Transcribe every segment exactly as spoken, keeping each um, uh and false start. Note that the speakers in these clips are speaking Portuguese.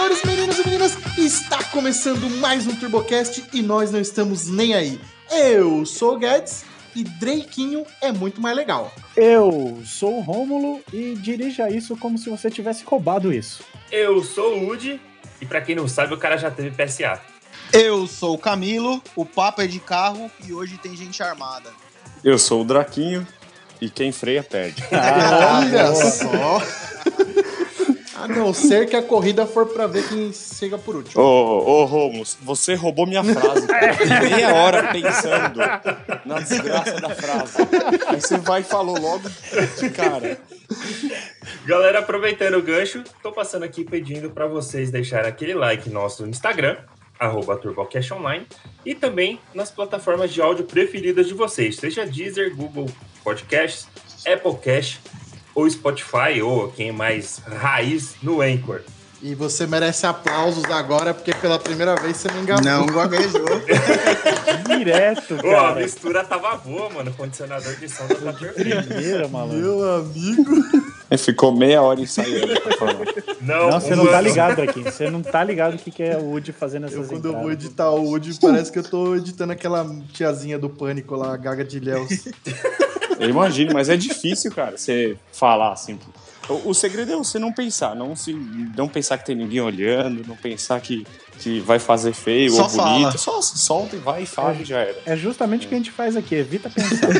senhores, meninos e meninas, está começando mais um TurboCast e nós não estamos nem aí. Eu sou o Guedes e Draquinho é muito mais legal. Eu sou o Rômulo e dirija isso como se você tivesse roubado isso. Eu sou o Udi e pra quem não sabe, o cara já teve P S A. Eu sou o Camilo, o papo é de carro e hoje tem gente armada. Eu sou o Draquinho e quem freia perde. Ah, olha só! A não ser que a corrida for pra ver quem chega por último. Ô, ô, Romulo, você roubou minha frase. Cara. Fiquei meia hora pensando na desgraça da frase. Aí você vai e falou logo de cara. Galera, aproveitando o gancho, tô passando aqui pedindo pra vocês deixarem aquele like nosso no Instagram, arroba TurboCast Online, e também nas plataformas de áudio preferidas de vocês, seja Deezer, Google Podcasts, Apple Cast, ou Spotify, ou quem é mais raiz no Anchor. E você merece aplausos agora, porque pela primeira vez você me enganou. Não gaguejou. Direto, Ô, a cara. mistura tava boa, mano. O condicionador de som tá perfeito. Primeira, malandro. Meu amigo. Aí ficou meia hora ensaiando pra falar. Não, Não, você não tá ligado aqui. Você não tá ligado o que, que é o Woody fazendo essas Eu, quando entradas. eu vou editar o Woody, parece que eu tô editando aquela tiazinha do Pânico lá, a Gaga de Léus. Eu imagino, mas é difícil, cara, você falar assim. O, o segredo é você não pensar, não, se, não pensar que tem ninguém olhando, não pensar que, que vai fazer feio Só ou bonito. fala. Só se solta e vai e fala e já era. É justamente o que a gente faz aqui, evita pensar.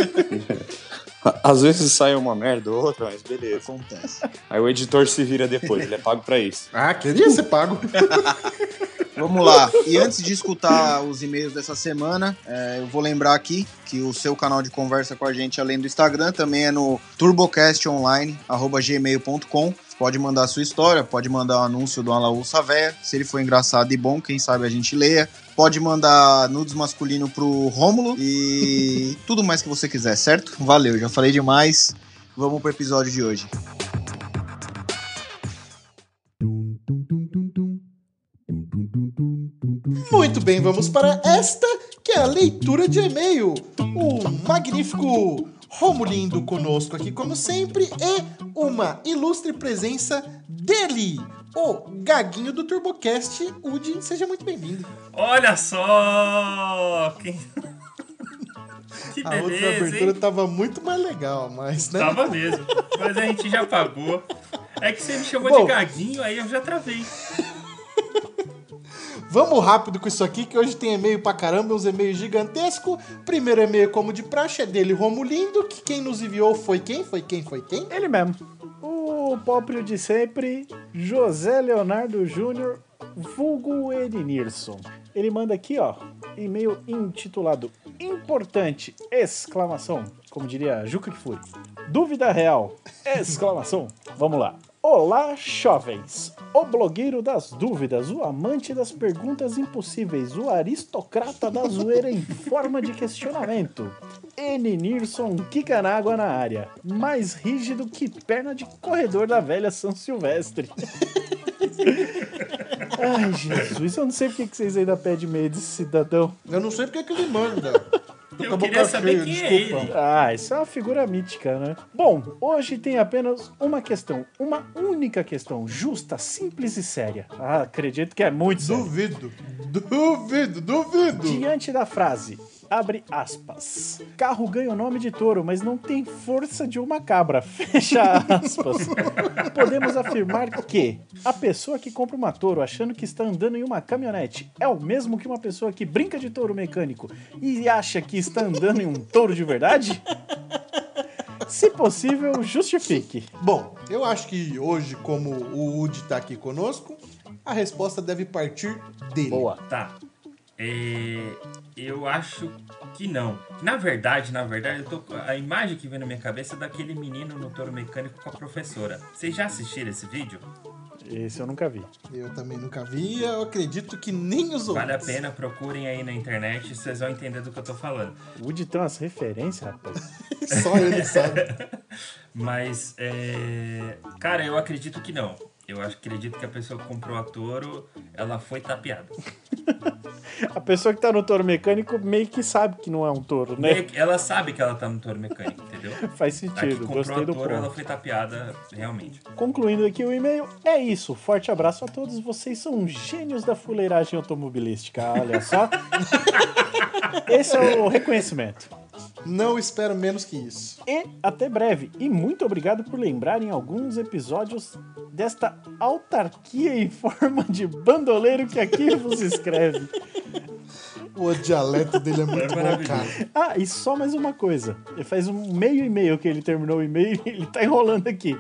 Às vezes sai uma merda ou outra, mas beleza. Acontece. Aí o editor se vira depois, ele é pago pra isso. Ah, queria ser pago. Vamos lá. E antes de escutar os e-mails dessa semana, é, eu vou lembrar aqui que o seu canal de conversa com a gente, além do Instagram, também é no turbocastonline, arroba gmail ponto com. Pode mandar a sua história, pode mandar o um anúncio do Alaú Savéia. Se ele for engraçado e bom, quem sabe a gente leia. Pode mandar nudes masculino pro Rômulo e tudo mais que você quiser, certo? Valeu, já falei demais. Vamos pro episódio de hoje. Muito bem, vamos para esta, que é a leitura de e-mail. O magnífico Romulindo conosco aqui, como sempre, e uma ilustre presença dele, o Gaguinho do TurboCast. Udi, seja muito bem-vindo. Olha só! Que, que A outra beleza, abertura hein? tava muito mais legal, mas, né? Tava mesmo. Mas a gente já pagou. É que você me chamou Bom. de gaguinho, aí eu já travei. Vamos rápido com isso aqui, que hoje tem e-mail pra caramba, uns e-mails gigantescos. Primeiro e-mail, como de praxe, é dele, Romulindo, que quem nos enviou foi quem? Foi quem? Foi quem? Ele mesmo. O próprio de sempre, José Leonardo Júnior, vulgo Ednilson. Ele manda aqui, ó, e-mail intitulado Importante, exclamação, como diria Juca Kfouri. Dúvida real, exclamação. Vamos lá. Olá, jovens! O blogueiro das dúvidas, o amante das perguntas impossíveis, o aristocrata da zoeira em forma de questionamento. N. Nilson Kikanágua na área, mais rígido que perna de corredor da velha São Silvestre. Ai, Jesus, eu não sei porque que vocês ainda pedem medo desse cidadão. Eu não sei porque que ele manda. Tô Eu com a queria boca saber cheia, quem é desculpa. ele. Ah, isso é uma figura mítica, né? Bom, hoje tem apenas uma questão, uma única questão, justa, simples e séria. Ah, acredito que é muito sério. Duvido, duvido, duvido. Diante da frase, abre aspas, carro ganha o nome de touro, mas não tem força de uma cabra, fecha aspas. Podemos afirmar que a pessoa que compra uma touro achando que está andando em uma caminhonete é o mesmo que uma pessoa que brinca de touro mecânico e acha que está andando em um touro de verdade? Se possível, justifique. Bom, eu acho que hoje, como o Udi tá aqui conosco, a resposta deve partir dele. Boa. Tá. É, eu acho que não. Na verdade, na verdade, eu tô, a imagem que vem na minha cabeça é daquele menino no touro mecânico com a professora. Vocês já assistiram esse vídeo? Esse eu nunca vi. Eu também nunca vi, eu acredito que nem os outros. Vale a pena, procurem aí na internet, vocês vão entender do que eu tô falando. O Woody tem umas referências, rapaz. Só ele sabe. Mas, é... cara, eu acredito que não. Eu acho, acredito que a pessoa que comprou a Toro, ela foi tapeada. A pessoa que tá no touro mecânico meio que sabe que não é um touro, né? Ela sabe que ela tá no touro mecânico, entendeu? Faz A que sentido, comprou gostei a do Toro, ela ponto. foi tapeada realmente. Concluindo aqui o e-mail, é isso. Forte abraço a todos. Vocês são gênios da fuleiragem automobilística. Olha só. Esse é o reconhecimento. Não espero menos que isso. E até breve. E muito obrigado por lembrarem alguns episódios desta autarquia em forma de bandoleiro que aqui vos escreve. O dialeto dele é muito É bom, maravilhoso. cara. Ah, e só mais uma coisa. Ele faz um meio e meio que ele terminou o e-mail e ele tá enrolando aqui.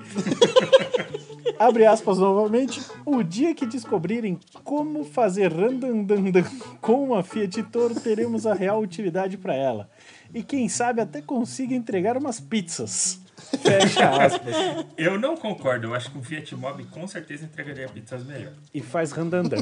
Abre aspas novamente. O dia que descobrirem como fazer randandandan com uma Fiat Toro, teremos a real utilidade para ela. E quem sabe até consiga entregar umas pizzas. Fecha aspas. Eu não concordo, eu acho que um Fiat Mobi com certeza entregaria pizzas melhor. E faz randandan.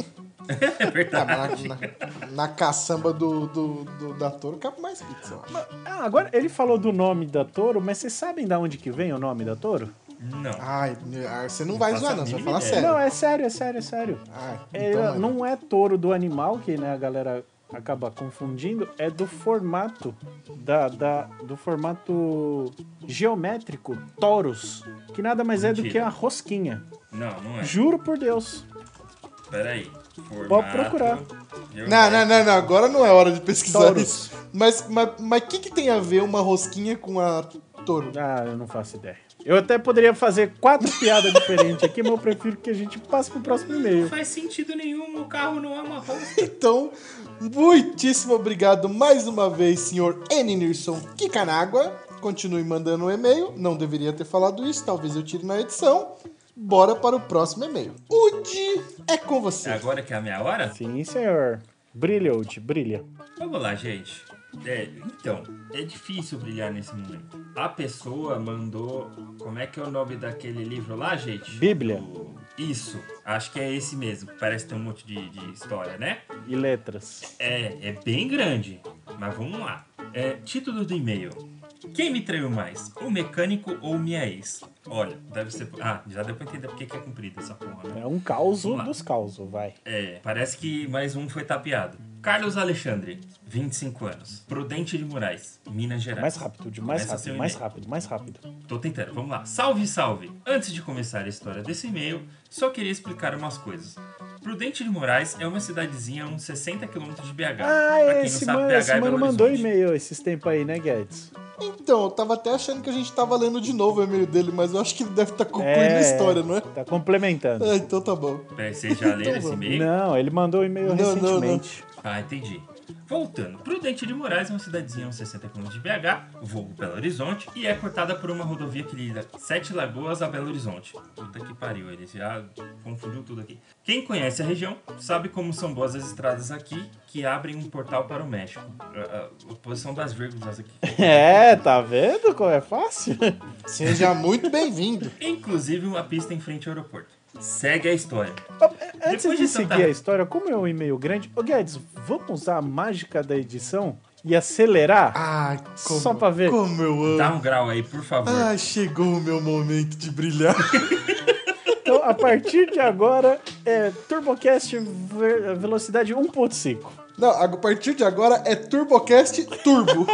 É Ah, verdade. mas na, na, na caçamba do, do, do- da Toro cabe mais pizza, eu acho. Ah, agora ele falou do nome da Toro, mas vocês sabem de onde que vem o nome da Toro? Não. Ai, você não vai faço zoar, a não. Você vai mínima falar ideia. sério. Não, é sério, é sério, é sério. Ai, É, então, mano. não é touro do animal, que né, a galera acaba confundindo, é do formato da, da, do formato geométrico Taurus, que nada mais é do Mentira. que a rosquinha. Não, não é. Juro por Deus. Peraí. Formato, Pode procurar. eu- Não, não, não, não. Agora não é hora de pesquisar Taurus. isso. Mas o mas, mas que, que tem a ver uma rosquinha com a Toro? Ah, eu não faço ideia. Eu até poderia fazer quatro piadas diferentes aqui, mas eu prefiro que a gente passe pro próximo e-mail. Não faz sentido nenhum, o carro não é uma rosca. Então, muitíssimo obrigado mais uma vez, senhor Eninirson Kikanagua. Continue mandando um e-mail. Não deveria ter falado isso, talvez eu tire na edição. Bora para o próximo e-mail. Udi, é com você. É agora que é a minha hora? Sim, senhor. Brilha, Uti, brilha. Vamos lá, gente. É, então, é difícil brilhar nesse momento. A pessoa mandou... Como é que é o nome daquele livro lá, gente? Bíblia. O- Isso, acho que é esse mesmo. Parece ter um monte de, de história, né? E letras. É, é bem grande. Mas vamos lá. É, título do e-mail. Quem me traiu mais? O mecânico ou minha ex? Olha, deve ser... Ah, já deu pra entender porque que é comprido essa porra, né? É um caos Vamos lá. dos causos, vai. É, parece que mais um foi tapeado. Carlos Alexandre, vinte e cinco anos. Prudente de Moraes, Minas Gerais. Mais rápido, de mais Começa seu rápido, mais e-mail. rápido, mais rápido. Tô tentando, vamos lá. Salve, salve! Antes de começar a história desse e-mail, só queria explicar umas coisas. Prudente de Moraes é uma cidadezinha a uns sessenta quilômetros de B H. Ah, Pra quem esse não sabe, mano, B H esse é mano Belo mandou Horizonte. e-mail esses tempos aí, né, Guedes? Então, eu tava até achando que a gente tava lendo de novo o e-mail dele, mas eu acho que ele deve estar concluindo É, a história, não é? Tá complementando. Ah, então tá bom. Peraí, vocês já leram esse e-mail? Não, ele mandou o e-mail Não, não, não. recentemente. Ah, entendi. Voltando, Prudente de Moraes é uma cidadezinha a uns sessenta quilômetros de B H, vulgo Belo Horizonte, e é cortada por uma rodovia que liga Sete Lagoas a Belo Horizonte. Puta que pariu, ele já confundiu tudo aqui. Quem conhece a região sabe como são boas as estradas aqui, que abrem um portal para o México. A, a- a posição das vírgulas aqui. É, tá vendo como é fácil? Seja muito bem-vindo. Inclusive uma pista em frente ao aeroporto. Segue a história. Antes Depois de de tanta- seguir a história, como é um e-mail grande, ô Guedes, vamos usar a mágica da edição e acelerar? Ai, como, Só pra ver. como eu amo. Dá um grau aí, por favor. Ai, chegou o meu momento de brilhar. Então, a partir de agora, é TurboCast ve- velocidade um ponto cinco. Não, a partir de agora é TurboCast Turbo.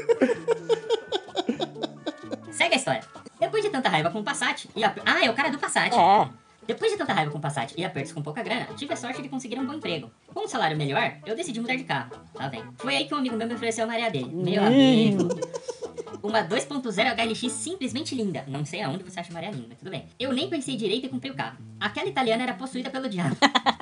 Segue a história. Depois de tanta raiva com o Passat e ap... Ah, é o cara do Passat. É. Depois de tanta raiva com o Passat e apertos com pouca grana, tive a sorte de conseguir um bom emprego. Com um salário melhor, eu decidi mudar de carro. Tá vendo? Foi aí que um amigo meu me ofereceu a Maria dele. Meu amigo. Uma dois ponto zero H L X simplesmente linda. Não sei aonde você acha Maria linda, mas tudo bem. Eu nem pensei direito e comprei o carro. Aquela italiana era possuída pelo diabo.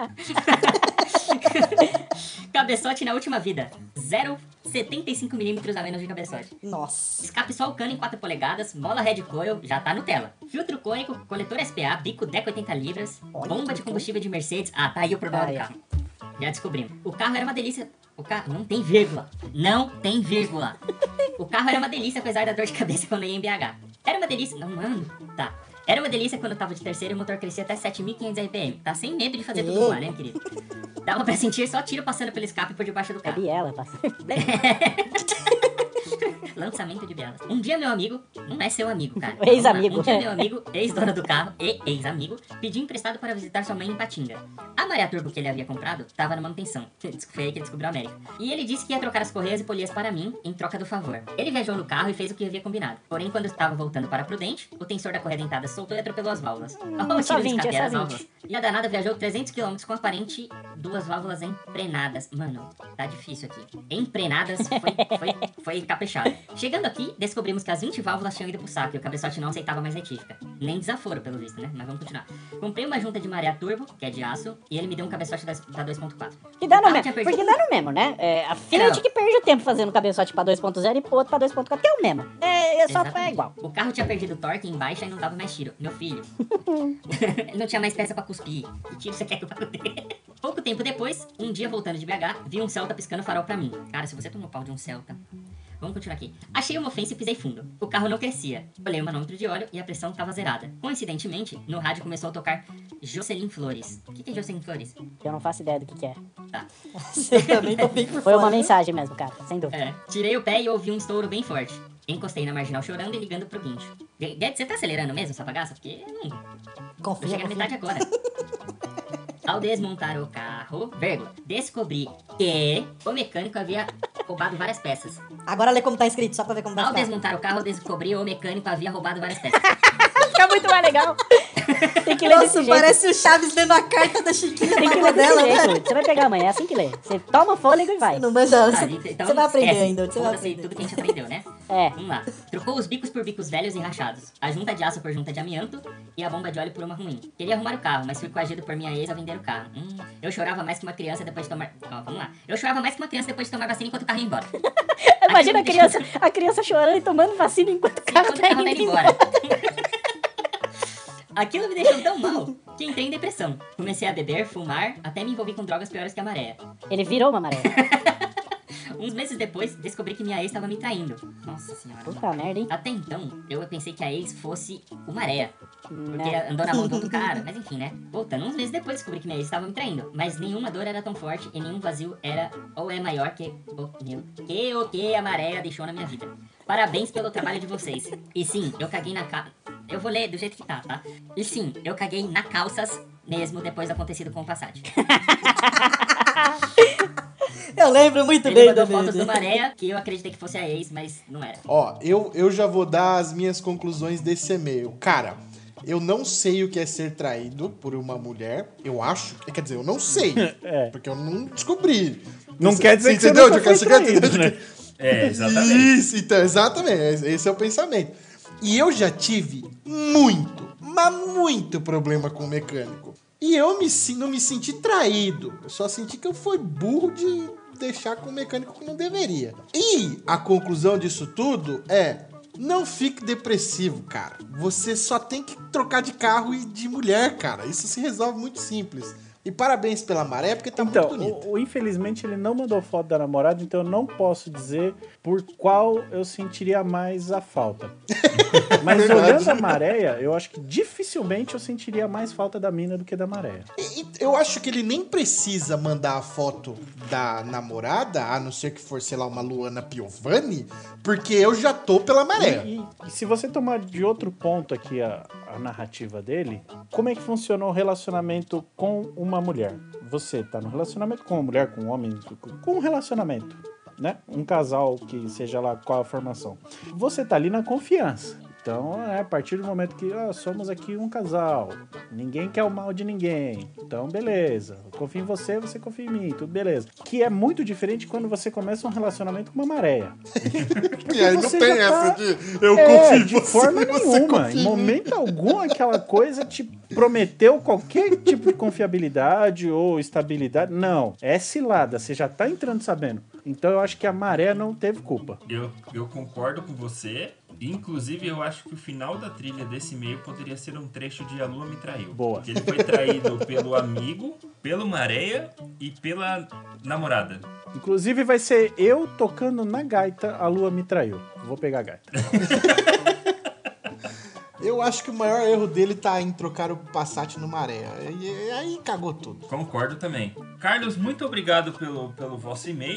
Cabeçote na última vida. zero vírgula setenta e cinco milímetros a menos de cabeçote. Nossa. Escape só o cano em quatro polegadas, mola red coil, já tá no tela. Filtro cônico, coletor S P A, bico Deco oitenta libras, Olha bomba que de combustível de Mercedes. Ah, tá aí o problema Aí, do ó. carro. Já descobrimos. O carro era uma delícia. O carro não tem vírgula. Não tem vírgula. O carro era uma delícia, apesar da dor de cabeça quando eu ia em B H. Era uma delícia. Não, mano. Tá. Era uma delícia quando eu tava de terceiro e o motor crescia até sete mil e quinhentos R P M. Tá sem medo de fazer tudo voar, né, querido? Dava pra sentir só tiro passando pelo escape por debaixo do É carro. Biela, passa. lançamento de bielas. Um dia meu amigo, não é seu amigo, cara. Ex-amigo. Um dia meu amigo, ex-dono do carro e ex-amigo, pediu emprestado para visitar sua mãe em Patinga. A Maria Turbo que ele havia comprado tava na manutenção. Foi aí que ele descobriu a América. E ele disse que ia trocar as correias e polias para mim em troca do favor. Ele viajou no carro e fez o que havia combinado. Porém, quando estava voltando para Prudente, o tensor da correia dentada soltou e atropelou as válvulas. Hum, Oh, só tiro de vinte, escape, é era só as vinte. válvulas. E a danada viajou trezentos quilômetros com aparente duas válvulas emprenadas. Mano, tá difícil aqui. Emprenadas foi, foi, foi caprichado. Chegando aqui, descobrimos que as vinte válvulas tinham ido pro saco e o cabeçote não aceitava mais retífica. Nem desaforo, pelo visto, né? Mas vamos continuar. Comprei uma junta de Maria Turbo, que é de aço, e ele me deu um cabeçote da, da dois ponto quatro. Que dá O no carro mesmo. tinha perdido- Porque dá no mesmo, né? É, a Fiat Não. que perde o tempo fazendo cabeçote pra dois ponto zero e outro pra dois ponto quatro, que é o mesmo. É, é só é Exatamente. igual. O carro tinha perdido torque em baixa e não dava mais tiro. Meu filho. Não tinha mais peça pra cuspir. Que tiro você quer que eu dê? Pouco tempo depois, um dia voltando de B H, vi um Celta piscando farol pra mim. Cara, se você tomou pau de um Celta... Vamos continuar aqui. Achei uma ofensa e pisei fundo. O carro não crescia. Olhei o manômetro de óleo e a pressão estava zerada. Coincidentemente, no rádio começou a tocar Jocelyn Flores. O que, que é Jocelyn Flores? Eu não faço ideia do que, que é. Tá. Você também tá bem por Foi fora. uma mensagem mesmo, cara. Sem dúvida. É. Tirei o pé e ouvi um estouro bem forte. Encostei na marginal chorando e ligando pro guincho. Guedes, você tá acelerando mesmo essa bagaça? Porque eu não... Eu Confia, cheguei na confia. metade agora. Ao desmontar o carro, vírgula, descobri que o mecânico havia roubado várias peças. Agora lê como tá escrito, só pra ver como vai Ao ficar. desmontar o carro, descobri que o mecânico havia roubado várias peças. Fica muito mais legal. Tem que ler desse Nossa, jeito. parece o Chaves lendo a carta da Chiquinha Tem que pra ler desse dela, jeito. velho. Você vai pegar amanhã, é assim que lê. Você toma fôlego e vai. Não, mas ó, Ah, você, então você vai aprender esquece. ainda, você vai Foda-se aprender. tudo que a gente aprendeu, né? É. Vamos lá. Trocou os bicos por bicos velhos e rachados. A junta de aço por junta de amianto e a bomba de óleo por uma ruim. Queria arrumar o carro, mas fui coagido por minha ex a vender o carro. Hum, eu chorava mais que uma criança depois de tomar... Ó, vamos lá. Eu chorava mais que uma criança depois de tomar vacina enquanto o carro ia embora. Imagina a Aquilo me criança, deixou- a criança chorando e tomando vacina enquanto o carro Enquanto o tá carro tá indo indo embora. embora. Aquilo me deixou tão mal que entrei em depressão. Comecei a beber, fumar, até me envolvi com drogas piores que a maré. Ele virou uma maré. Uns meses depois, descobri que minha ex estava me traindo. Nossa senhora. Puta merda, hein? Até então, eu pensei que a ex fosse o Maréia. Porque Né? andou na mão do outro cara. Mas enfim, né? Voltando, uns meses depois descobri que minha ex estava me traindo. Mas nenhuma dor era tão forte e nenhum vazio era ou é maior que o, meu, que, o que a Maréia deixou na minha vida. Parabéns pelo trabalho de vocês. E sim, eu caguei na ca... Eu vou ler do jeito que tá, tá? E sim, eu caguei na calças mesmo depois do acontecido com o Passat. Eu lembro muito Ele bem mandou do fotos do vídeo. Maréia, que eu acreditei que fosse a ex, mas não era. Ó, eu, eu já vou dar as minhas conclusões desse e-mail. Cara, eu não sei o que é ser traído por uma mulher. Eu acho. Quer dizer, eu não sei. É. Porque eu não descobri. Não quer dizer que você entendeu? nunca Você foi quer traído, entender? né? É, exatamente. Isso, então, exatamente. Esse é o pensamento. E eu já tive muito, mas muito problema com o mecânico. E eu me, sin- não me senti traído. Eu só senti que eu fui burro de deixar com o mecânico que não deveria. E a conclusão disso tudo é: não fique depressivo, cara. Você só tem que trocar de carro e de mulher, cara. Isso se resolve muito simples. E parabéns pela maré, porque tá Então, muito bonito. o, o- infelizmente ele não mandou foto da namorada, então eu não posso dizer por qual eu sentiria mais a falta. Mas Verdade. olhando a Maréia, eu acho que dificilmente eu sentiria mais falta da mina do que da Maréia. E- e eu acho que ele nem precisa mandar a foto da namorada, a não ser que for, sei lá, uma Luana Piovani, porque eu já tô pela maré. E, e se você tomar de outro ponto aqui a, a narrativa dele, como é que funciona o relacionamento com uma mulher? Você tá no relacionamento com uma mulher, com um homem, com um relacionamento, né? Um casal que seja lá qual a formação. Você tá ali na confiança. Então, é a partir do momento que ó, somos aqui um casal, ninguém quer o mal de ninguém. Então, beleza. Eu confio em você, você confia em mim, tudo beleza. Que é muito diferente quando você começa um relacionamento com uma maréia. E aí não você tem já essa tá- de eu É, confio em de você, forma você nenhuma. confia Em em momento algum, aquela coisa te prometeu qualquer tipo de confiabilidade ou estabilidade. Não, é cilada. Você já tá entrando sabendo. Então eu acho que a maré não teve culpa. Eu, eu concordo com você. Inclusive, eu acho que o final da trilha desse e-mail poderia ser um trecho de A Lua Me Traiu. Boa. Porque ele foi traído pelo amigo, pelo Maréia e pela namorada. Inclusive vai ser eu tocando na gaita, a lua me traiu. Vou pegar a gaita. Eu acho que o maior erro dele tá em trocar o Passat no maré. E aí cagou tudo. Concordo também. Carlos, muito obrigado pelo, pelo vosso e-mail.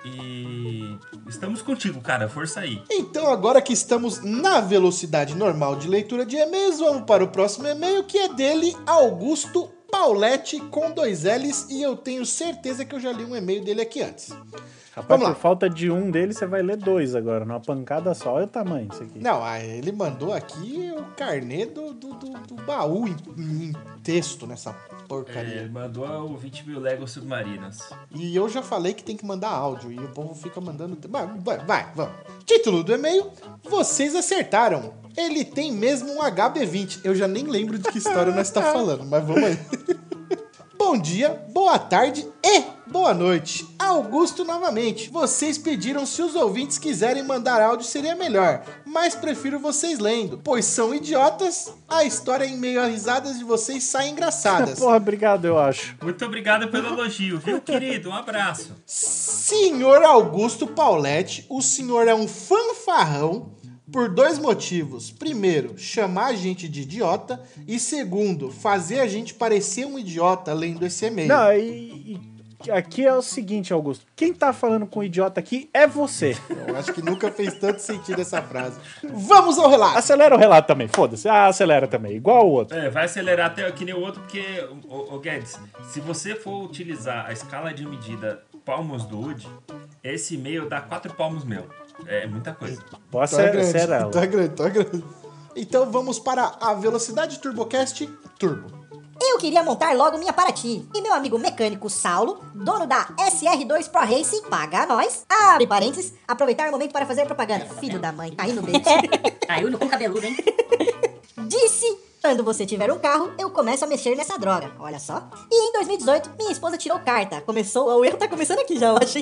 E estamos contigo, cara. Força aí. Então, agora que estamos na velocidade normal de leitura de e-mails, vamos para o próximo e-mail, que é dele, Augusto Pauletti, com dois L's, e eu tenho certeza que eu já li um e-mail dele aqui antes. Rapaz, Vamos por lá. falta de um dele, você vai ler dois agora, numa pancada só. Olha o tamanho disso aqui. Não, ah, ele mandou aqui o carnê do, do, do, do baú em, em texto nessa porcaria. É, mandou o vinte mil Lego Submarinos. E eu já falei que tem que mandar áudio, e o povo fica mandando... Vai, vai, vai, vamos. Título do e-mail, vocês acertaram. Ele tem mesmo um H B vinte. Eu já nem lembro de que história nós está falando, mas vamos aí. Bom dia, boa tarde e boa noite. Augusto novamente. Vocês pediram se os ouvintes quiserem mandar áudio seria melhor, mas prefiro vocês lendo, pois são idiotas, a história em meio a risadas de vocês sai engraçadas. Porra, obrigado, eu acho. Muito obrigado pelo elogio, viu, querido? Um abraço. Senhor Augusto Pauletti, o senhor é um fanfarrão por dois motivos. Primeiro, chamar a gente de idiota. E segundo, fazer a gente parecer um idiota lendo esse e-mail. Não, e, e aqui é o seguinte, Augusto. Quem tá falando com o idiota aqui é você. Eu acho que nunca fez tanto sentido essa frase. Vamos ao relato. Acelera o relato também, foda-se. Ah, acelera também, igual o outro. É, vai acelerar até que nem o outro, porque, ô, ô Guedes, se você for utilizar a escala de medida palmos do Woody, esse e-mail dá quatro palmos meu. É muita coisa. Pode Tá grande, acelerar. tá grande, tá grande. Então vamos para a Velocidade TurboCast Turbo. Eu queria montar logo minha Paraty. E meu amigo mecânico Saulo, dono da S R dois Pro Racing, paga nós. Abre parênteses, aproveitar o momento para fazer propaganda. Filho da mãe, caiu no bait. Caiu no cu cabeludo, hein? Disse, quando você tiver um carro, eu começo a mexer nessa droga. Olha só. E em dois mil e dezoito, minha esposa tirou carta. Começou, o erro tá começando aqui já, eu acho.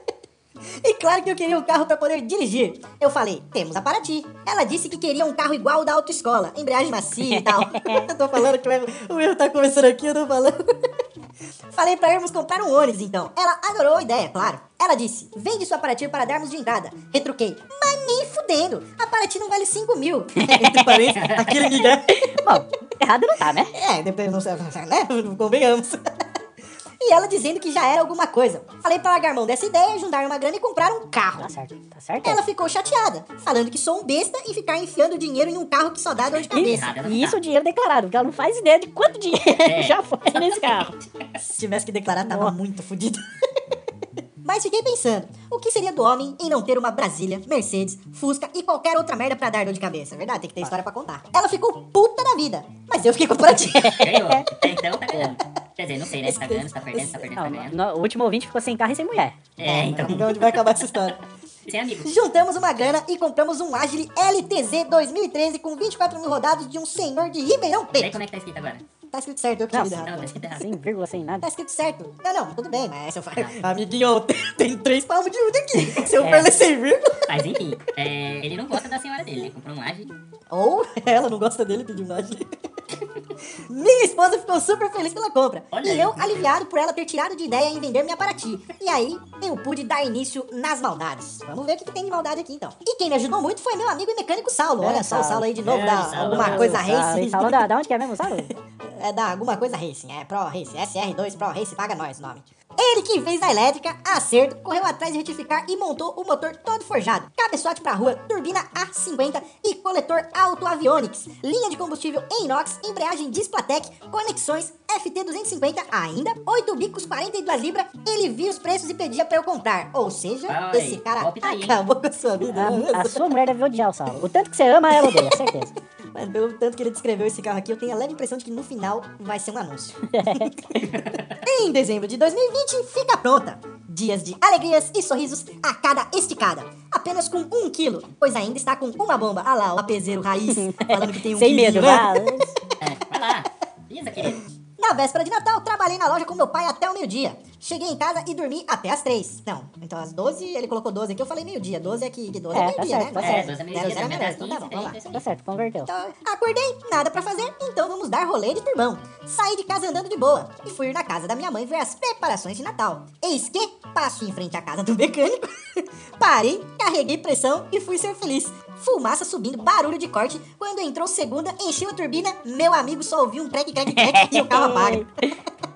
E claro que eu queria um carro para poder dirigir. Eu falei, temos a Paraty. Ela disse que queria um carro igual ao da autoescola, embreagem macia e tal. Eu tô falando que o erro, o erro tá começando aqui, eu tô falando. Falei pra irmos comprar um ônibus, então. Ela adorou a ideia, claro. Ela disse, vende sua Paraty para darmos de entrada. Retruquei, mas nem fudendo. A Paraty não vale cinco mil. Entre parênteses, aquele Miguel. Bom, errado não tá, né? É, depois não sei, né? Convenhamos. E ela dizendo que já era alguma coisa. Falei pra largar mão dessa ideia, juntar uma grana e comprar um carro. Tá certo, tá certo. Ela ficou chateada, falando que sou um besta e ficar enfiando dinheiro em um carro que só dá dor de cabeça. Nada, não E isso tá. o dinheiro declarado, porque ela não faz ideia de quanto dinheiro É. já foi nesse carro. Se tivesse que declarar, tava muito fodido. Mas fiquei pensando, o que seria do homem em não ter uma Brasília, Mercedes, Fusca e qualquer outra merda pra dar dor de cabeça? É verdade, tem que ter história pra contar. Ela ficou puta da vida, mas eu fiquei com o Paraty. Ganhou. Então tá ganhando. Quer dizer, não sei, né? Se tá ganhando, se tá perdendo, se tá perdendo, Não, tá ganhando. no- o último ouvinte ficou sem carro e sem mulher. É, então. Então onde vai acabar essa história? Sem amigos. Juntamos uma grana e compramos um Agile L T Z dois mil e treze com vinte e quatro mil rodados de um senhor de Ribeirão Vê Preto. como é que tá escrito agora. Tá escrito certo, eu que Não, tinha lido Não, errado. tá escrito errado. Sem vírgula, sem nada. Tá escrito certo. Não, não, tudo bem, mas se eu falar... Amiguinho, tem três palmos de uva aqui. Se eu É. for ler sem vírgula... Mas enfim, é, ele não gosta da senhora dele, né? Comprou um laje. Ou ela não gosta dele e pediu mais. Minha esposa ficou super feliz pela compra. Olha e aí. eu aliviado por ela ter tirado de ideia em vender minha Paraty. E aí, eu pude dar início nas maldades. Vamos ver o que, que tem de maldade aqui então. E quem me ajudou muito foi meu amigo e mecânico Saulo. Olha É, só o Saulo. Saulo aí de novo, É, da Saulo. alguma coisa Saulo, Racing. Saulo da, da onde que é mesmo, Saulo? É da alguma coisa Racing, é Pro Racing, S R dois Pro Racing, paga nós o nome. Ele que fez a elétrica, acerto, correu atrás de retificar e montou o motor todo forjado. Cabeçote pra rua, turbina A cinquenta e coletor Auto Avionics. Linha de combustível em inox, embreagem Displatec, conexões F T duzentos e cinquenta ainda, oito bicos, quarenta e duas libras. Ele viu os preços e pedia pra eu comprar. Ou seja, Olha esse aí, cara golpe tá aí, hein? acabou com a sua vida. A, a sua mulher deve odiar o Saulo. O tanto que você ama, ela odeia, certeza. Mas pelo tanto que ele descreveu esse carro aqui, eu tenho a leve impressão de que no final vai ser um anúncio. Em dezembro de dois mil e vinte, fica pronta. Dias de alegrias e sorrisos a cada esticada. Apenas com um quilo, pois ainda está com uma bomba. Ah lá, o apezeiro raiz, falando que tem um Sem quilinho, medo, né? vá. É, vai lá. Pisa, querido. Na véspera de Natal, trabalhei na loja com meu pai até o meio-dia. Cheguei em casa e dormi até as três. Não, então às doze, ele colocou doze aqui, eu falei meio-dia. doze é que que doze é, É, tá meio-dia, certo, né? tá É, certo. doze é Zero, meio-dia, zero é também melhor, das então tá bom, quinze, vamos lá. é isso aí. Tá certo, converteu. Então, acordei, nada pra fazer, então vamos dar rolê de turbão. Saí de casa andando de boa e fui na casa da minha mãe ver as preparações de Natal. Eis que passo em frente à casa do mecânico, parei, carreguei pressão e fui ser feliz. Fumaça subindo, barulho de corte. Quando entrou segunda, encheu a turbina, meu amigo só ouviu um crack, crack, crack e o carro apaga.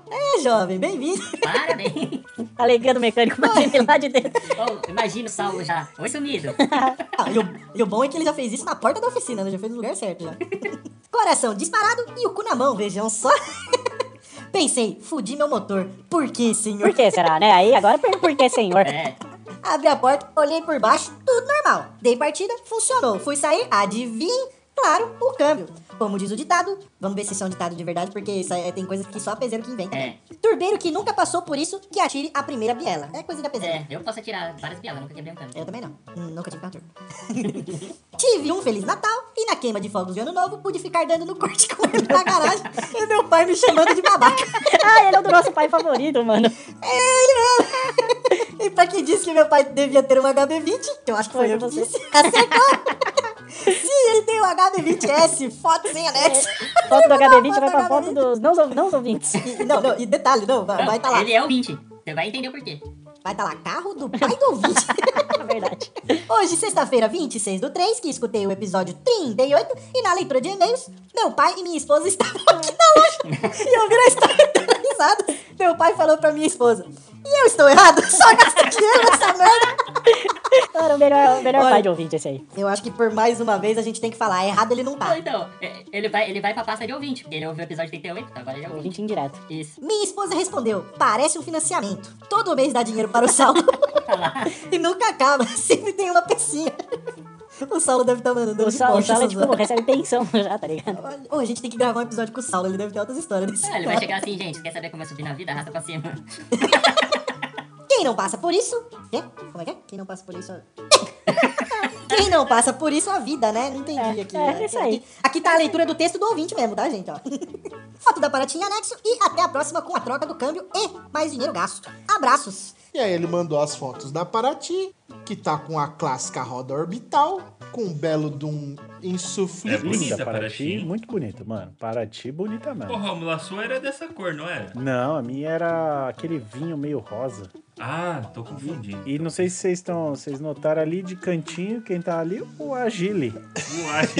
É, jovem, bem-vindo. Parabéns. A alegria do mecânico batendo lá de dentro. Oh, imagina o Saulo já. Oi, sumido. Ah, e, o, e o bom é que ele já fez isso na porta da oficina, né? Já fez no lugar certo já. Coração disparado e o cu na mão, vejam só. Pensei, fudi meu motor. Por que, senhor? Por que será, né? Aí agora por, por que, senhor? É. Abri a porta, olhei por baixo, tudo normal. Dei partida, funcionou. Fui sair, adivinhe, claro, o câmbio. Como diz o ditado, vamos ver se isso é um ditado de verdade, porque isso aí tem coisas que só a peseiro que inventa. É. Turbeiro que nunca passou por isso, que atire a primeira biela. É coisa da peseiro. É, eu posso atirar várias bielas, nunca quebrei um câmbio. Eu também não. Hum, nunca tive carro turbo. Tive um Feliz Natal e na queima de fogos de Ano Novo pude ficar dando no corte com ele na garagem e meu pai me chamando de babaca. Ah, ele é o do nosso pai favorito, mano. É ele mesmo. E pra quem disse que meu pai devia ter um H B vinte, que eu acho que foi, Foi eu que você. disse, acertou. Sim, ele tem o H B vinte S, foto sem anexo. Foto do H B vinte Foto vai do pra H B foto vinte. dos não, não ouvintes. E, não, não, e detalhe, não, vai Não, vai tá lá. Ele é o vinte. Você vai entender o porquê. Vai tá lá, carro do pai do ouvinte. Verdade. Hoje, sexta-feira, vinte e seis do três, que escutei o episódio trinta e oito, e na leitura de e-mails, meu pai e minha esposa estavam aqui na loja e ouviram a história dando risada. Meu pai falou pra minha esposa, e eu estou errado? Só gasta dinheiro nessa merda. Cara, o melhor, o melhor Olha, pai de ouvinte esse aí. Eu acho que por mais uma vez a gente tem que falar, errado ele não Ou tá. então, é, ele vai, ele vai pra pasta de ouvinte, porque ele ouviu o episódio trinta e oito, agora ele é ouvinte. Ouvinte indireto. Isso. Minha esposa respondeu, parece um financiamento. Todo mês dá dinheiro para o Saulo. E nunca acaba, sempre tem uma pecinha. O Saulo deve estar mandando O de Saulo, o Porsche, Saulo é essas tipo, horas. recebe pensão já, tá ligado? Olha, ô, a gente tem que gravar um episódio com o Saulo, ele deve ter outras histórias desse Ah, ele vai cara. chegar assim, gente, quer saber como eu subi na vida? Arrasta pra cima. Quem não passa por isso... Quê? Como é que é? Quem não passa por isso... Quem não passa por isso, a vida, né? Não entendi É, aqui. é, né? isso aí. Aqui, aqui tá a leitura do texto do ouvinte mesmo, tá, gente? Ó. Foto da Paraty em anexo e até a próxima com a troca do câmbio e mais dinheiro gasto. Abraços. E aí ele mandou as fotos da Paraty, que tá com a clássica roda orbital, com um belo de um insufle. É bonita, Linda, Paraty, Paraty. muito bonita, mano. Paraty, bonita Ô, mesmo. Rômulo, a sua era dessa cor, não era? Não, a minha era aquele vinho meio rosa. Ah, tô confundindo. E não sei se vocês estão, vocês notaram ali de cantinho, quem tá ali? O Agile. Uai.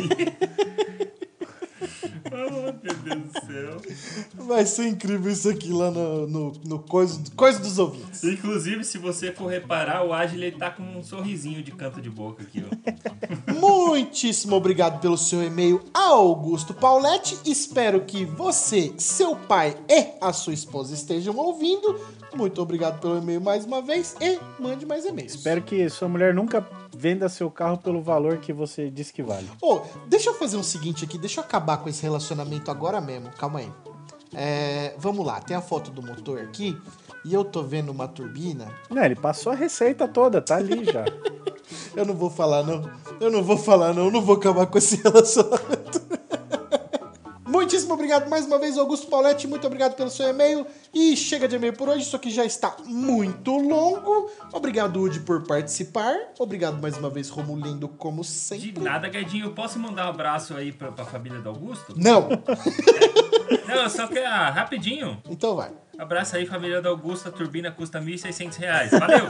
Oh, meu Deus do céu. Vai ser incrível isso aqui lá no, no, no coisa, coisa dos ouvintes. Inclusive, se você for reparar, o Ágil ele tá com um sorrisinho de canto de boca aqui, ó. Muitíssimo obrigado pelo seu e-mail, Augusto Pauletti. Espero que você, seu pai e a sua esposa estejam ouvindo. Muito obrigado pelo e-mail mais uma vez e mande mais e-mails. Espero que sua mulher nunca venda seu carro pelo valor que você disse que vale. Ô, deixa eu fazer um seguinte aqui, deixa eu acabar com esse relacionamento agora mesmo. Calma aí. É, vamos lá, tem a foto do motor aqui e eu tô vendo uma turbina. Não, ele passou a receita toda, tá ali já. Eu não vou falar não, eu não vou falar não, eu não vou acabar com esse relacionamento. Muitíssimo obrigado mais uma vez, Augusto Pauletti. Muito obrigado pelo seu e-mail. E chega de e-mail por hoje. Isso aqui já está muito longo. Obrigado, Udi, por participar. Obrigado mais uma vez, Romulindo, como sempre. De nada, Guedinho. Eu posso mandar um abraço aí pra, pra família do Augusto? Não. Não, eu só quero ah, rapidinho. Então vai. Abraço aí, família do Augusto. A turbina custa mil e seiscentos reais. Valeu!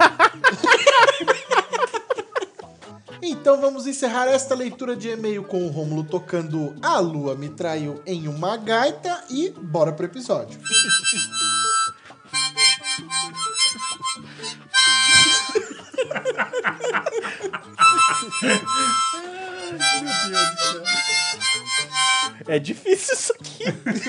Então vamos encerrar esta leitura de e-mail com o Rômulo tocando A Lua Me Traiu em uma gaita e bora pro episódio. É difícil isso aqui.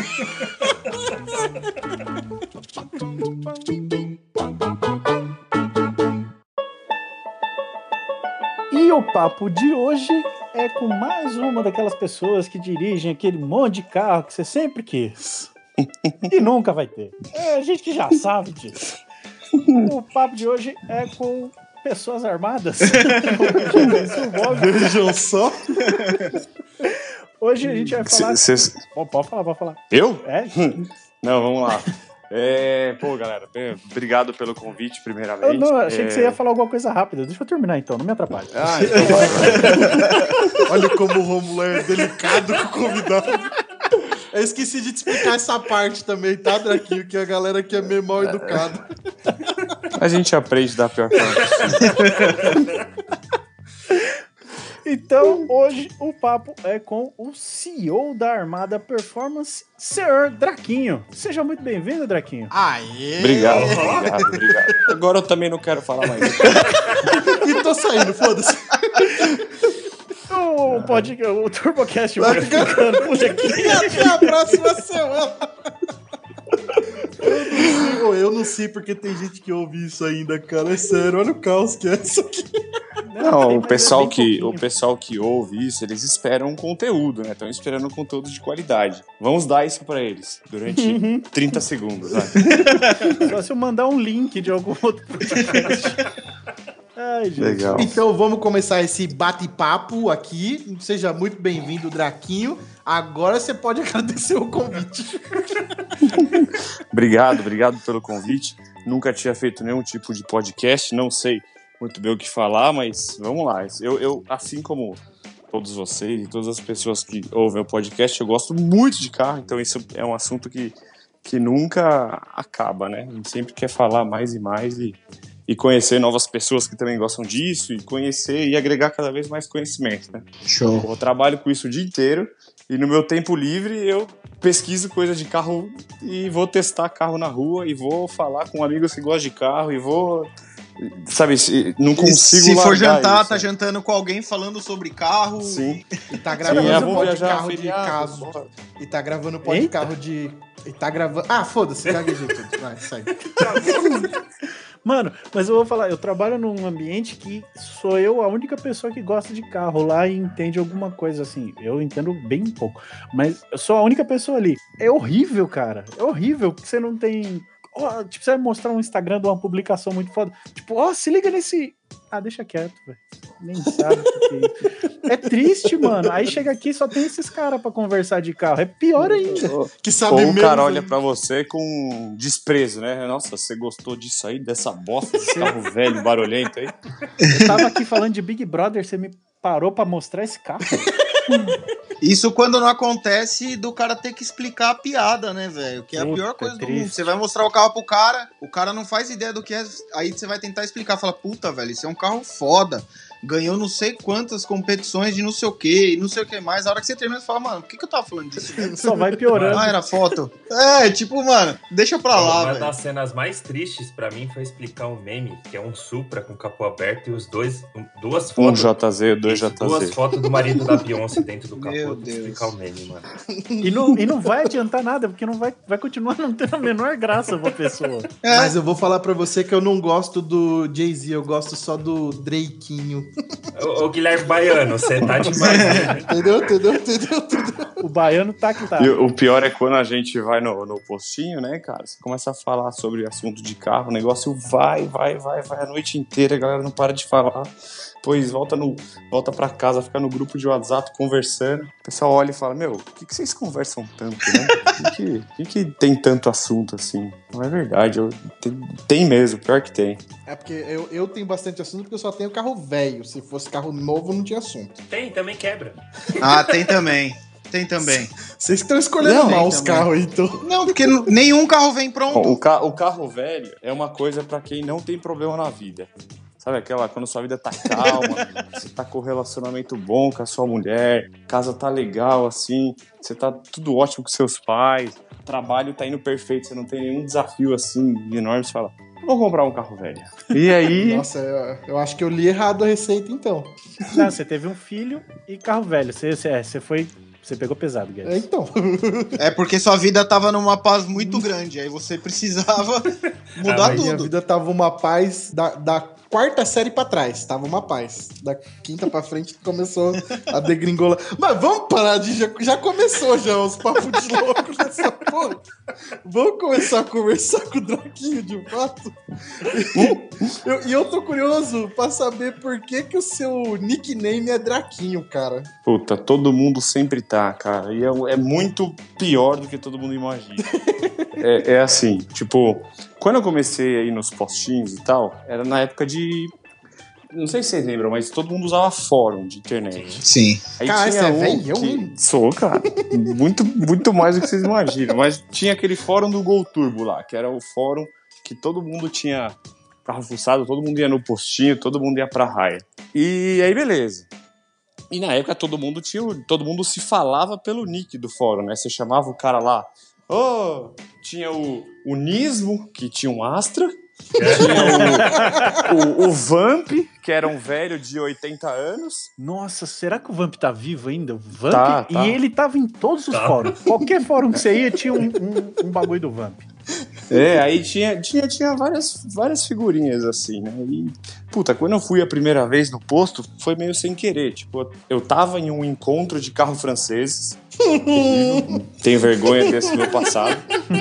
E o papo de hoje é com mais uma daquelas pessoas que dirigem aquele monte de carro que você sempre quis. E nunca vai ter. É a gente que já sabe disso. O papo de hoje é com pessoas armadas. Vejam só. Hoje a gente vai falar... Cê- cê- Oh, pode falar, pode falar. Eu? É? Não, vamos lá. É, pô, galera, bem, obrigado pelo convite, primeiramente. Eu não, achei É, que você ia falar alguma coisa rápida. Deixa eu terminar então, não me atrapalhe. Ah, então vai. Olha como o Rômulo é delicado com o convidado. Eu esqueci de te explicar essa parte também, tá, Draquinho? Que a galera aqui é meio mal educada. A gente aprende da pior forma possível. Então, hoje o papo é com o C E O da Armada Performance, senhor Draquinho. Seja muito bem-vindo, Draquinho. Aê! Obrigado, obrigado, obrigado. Agora eu também não quero falar mais. E tô saindo, foda-se. O, pode, o TurboCast vai ficando por aqui. E até a próxima semana. Eu não, sei, eu não sei porque tem gente que ouve isso ainda, cara. É sério, olha o caos que é isso aqui. Não, o pessoal, que, o pessoal que ouve isso, eles esperam um conteúdo, né? Estão esperando um conteúdo de qualidade. Vamos dar isso pra eles durante trinta segundos, vai. Só se eu mandar um link de algum outro podcast. Ai, gente. Legal. Então vamos começar esse bate-papo aqui. Seja muito bem-vindo, Draquinho. Agora você pode agradecer o convite. Obrigado, obrigado pelo convite. Nunca tinha feito nenhum tipo de podcast, não sei muito bem o que falar, mas vamos lá. Eu, eu assim como todos vocês e todas as pessoas que ouvem o podcast, eu gosto muito de carro, então isso é um assunto que, que nunca acaba, né? A gente sempre quer falar mais e mais e, e conhecer novas pessoas que também gostam disso e conhecer e agregar cada vez mais conhecimento, né? Show. Eu trabalho com isso o dia inteiro e no meu tempo livre eu pesquiso coisa de carro e vou testar carro na rua e vou falar com amigos que gostam de carro e vou... Sabe, não consigo Se for largar jantar, isso. tá jantando com alguém falando sobre carro. Sim. E tá Sim, gravando é, um vamos pod de viajar, carro de feriado, caso. bora. E tá gravando um pod de carro de... E tá gravando... Ah, foda-se, gaguejei tudo. Vai, sai. Mano, mas eu vou falar, eu trabalho num ambiente que sou eu a única pessoa que gosta de carro lá e entende alguma coisa assim. Eu entendo bem pouco, mas eu sou a única pessoa ali. É horrível, cara. É horrível que você não tem... Oh, tipo, você vai mostrar um Instagram de uma publicação muito foda. Tipo, ó, oh, se liga nesse... Ah, deixa quieto, velho. Nem sabe o que é isso. É triste, mano. Aí chega aqui só tem esses caras pra conversar de carro. É pior ainda. Que sabe Ou o menos cara olha ainda. pra você com desprezo, né? Nossa, você gostou disso aí, dessa bosta, desse carro velho, barulhento aí? Eu tava aqui falando de Big Brother, você me parou pra mostrar esse carro? Isso quando não acontece do cara ter que explicar a piada, né, velho? Que é a Puta, pior coisa do triste. mundo. Você vai mostrar o carro pro cara, o cara não faz ideia do que é, aí você vai tentar explicar. Fala, puta, velho, isso é um carro foda. Ganhou não sei quantas competições de não sei o que, e não sei o que mais. A hora que você termina, você fala, mano, por que, que eu tava falando disso? Só vai piorando. Ah, era foto. É, tipo, mano, deixa pra lá, Uma velho. das cenas mais tristes pra mim foi explicar um meme, que é um Supra com capô aberto e os dois, um- duas Um fotos. J Z, dois Isso, J duas Z. fotos do marido da Beyoncé dentro do capô Meu pra Deus. explicar o meme, mano. E não, e não vai adiantar nada, porque não vai, vai continuar não tendo a menor graça pra pessoa. É. Mas eu vou falar pra você que eu não gosto do Jay-Z, eu gosto só do Draquinho. Ô, ô Guilherme Baiano, você tá demais, né? Entendeu? Entendeu? Entendeu? Entendeu? O baiano tá que tá. E o pior é quando a gente vai no, no postinho, né, cara? Você começa a falar sobre assunto de carro, o negócio vai, vai, vai, vai a noite inteira, a galera não para de falar. Pois volta, no, volta pra casa, fica no grupo de WhatsApp conversando. O pessoal olha e fala, meu, por que, que vocês conversam tanto, né? Por que, que, por que, que tem tanto assunto assim? Não é verdade, eu, tem, tem mesmo, pior que tem. É porque eu, eu tenho bastante assunto porque eu só tenho carro velho. Se fosse carro novo, não tinha assunto. Tem, também quebra. Ah, tem também. Tem também. Vocês que estão escolhendo Não, mal tem os também. carros aí, então. Não, porque n- nenhum carro vem Ó, pronto. o, ca- o carro velho é uma coisa pra quem não tem problema na vida. Sabe aquela, quando sua vida tá calma, você tá com um relacionamento bom com a sua mulher, casa tá legal, assim, você tá tudo ótimo com seus pais, o trabalho tá indo perfeito, você não tem nenhum desafio, assim, enorme, você fala, vou comprar um carro velho. E aí... Nossa, eu, eu acho que eu li errado a receita, então. Não, você teve um filho e carro velho. Você, você, é, você foi. Você pegou pesado, Guedes. É, então. É porque sua vida tava numa paz muito grande, aí você precisava mudar Ah, mas Minha tudo. vida tava uma paz da, da quarta série pra trás. Tava uma paz. Da quinta pra frente começou a degringolar. Mas vamos parar de... Já, já começou já os papos de louco nessa porra. Vamos começar a conversar com o Draquinho, de fato? Eu- E eu, tô curioso pra saber por que que o seu nickname é Draquinho, cara. Puta, todo mundo sempre tá, cara. E é, é muito pior do que todo mundo imagina. é, é assim, tipo, quando eu comecei aí nos postinhos e tal, era na época de. Não sei se vocês lembram, mas todo mundo usava fórum de internet. Sim. Aí Cara, tinha você é um velhão, que... hein? Sou, cara. muito, muito mais do que vocês imaginam. Mas tinha aquele fórum do Gol Turbo lá, que era o fórum que todo mundo tinha carro fuçado, todo mundo ia no postinho, todo mundo ia pra raia. E aí, beleza. E na época todo mundo tinha, todo mundo se falava pelo nick do fórum, né? Você chamava o cara lá, oh, tinha o, o Nismo, que tinha um Astra, tinha o, o, o Vamp, que era um velho de oitenta anos. Nossa, será que o Vamp tá vivo ainda? O Vamp, Tá, tá. e ele tava em todos os Tá. fóruns. Qualquer fórum que você ia tinha um, um, um bagulho do Vamp. É, aí tinha, tinha, tinha várias, várias figurinhas assim, né? E, puta, quando eu fui a primeira vez no posto, foi meio sem querer. Tipo, eu tava em um encontro de carro franceses. Tenho vergonha desse meu passado.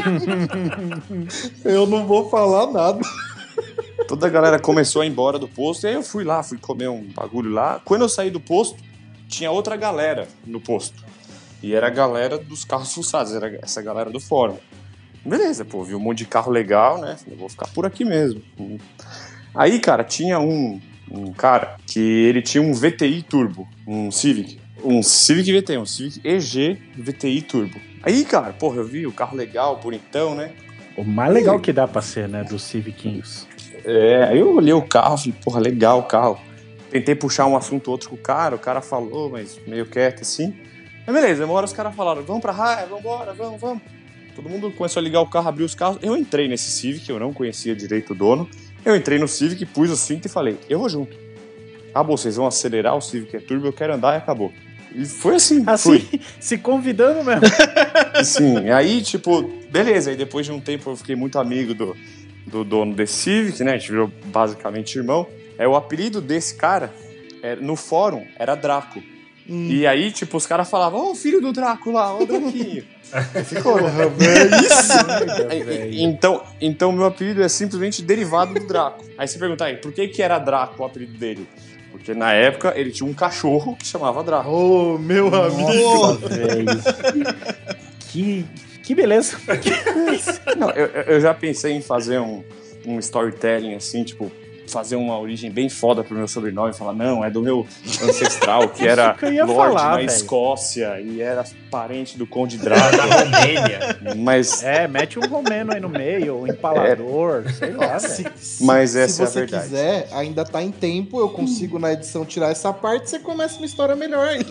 Eu não vou falar nada. Toda a galera começou a ir embora do posto, e aí eu fui lá, fui comer um bagulho lá. Quando eu saí do posto, tinha outra galera no posto. E era a galera dos carros fuçados, era essa galera do fórum. Beleza, pô, vi um monte de carro legal, né? Falei, vou ficar por aqui mesmo. Aí, cara, tinha um, um cara que ele tinha um V T I Turbo, um Civic. Um Civic V T I, um Civic E G V T I Turbo. Aí, cara, porra, eu vi o carro legal, bonitão, né? O mais legal que dá pra ser, né? Dos Civiquinhos. É, aí eu olhei o carro, falei, porra, legal o carro. Tentei puxar um assunto outro com o cara, o cara falou, mas meio quieto assim. Mas beleza, uma hora os caras falaram, vamos pra raia, vambora, vamos, vamos. Todo mundo começou a ligar o carro, abrir os carros. Eu entrei nesse Civic, eu não conhecia direito o dono. Eu entrei no Civic, pus o cinto e falei, eu vou junto. Ah, bom, vocês vão acelerar, o Civic é turbo, eu quero andar e acabou. E foi assim, Assim, fui. se convidando mesmo. Sim, aí, tipo, beleza. Aí depois de um tempo eu fiquei muito amigo do, do dono desse Civic, né? A gente virou basicamente irmão. É, o apelido desse cara, é, no fórum, era Draco. Hum. E aí, tipo, os caras falavam, ô, oh, filho do Draco lá, ô, Draquinho. Ficou, né? É isso! Aí, então, então, meu apelido é simplesmente derivado do Draco. Aí você pergunta aí, por que que era Draco o apelido dele? Porque na época ele tinha um cachorro que chamava Draco. Ô, oh, meu amigo! Nossa, velho. Que, que beleza. Não, eu, eu já pensei em fazer um, um storytelling assim, tipo, fazer uma origem bem foda pro meu sobrenome e falar, não, é do meu ancestral, que era que Lorde falar, na véio. Escócia e era parente do Conde Draco. Da Romênia. Mas, É, mete um romeno aí no meio, um empalador, é. sei lá, se, velho. se, Mas essa se é a você verdade. quiser, ainda tá em tempo, eu consigo na edição tirar essa parte, você começa uma história melhor aí.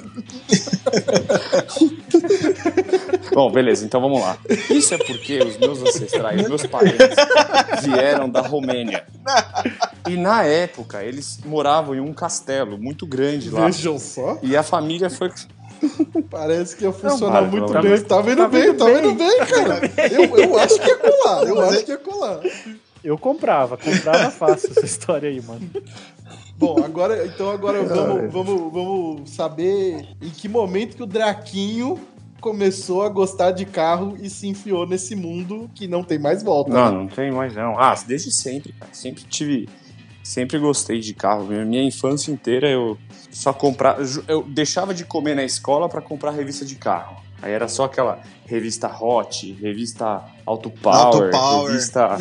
Bom, beleza, então vamos lá. Isso é porque os meus ancestrais, os meus parentes vieram da Romênia. E na época, eles moravam em um castelo muito grande lá. Vejam só. E a família foi... Parece que ia funcionar Não, muito tá bem. vendo- Tá vendo tá bem, vendo tá vendo bem, cara. Eu, eu acho que ia colar, eu acho que ia colar. Eu comprava, comprava fácil essa história aí, mano. Bom, agora, então agora vamos, vamos, vamos saber em que momento que o Draquinho começou a gostar de carro e se enfiou nesse mundo que não tem mais volta. Não, né? não tem mais não. Ah, desde sempre, cara. Sempre tive... Sempre gostei de carro. Minha infância inteira eu só comprava... Eu deixava de comer na escola pra comprar revista de carro. Aí era só aquela revista Hot, revista Auto Power, Auto Power. revista...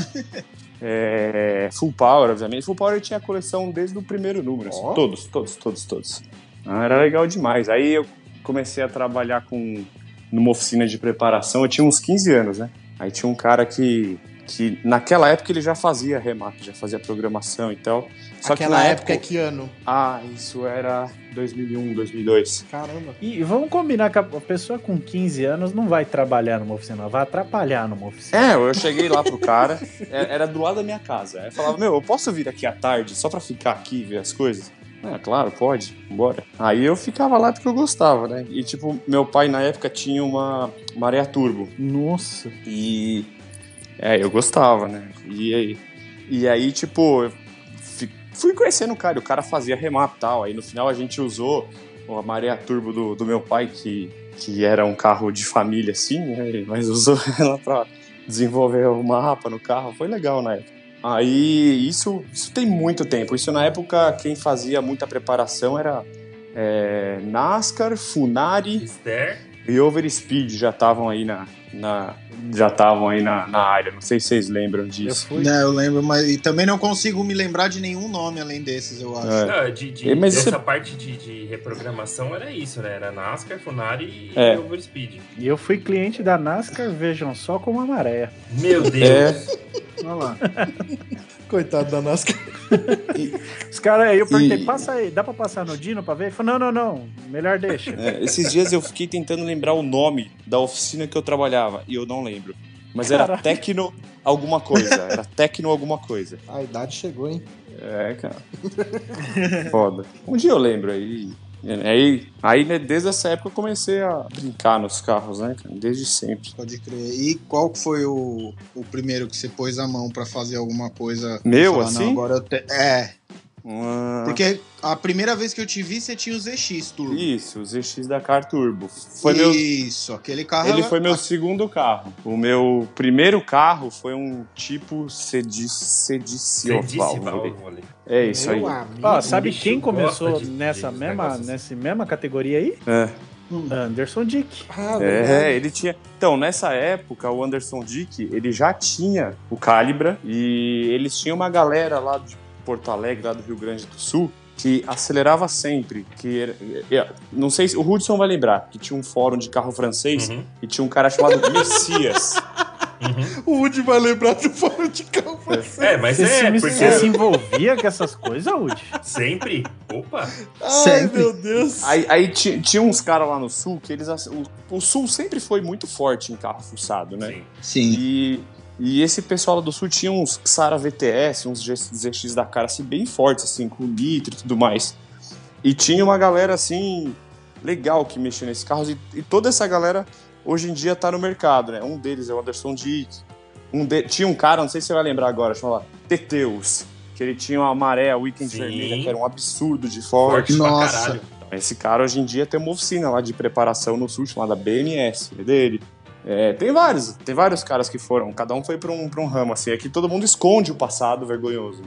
é, Full Power, obviamente. Full Power eu tinha a coleção desde o primeiro número. Assim, Oh. todos, todos, todos, todos. Ah, era legal demais. Aí eu comecei a trabalhar com... numa oficina de preparação. Eu tinha uns quinze anos, né? Aí tinha um cara que... que naquela época ele já fazia remap, já fazia programação e tal. Só Aquela que na época é que ano? Ah, isso era dois mil e um, dois mil e dois. Caramba. E vamos combinar que a pessoa com quinze anos não vai trabalhar numa oficina, ela vai atrapalhar numa oficina. É, eu cheguei lá pro cara, era do lado da minha casa. Aí eu falava, meu, eu posso vir aqui à tarde só pra ficar aqui e ver as coisas? É, claro, pode, bora. Aí eu ficava lá porque eu gostava, né? E tipo, meu pai na época tinha uma Maré Turbo. Nossa. E... É, eu gostava, né? E aí, e aí tipo, eu fi- fui conhecendo o cara, o cara fazia remap e tal. Aí no final a gente usou a Maré Turbo do, do meu pai, que, que era um carro de família assim, né? Mas usou ela pra desenvolver o mapa no carro. Foi legal na época. Aí isso, isso tem muito tempo. Isso na época quem fazia muita preparação era é, NASCAR, Funari Esther. e Overspeed, já estavam aí na, na, já estavam aí na, na área. Não sei se vocês lembram Eu disso. fui. Não, eu lembro, mas e também não consigo me lembrar de nenhum nome além desses, eu acho. É. Não, de, de, É, mas dessa isso- parte de, de reprogramação era isso, né? Era NASCAR, Funari e É. Overspeed. E eu fui cliente da NASCAR, vejam só como a maré. Meu Deus. É, Olha lá. Coitado da NASCAR. Os caras aí, eu perguntei, E- passa aí, dá pra passar no Dino pra ver? Ele falou, não, não, não, melhor deixa. é, esses dias eu fiquei tentando lembrar o nome da oficina que eu trabalhava e eu não lembro. Mas era Caralho. Tecno alguma coisa. Era Tecno alguma coisa. A idade chegou, hein? É, cara. Foda. Um dia eu lembro aí. Aí, aí né, desde essa época eu comecei a brincar nos carros, né, cara? Desde sempre. Pode crer. E qual que foi o, o primeiro que você pôs a mão pra fazer alguma coisa? Meu, Falar, assim? Não, agora eu te... É, Ah, porque a primeira vez que eu te vi, você tinha o Z X Turbo. Isso, o Z X da Car Turbo. Foi meu, Isso, aquele carro... ele era- foi meu segundo carro. O meu primeiro carro foi um tipo Sedi- Sedicioval. Sedicival, vou ler. vou ler. É isso aí. Meu amigo. Ó, sabe bicho quem gosta começou de- nessa, de mesma, negócios. nessa mesma categoria aí? É. Anderson Dick. Ah, É, verdade. ele tinha. Então, nessa época, o Anderson Dick, ele já tinha o Calibra e eles tinham uma galera lá de Porto Alegre, lá do Rio Grande do Sul, que acelerava sempre. Que era- é, não sei se o Hudson vai lembrar, que tinha um fórum de carro francês Uhum. e tinha um cara chamado Messias. O Woody vai lembrar do fórum de carro francês. É, mas Você, é, se, porque você se envolvia com essas coisas, Woody? sempre. Opa! Ai, Sempre. meu Deus. Aí, aí ti- tinha uns caras lá no Sul que eles. ace- O, o Sul sempre foi muito forte em carro fuçado, né? Sim. Sim. E, e esse pessoal lá do Sul tinha uns Xara V T S, uns G- Z X da cara, assim, bem fortes, assim, com litro e tudo mais. E tinha uma galera, assim, legal que mexia nesses carros. E, e toda essa galera, hoje em dia, tá no mercado, né? Um deles é o Anderson Dick. Um de... Tinha um cara, não sei se você vai lembrar agora, chamava Teteus. Que ele tinha uma maré, a Weekend Sim. vermelha, que era um absurdo de forte. Forte pra Nossa. caralho. Esse cara, hoje em dia, tem uma oficina lá de preparação no Sul, chamada B M S, é dele. É, tem vários, tem vários caras que foram, cada um foi pra um, pra um ramo, assim. Aqui todo mundo esconde o passado vergonhoso.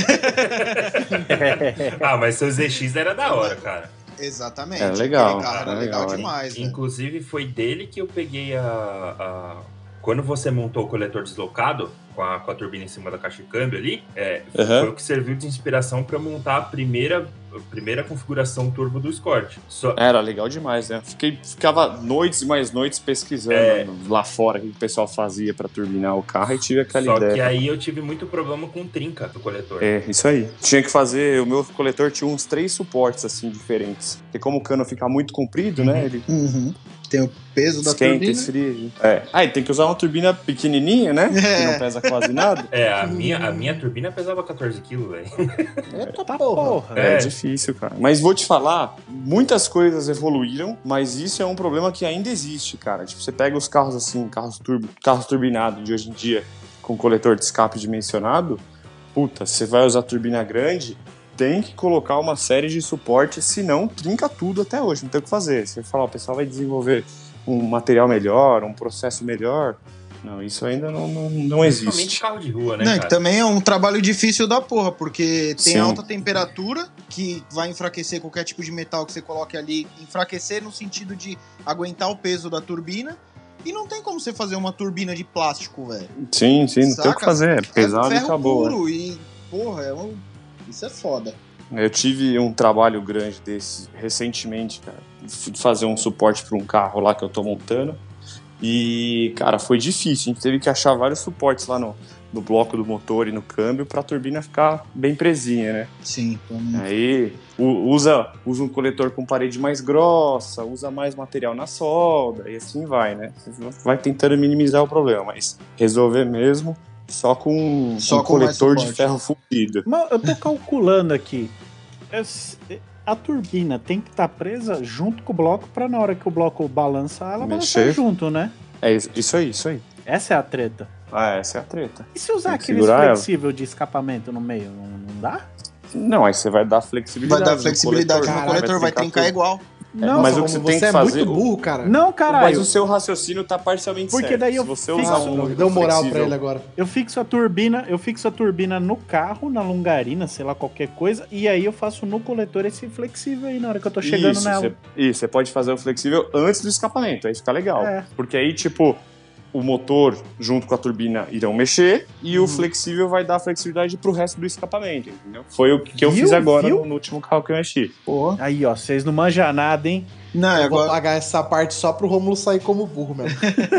Ah, mas seu Z X era da hora, cara. Exatamente. É legal, Aquele carro era é legal, legal, demais, né? Inclusive, foi dele que eu peguei a, a- Quando você montou o coletor deslocado, com a, com a turbina em cima da caixa de câmbio ali, é, Uhum. foi o que serviu de inspiração para montar a primeira, a primeira configuração turbo do Escort. Só, Era legal demais, né? Fiquei, ficava noites e mais noites pesquisando É. lá fora o que o pessoal fazia pra turbinar o carro e tive aquela só ideia. que aí eu tive muito problema com trinca do coletor. É, isso aí. Tinha que fazer, o meu coletor tinha uns três suportes, assim, diferentes. Porque como o cano fica muito comprido, né, ele Uhum. Tem o peso da esquenta, turbina. esfria. É. Ah, e tem que usar uma turbina pequenininha, né? Que É. não pesa quase nada. É, a minha, a minha turbina pesava quatorze quilos, velho. Eita Tá porra. porra. É, É. difícil, cara. Mas vou te falar, muitas coisas evoluíram, mas isso é um problema que ainda existe, cara. Tipo, você pega os carros assim, carros turbo, carros turbinados de hoje em dia, com coletor de escape dimensionado, puta, você vai usar turbina grande, tem que colocar uma série de suportes, senão trinca tudo até hoje, não tem o que fazer. Você vai falar, o pessoal vai desenvolver um material melhor, um processo melhor. Não, isso ainda não, não, não Principalmente existe. carro de rua, né, Não, que cara? também é um trabalho difícil da porra, porque tem Sim. alta temperatura, que vai enfraquecer qualquer tipo de metal que você coloque ali, enfraquecer no sentido de aguentar o peso da turbina, e não tem como você fazer uma turbina de plástico, velho. Sim, sim, não tem o que Saca? fazer. É pesado é e ferro acabou. né? puro, e, porra, é um... isso é foda. Eu tive um trabalho grande desse recentemente, cara. Fui fazer um suporte para um carro lá que eu tô montando. E, cara, foi difícil. A gente teve que achar vários suportes lá no, no bloco do motor e no câmbio pra turbina ficar bem presinha, né? Sim. Aí u- usa, usa um coletor com parede mais grossa, usa mais material na solda e assim vai, né? Vai tentando minimizar o problema, mas resolver mesmo só com Só um com mais coletor de suporte. ferro fundido. Mas eu tô calculando aqui. Es- A turbina tem que estar presa junto com o bloco pra na hora que o bloco balançar, ela Mexer. balançar junto, né? É isso, isso aí, isso aí. Essa é a treta. Ah, essa é a treta. E se usar Tem que aquele segurar ela. flexível de escapamento no meio, não, não dá? Não, aí você vai dar flexibilidade. Vai dar no flexibilidade no coletor, coletor, vai trincar tudo. igual. Não, mas Nossa, o que você como tem você que é fazer- muito burro, cara. Não, Mas caralho. o seu raciocínio tá parcialmente Porque certo. daí eu Se você fixo- usar Ah, um deu moral pra flexível- ele agora. Eu fixo a turbina, eu fixo a turbina no carro, na longarina, sei lá, qualquer coisa, e aí eu faço no coletor esse flexível aí na hora que eu tô chegando isso, nela. Você, isso, você pode fazer o flexível antes do escapamento, aí fica legal. É. Porque aí, tipo, o motor junto com a turbina irão mexer e Hum. o flexível vai dar flexibilidade pro resto do escapamento, entendeu? Foi o que eu Viu? fiz agora Viu? no, no último carro que eu mexi. Pô. Aí, ó, vocês não manjam nada, hein? Não, Eu vou agora... pagar essa parte só pro Rômulo sair como burro mesmo.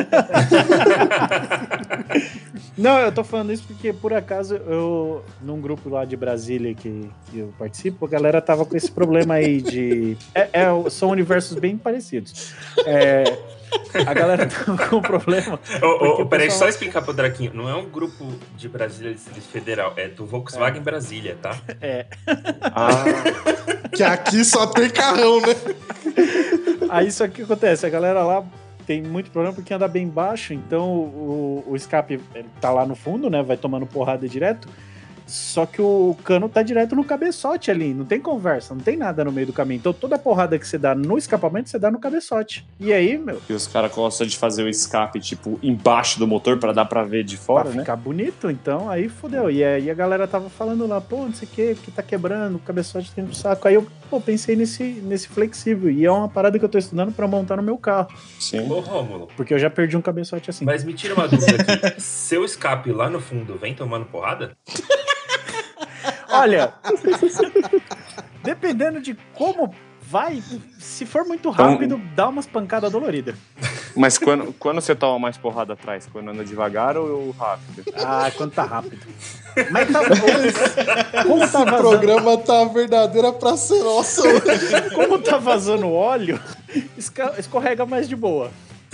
Não, eu tô falando isso porque, por acaso, eu, num grupo lá de Brasília que, que eu participo, a galera tava com esse problema aí de... É, é, são universos bem parecidos. É, a galera tava com um problema... Ô, ô, porque o peraí, pessoal- só explicar pro Draquinho. Não é um grupo de Brasília Distrito Federal, é do Volkswagen Brasília, tá? É. Ah, Que aqui só tem carrão, né? Aí isso aqui acontece, a galera lá tem muito problema porque anda bem baixo, então o, o escape ele tá lá no fundo, né? Vai tomando porrada direto. Só que o cano tá direto no cabeçote ali, não tem conversa, não tem nada no meio do caminho. Então toda a porrada que você dá no escapamento, você dá no cabeçote. E aí, meu, e os caras gostam de fazer o escape, tipo, embaixo do motor pra dar pra ver de fora, pra né? ficar bonito, então aí fodeu. E aí a galera tava falando lá, pô, não sei o que, porque tá quebrando, o cabeçote tem no saco. Aí eu, pô, pensei nesse, nesse flexível. E é uma parada que eu tô estudando pra montar no meu carro. Sim. Ô, Rômulo, Porque eu já perdi um cabeçote assim. mas me tira uma dúvida aqui. Seu escape lá no fundo vem tomando porrada? Olha, dependendo de como vai, se for muito Então- rápido, dá umas pancadas doloridas. Mas quando, quando você toma mais porrada atrás? Quando anda devagar ou rápido? Ah, quando tá rápido. Mas tá, como tá Esse vazando, programa tá a verdadeira praça nossa. como tá vazando óleo, esca- escorrega mais de boa.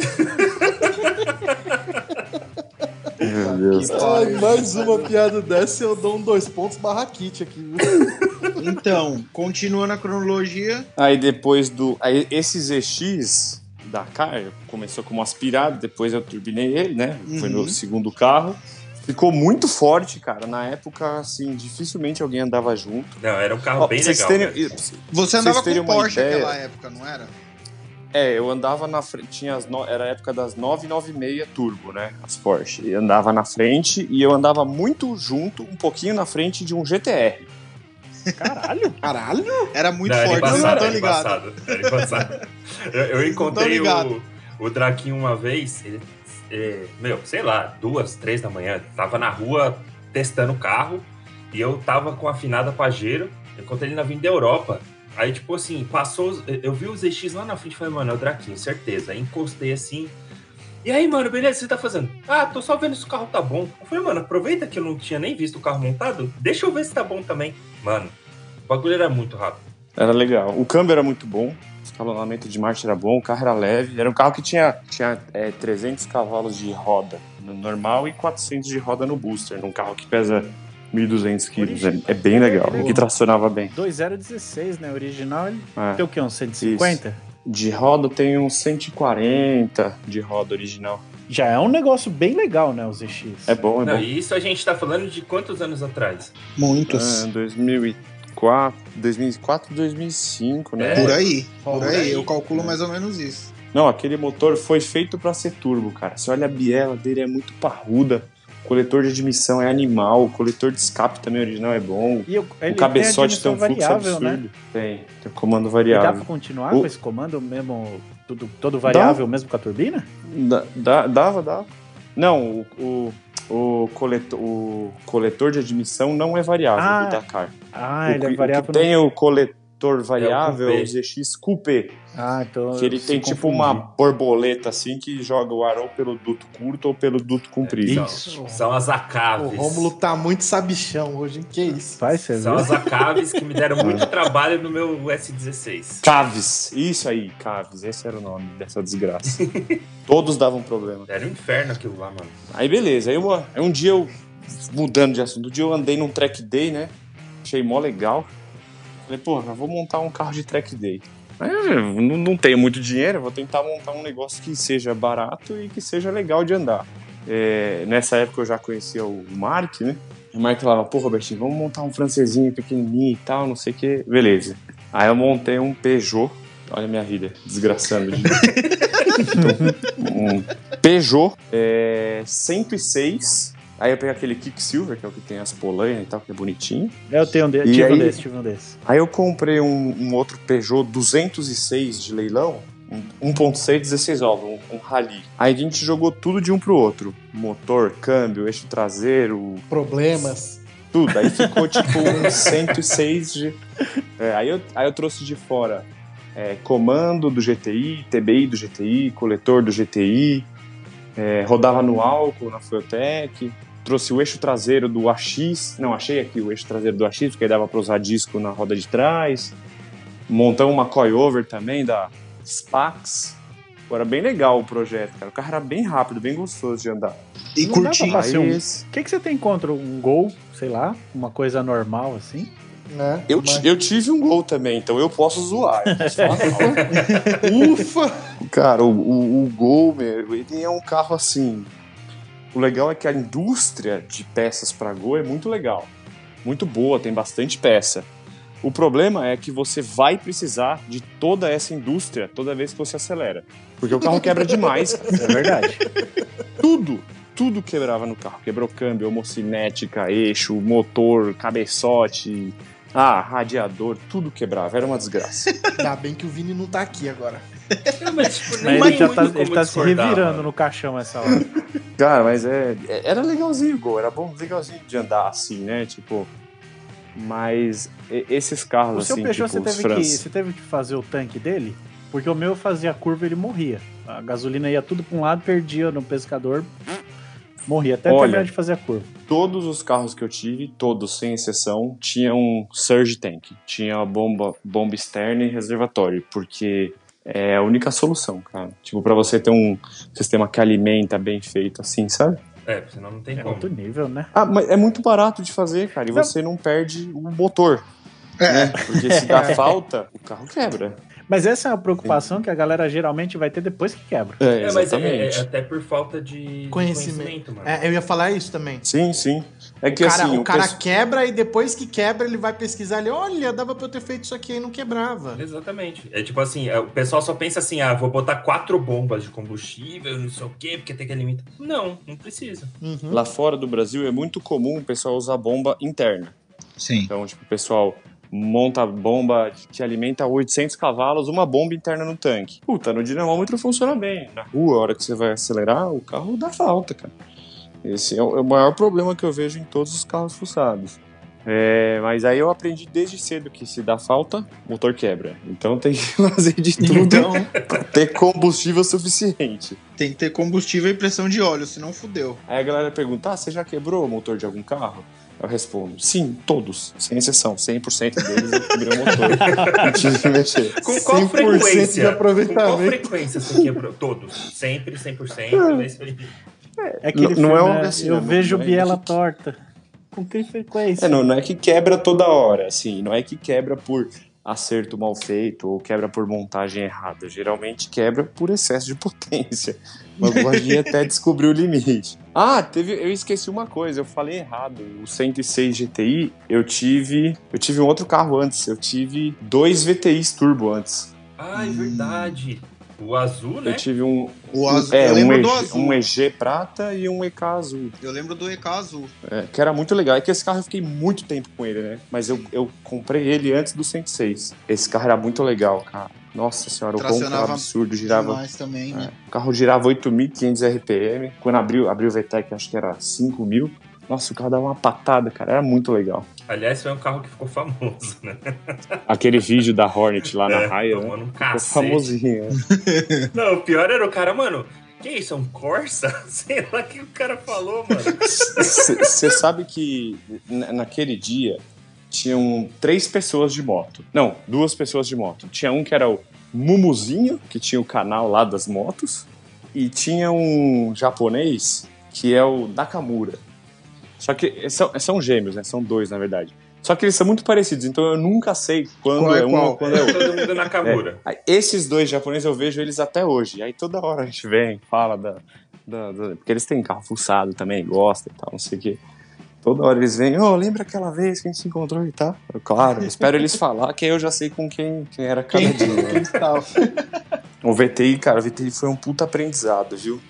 Meu Deus. Ai, mais uma piada dessa eu dou um dois pontos barra kit aqui, viu? Então, continuando a cronologia, Aí depois do... Aí esse Z X da Car começou como aspirado, depois eu turbinei ele, né? Foi Uhum. meu segundo carro. Ficou muito forte, cara. Na época, assim, dificilmente alguém andava junto. Não, era um carro Ó, bem pra vocês legal. terem- né? você andava Vocês terem com uma Porsche ideia- naquela época, não era? É, eu andava na frente, tinha as no... era a época das nove noventa e seis Turbo, né, as Porsche. Eu andava na frente e eu andava muito junto, um pouquinho na frente de um G T R. Caralho. Caralho! Era muito Não, era forte, eu não embaçado, tô era ligado. embaçado, era embaçado. Eu, eu encontrei ligado. o, o Draquinho uma vez, ele, é, meu, sei lá, duas, três da manhã, tava na rua testando o carro e eu tava com a afinada Pajero, eu encontrei ele na Vinda Europa. Aí, tipo assim, passou, eu vi o Z X lá na frente e falei, mano, é o Draquinho, certeza. Aí encostei assim. E aí, mano, beleza, o que você tá fazendo? Ah, tô só vendo se o carro tá bom. Eu falei, mano, aproveita que eu não tinha nem visto o carro montado, deixa eu ver se tá bom também. Mano, o bagulho era muito rápido. Era legal. O câmbio era muito bom, o escalonamento de marcha era bom, o carro era leve. Era um carro que tinha, tinha é, trezentos cavalos de roda no normal e quatrocentos de roda no booster, num carro que pesa mil e duzentos quilos. É, é bem legal, e que tracionava bem. dois zero dezesseis, né? Original, ele É. tem o quê? Uns cento e cinquenta? De roda tem uns cento e quarenta de roda original. Já é um negócio bem legal, né? O Z X. É bom, é Não, bom. e isso a gente tá falando de quantos anos atrás? Muitos. Ah, dois mil e quatro, dois mil e quatro, dois mil e cinco, né? É. Por aí, por Por aí, aí. eu calculo mais ou menos isso. Não, aquele motor foi feito pra ser turbo, cara. Você olha a biela dele, é muito parruda. O coletor de admissão é animal. O coletor de escape também original é bom. E o, ele O cabeçote tem tem a um fluxo variável, absurdo. né? Tem, tem comando E dá variável. pra continuar O- com esse comando mesmo, tudo, todo variável, mesmo com a turbina? Dá, dá- dava, dava. Não, o, o, o, coletor, o coletor de admissão não é variável Ah, do Dakar. Ah, o, ele que- é variável. o que tem o coletor variável é Coupé. o Z X Coupé. Ah, então. Que ele eu tem se tipo confundi. uma borboleta assim que joga o ar ou pelo duto curto ou pelo duto comprido. Isso. São as O Acaves. Rômulo tá muito sabichão hoje, hein? Que isso? Vai ser, São viu? as Acaves que me deram muito trabalho no meu S dezesseis. Caves, isso aí, Caves, esse era o nome dessa desgraça. Todos davam problema. Era um inferno aquilo lá, mano. Aí beleza, aí, eu, aí um dia eu, mudando de assunto, um dia eu andei num track day, né? Achei mó legal. Falei, porra, vou montar um carro de track day. Aí eu não, não tenho muito dinheiro, eu vou tentar montar um negócio que seja barato e que seja legal de andar. É, nessa época eu já conhecia o Mark, né? O Mark falava, pô, Robertinho, vamos montar um francesinho pequenininho e tal, não sei o que. Beleza. Aí eu montei um Peugeot. Olha a minha vida, desgraçando. De... um Peugeot é, cento e seis. Aí eu peguei aquele Quicksilver, que é o que tem as polainas e tal, que é bonitinho. Eu tenho um de... E tive um aí- desse, tive um desse. Aí eu comprei um, um outro Peugeot duzentos e seis de leilão, um ponto seis, dezesseis ovos, um, um rally. Aí a gente jogou tudo de um pro outro. Motor, câmbio, eixo traseiro... Problemas. Tudo. Aí ficou tipo um cento e seis de... É, aí, eu, aí eu trouxe de fora é, comando do G T I, T B I do G T I, coletor do G T I, é, rodava no álcool, na Fueltec. Trouxe o eixo traseiro do A X. Não, achei aqui o eixo traseiro do A X, porque aí dava pra usar disco na roda de trás. Montamos uma coilover também da Spax. Era bem legal o projeto, cara. O carro era bem rápido, bem gostoso de andar. E Não dá pra curtinho. fazer um- Aí, O que, que você tem contra um Gol, sei lá, uma coisa normal assim? Né? eu, Mas- ti- eu tive um Gol também, então eu posso zoar. Eu posso falar mal. Ufa! Cara, o, o, o Gol, meu, ele é um carro assim... O legal é que a indústria de peças para Gol é muito legal. Muito boa, tem bastante peça. O problema é que você vai precisar de toda essa indústria toda vez que você acelera. Porque o carro quebra demais. É verdade. Tudo, tudo quebrava no carro. Quebrou câmbio, homocinética, eixo, motor, cabeçote, ah, radiador, tudo quebrava. Era uma desgraça. Ainda bem que o Vini não tá aqui agora. Não, mas, tipo, Mas nem ele já muito tá, como ele tá se discordar, revirando mano. no caixão essa hora. Cara, mas é, é- era legalzinho o Gol, era bom, legalzinho de andar assim, né? Tipo, mas e- esses carros O seu assim, Peugeot, tipo você, os teve que, França. você teve que fazer o tanque dele? Porque o meu fazia curva e ele morria. A gasolina ia tudo pra um lado, perdia no pescador, morria. Até Olha, terminar de fazer a curva. Todos os carros que eu tive, todos, sem exceção, tinham um surge tank. Tinha a bomba, bomba externa e reservatório, porque é a única solução, cara. Tipo, pra você ter um sistema que alimenta bem feito assim, sabe? É, senão não tem É como. outro nível, né? Ah, mas é muito barato de fazer, cara, e Não. você não perde o motor, É. né? Porque se dá falta, o carro quebra. Mas essa é a preocupação que a galera geralmente vai ter depois que quebra. É, É, mas é, é exatamente. até por falta de de Conhecimento. conhecimento, mano. É, eu ia falar isso também. Sim, sim. É que o cara, assim, o cara pesso- quebra e depois que quebra ele vai pesquisar ali, olha, dava pra eu ter feito isso aqui e não quebrava. Exatamente. É tipo assim, é, o pessoal só pensa assim, ah, vou botar quatro bombas de combustível, não sei o quê, porque tem que limitar. Não, não precisa. Uhum. lá fora do Brasil é muito comum o pessoal usar bomba interna. Sim. Então, tipo, o pessoal monta bomba que alimenta oitocentos cavalos, uma bomba interna no tanque. Puta, no dinamômetro funciona bem. Na rua, a hora que você vai acelerar, o carro dá falta, cara. Esse é o, é o maior problema que eu vejo em todos os carros fuçados. É, mas aí eu aprendi desde cedo que se dá falta, o motor quebra. Então tem que fazer de tudo Então, pra ter combustível suficiente. tem que ter combustível e pressão de óleo, senão fudeu. Aí a galera pergunta, ah, você já quebrou o motor de algum carro? Eu respondo, sim, todos, sem exceção, cem por cento deles eu quebrei o motor. Não tive que mexer. Com qual cem por cento frequência? de aproveitamento. Com qual frequência você quebrou? Todos. Sempre, cem por cento. É isso aí. É aquele Não- não é filme, um né? assim, Eu não- vejo não é biela que- torta. Com que frequência? É, não, não é que quebra toda hora, assim, não é que quebra por acerto mal feito ou quebra por montagem errada. Geralmente quebra por excesso de potência. Mas pode ir até descobrir o limite. Ah, teve, eu esqueci uma coisa, eu falei errado. O cento e seis G T I, eu tive, eu tive um outro carro antes. Eu tive dois V T Is turbo antes. Ah, é verdade. O azul, né? Eu tive um, O azul, é, eu um, lembro E G, do azul. um E G prata e um E K azul. Eu lembro do E K azul. É, que era muito legal. É que esse carro eu fiquei muito tempo com ele, né? Mas eu, eu comprei ele antes do cento e seis. Esse carro era muito legal, cara. Nossa senhora, o ronco era Tracionava absurdo. Girava, Demais também, né? o carro girava oito mil e quinhentos R P M. Quando abriu, abriu o V TEC, acho que era cinco mil. Nossa, o carro dava uma patada, cara. Era muito legal. Aliás, foi um carro que ficou famoso, né? Aquele vídeo da Hornet lá na É, raia, né? tomando um Ficou cacete. famosinho. né? Não, o pior era o cara, mano, que isso, é um Corsa? Sei lá o que o cara falou, mano. Você sabe que na- naquele dia tinham três pessoas de moto. Não, duas pessoas de moto. Tinha um que era o Mumuzinho, que tinha o canal lá das motos. E tinha um japonês que é o Nakamura. Só que são, são gêmeos, né? São dois, na verdade. Só que eles são muito parecidos, então eu nunca sei quando Qual é é um qual? ou quando é outro. Todo mundo na Kamura. Aí, esses dois japoneses eu vejo eles até hoje. Aí toda hora a gente vem, fala da. da- da- porque eles têm carro fuçado também, gostam e tal, não sei o quê. Toda hora eles vêm, ô, lembra aquela vez que a gente se encontrou e tal? Eu, claro, eu espero eles falar que aí eu já sei com quem, quem era cada Quem, dia. quem estava? O V T I, cara, o V T I foi um puta aprendizado, viu?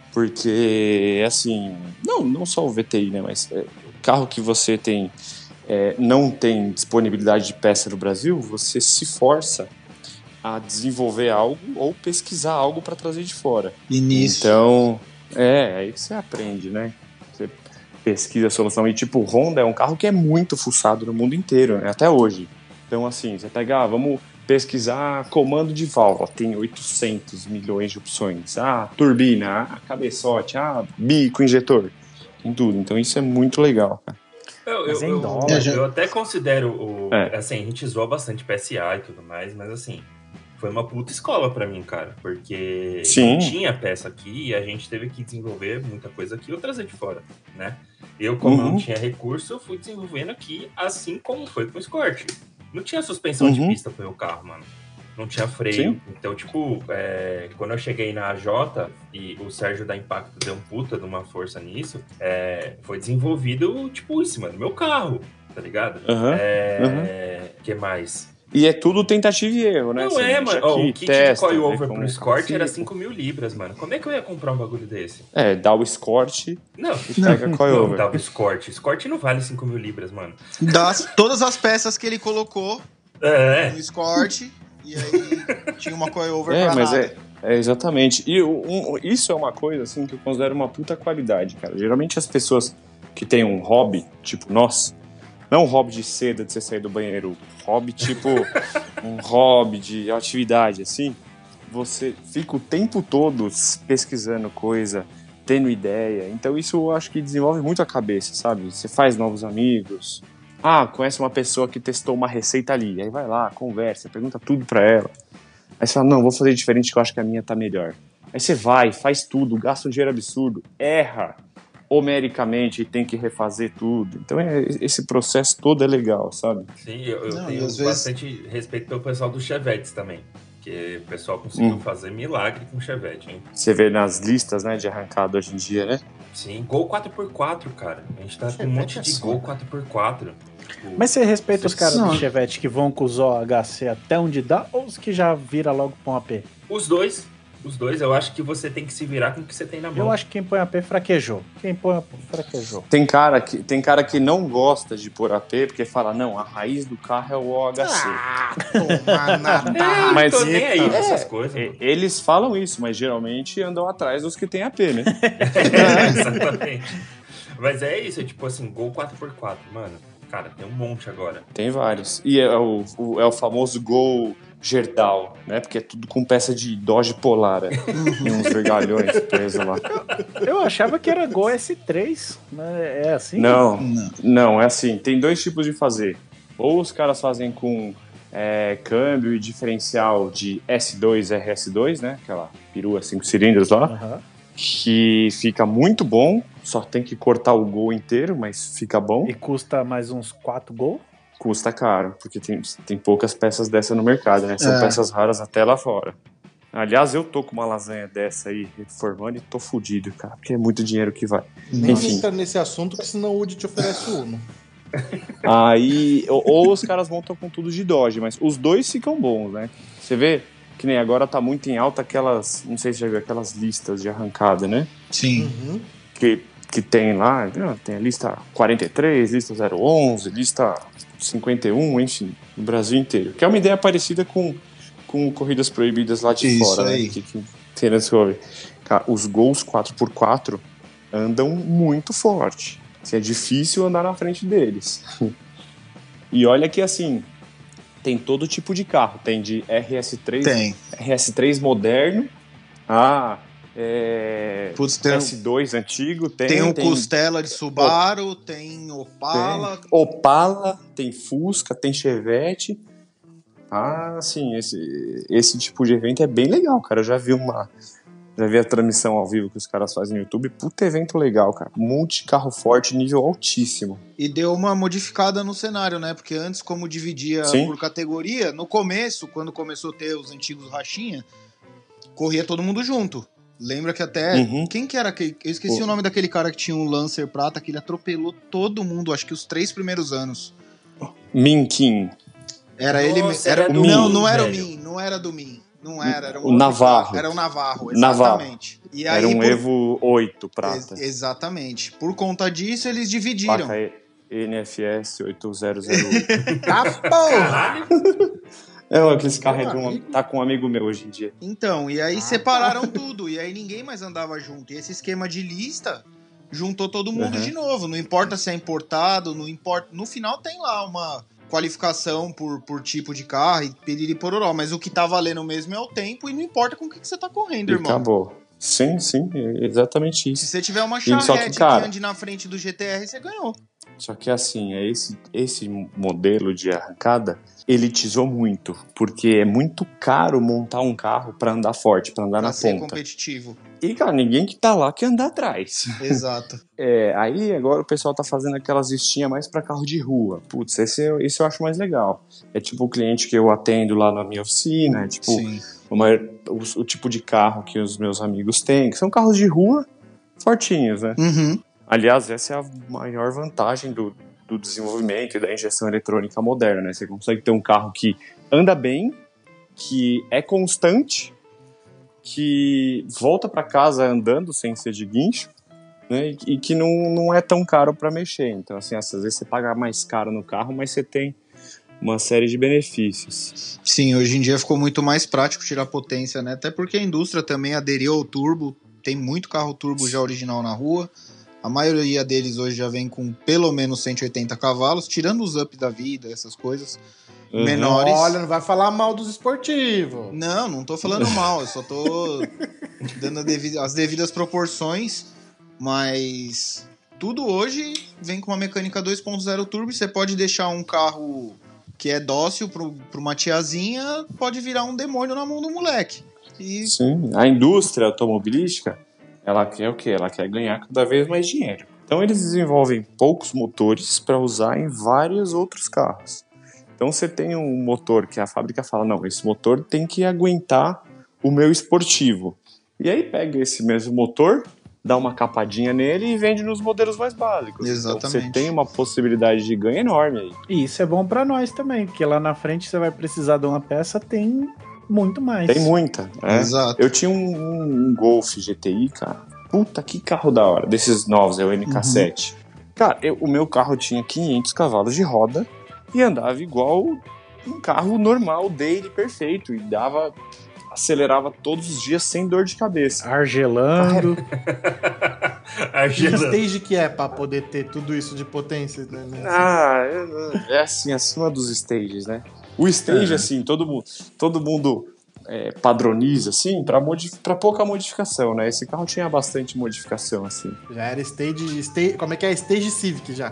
Porque, assim, não, não só o V T I, né, mas é, o carro que você tem, é, não tem disponibilidade de peça no Brasil, você se força a desenvolver algo ou pesquisar algo para trazer de fora. E nisso. Então, é, aí que você aprende, né? Você pesquisa a solução. E tipo, o Honda é um carro que é muito fuçado no mundo inteiro, né? Até hoje. Então, assim, você pega, ah, vamos pesquisar comando de válvula, tem oitocentos milhões de opções. Ah, turbina, ah, cabeçote, ah, bico, injetor, tem tudo. Então isso é muito legal, cara. Eu, Mas eu, em eu, dólar. eu até considero o. É. Assim, a gente zoa bastante P S A e tudo mais, mas assim, foi uma puta escola pra mim, cara. Porque Sim. não tinha peça aqui e a gente teve que desenvolver muita coisa aqui ou trazer de fora, né? Eu, como Uhum. não tinha recurso, eu fui desenvolvendo aqui, assim como foi com o Escort. Não tinha suspensão Uhum. de pista pro meu carro, mano. Não tinha freio. Sim. Então, tipo, é, quando eu cheguei na A J e o Sérgio da Impacto deu um puta de uma força nisso, é, foi desenvolvido, tipo, em cima do meu carro, tá ligado? Uhum. É, que mais? E é tudo tentativa e erro, né? Não Você é, mexe mano. Ó, aqui, o kit testa, de vê coilover como pro Escort fica. era cinco mil libras, mano. Como é que eu ia comprar um bagulho desse? É, dá o escort Não, e pega não coilover. dava Escort. Escort não vale cinco mil libras, mano. Das, todas as peças que ele colocou É, no Escort, e aí tinha uma coilover É, pra mas nada. é, é exatamente. E um, isso é uma coisa assim que eu considero uma puta qualidade, cara. Geralmente as pessoas que têm um hobby, tipo nós, não um hobby de seda, de você sair do banheiro, hobby tipo um hobby de atividade, assim, você fica o tempo todo pesquisando coisa, tendo ideia. Então isso eu acho que desenvolve muito a cabeça, sabe? Você faz novos amigos. Ah, conhece uma pessoa que testou uma receita ali. Aí vai lá, conversa, pergunta tudo pra ela. Aí você fala, não, vou fazer diferente que eu acho que a minha tá melhor. Aí você vai, faz tudo, gasta um dinheiro absurdo, erra homericamente e tem que refazer tudo. Então é, esse processo todo é legal, sabe? sim, eu, eu Não, e tenho às vezes- bastante respeito pelo pessoal do Chevetes também. Porque o pessoal conseguiu Hum. fazer milagre com o Chevette, hein? Você vê nas listas, né, de arrancada hoje em dia, né? Sim, Gol quatro por quatro, cara. A gente tá com um Chevette monte é de só. Gol quatro por quatro. Tipo, Mas você respeita os caras Não. do Chevette que vão com os O H C até onde dá ou os que já vira logo pra um A P? Os dois, os dois, eu acho que você tem que se virar com o que você tem na mão. Eu acho que quem põe A P fraquejou. Quem põe A P fraquejou. Tem cara que, tem cara que não gosta de pôr A P porque fala, não, a raiz do carro é o O H C. Ah, toma na É, Mas- tô nem aí É, com essas coisas. E- mano. Eles falam isso, mas geralmente andam atrás dos que tem A P, né? Exatamente. Mas é isso, é tipo assim, Gol quatro por quatro, mano. Cara, tem um monte agora. Tem vários. E é o, o- é o famoso Gol Gerdau, né? Porque é tudo com peça de Dodge Polara. Tem uns vergalhões presos lá. Eu achava que era Gol S três, mas é assim? Não, Não. não, é assim. Tem dois tipos de fazer. Ou os caras fazem com é, câmbio e diferencial de S dois R S dois, né? Aquela perua cinco cilindros lá. Aham. Que fica muito bom. Só tem que cortar o Gol inteiro, mas fica bom. E custa mais uns quatro Gol? Custa caro, porque tem, tem poucas peças dessa no mercado, né? São É. peças raras até lá fora. Aliás, eu tô com uma lasanha dessa aí, reformando, e tô fudido, cara, porque é muito dinheiro que vai. Nem Enfim. entra nesse assunto, que senão o Woody te oferece o Uno. Aí, ou, ou os caras montam com tudo de Dodge, mas os dois ficam bons, né? Você vê que nem agora tá muito em alta aquelas, não sei se você já viu, aquelas listas de arrancada, né? Sim. Uhum. Que, que tem lá, né? Tem a lista quarenta e três, lista zero onze, lista cinquenta e um, enfim, no Brasil inteiro. Que é uma ideia parecida com, com Corridas Proibidas lá de Isso fora, aí. né? Que, que tem nesse rolê. Cara, os Gols quatro por quatro andam muito forte. Assim, é difícil andar na frente deles. E olha que assim, tem todo tipo de carro. Tem de R S três, Tem. R S três moderno, ah, é, Putz, tem, S dois antigo, tem, tem um tem Costela de Subaru, tem Opala. tem Opala, tem Fusca, tem Chevette. Ah, assim, esse, esse tipo de evento é bem legal, cara. Eu já vi uma. Já vi a transmissão ao vivo que os caras fazem no YouTube. Puta evento legal, cara. Um monte de carro forte, nível altíssimo. E deu uma modificada no cenário, né? Porque antes, como dividia Sim. por categoria, no começo, quando começou a ter os antigos rachinha, corria todo mundo junto. Lembra que até... Uhum. Quem que era aquele... Eu esqueci O- o nome daquele cara que tinha um Lancer prata, que ele atropelou todo mundo, acho que os três primeiros anos. Minkin. Era ele... Nossa, Era, era do não, Min, não era o velho. Min, não era do Min. Não era, era um O outro Navarro. carro. Era o Navarro, Navarro. exatamente. E aí, Era um por- Evo oito prata. Ex- exatamente. Por conta disso, eles dividiram. Placa E- N F S oito zero zero oito. Tá porra! É, aqueles carros Meu de um, amigo. tá com um amigo meu hoje em dia. Então, e aí Ah, separaram tudo, e aí ninguém mais andava junto. E esse esquema de lista juntou todo mundo Uhum. de novo. Não importa se é importado, não importa. No final tem lá uma qualificação por, por tipo de carro e piriri pororó, mas o que tá valendo mesmo é o tempo e não importa com o que, que você tá correndo, E irmão. acabou. Sim, sim, é exatamente Se isso. você tiver uma E só que, charrete que, cara- ande na frente do G T R, você ganhou. Só que assim, é esse, esse modelo de arrancada elitizou muito, porque é muito caro montar um carro pra andar forte, pra andar Pra na ser ponta. competitivo. E, cara, ninguém que tá lá quer andar atrás. Exato. É, aí agora o pessoal tá fazendo aquelas listinhas mais pra carro de rua. Putz, esse, eu- esse eu acho mais legal. É tipo o cliente que eu atendo lá na minha oficina, é tipo Sim. o, maior- o- o tipo de carro que os meus amigos têm, que são carros de rua fortinhos, né? Uhum. Aliás, essa é a maior vantagem do, do desenvolvimento e da injeção eletrônica moderna, né? Você consegue ter um carro que anda bem, que é constante, que volta para casa andando sem ser de guincho, né? E, e que não, não é tão caro para mexer. Então, assim, às vezes você paga mais caro no carro, mas você tem uma série de benefícios. Sim, hoje em dia ficou muito mais prático tirar potência, né? Até porque a indústria também aderiu ao turbo. Tem muito carro turbo já original na rua. A maioria deles hoje já vem com pelo menos cento e oitenta cavalos, tirando os up da vida, essas coisas Uhum. menores. Olha, não vai falar mal dos esportivos. Não, não tô falando mal, eu só tô dando a devi- as devidas proporções, mas tudo hoje vem com uma mecânica dois ponto zero turbo. Você pode deixar um carro que é dócil pro, pro uma tiazinha, pode virar um demônio na mão do moleque. E Sim, a indústria automobilística, ela quer o quê? Ela quer ganhar cada vez mais dinheiro. Então eles desenvolvem poucos motores para usar em vários outros carros. Então você tem um motor que a fábrica fala, não, esse motor tem que aguentar o meu esportivo. E aí pega esse mesmo motor, dá uma capadinha nele e vende nos modelos mais básicos. Então você Exatamente. tem uma possibilidade de ganho enorme aí. E isso é bom pra nós também, porque lá na frente você vai precisar de uma peça, tem muito mais. Tem muita. É. Exato. Eu tinha um, um, um Golf G T I, cara. Puta, que carro da hora. Desses novos, é o M K sete. Cara, eu- o meu carro tinha quinhentos cavalos de roda e andava igual um carro normal dele, perfeito. E dava... acelerava todos os dias sem dor de cabeça. Argelando. Que Argila. stage que é pra poder ter tudo isso de potência? Né? Ah, é, é assim, acima dos stages, né? O stage, assim, todo mundo, todo mundo é, padroniza, assim, pra, modif- pra pouca modificação, né? Esse carro tinha bastante modificação, assim. Já era stage, stage. Como é que é? Stage Civic já.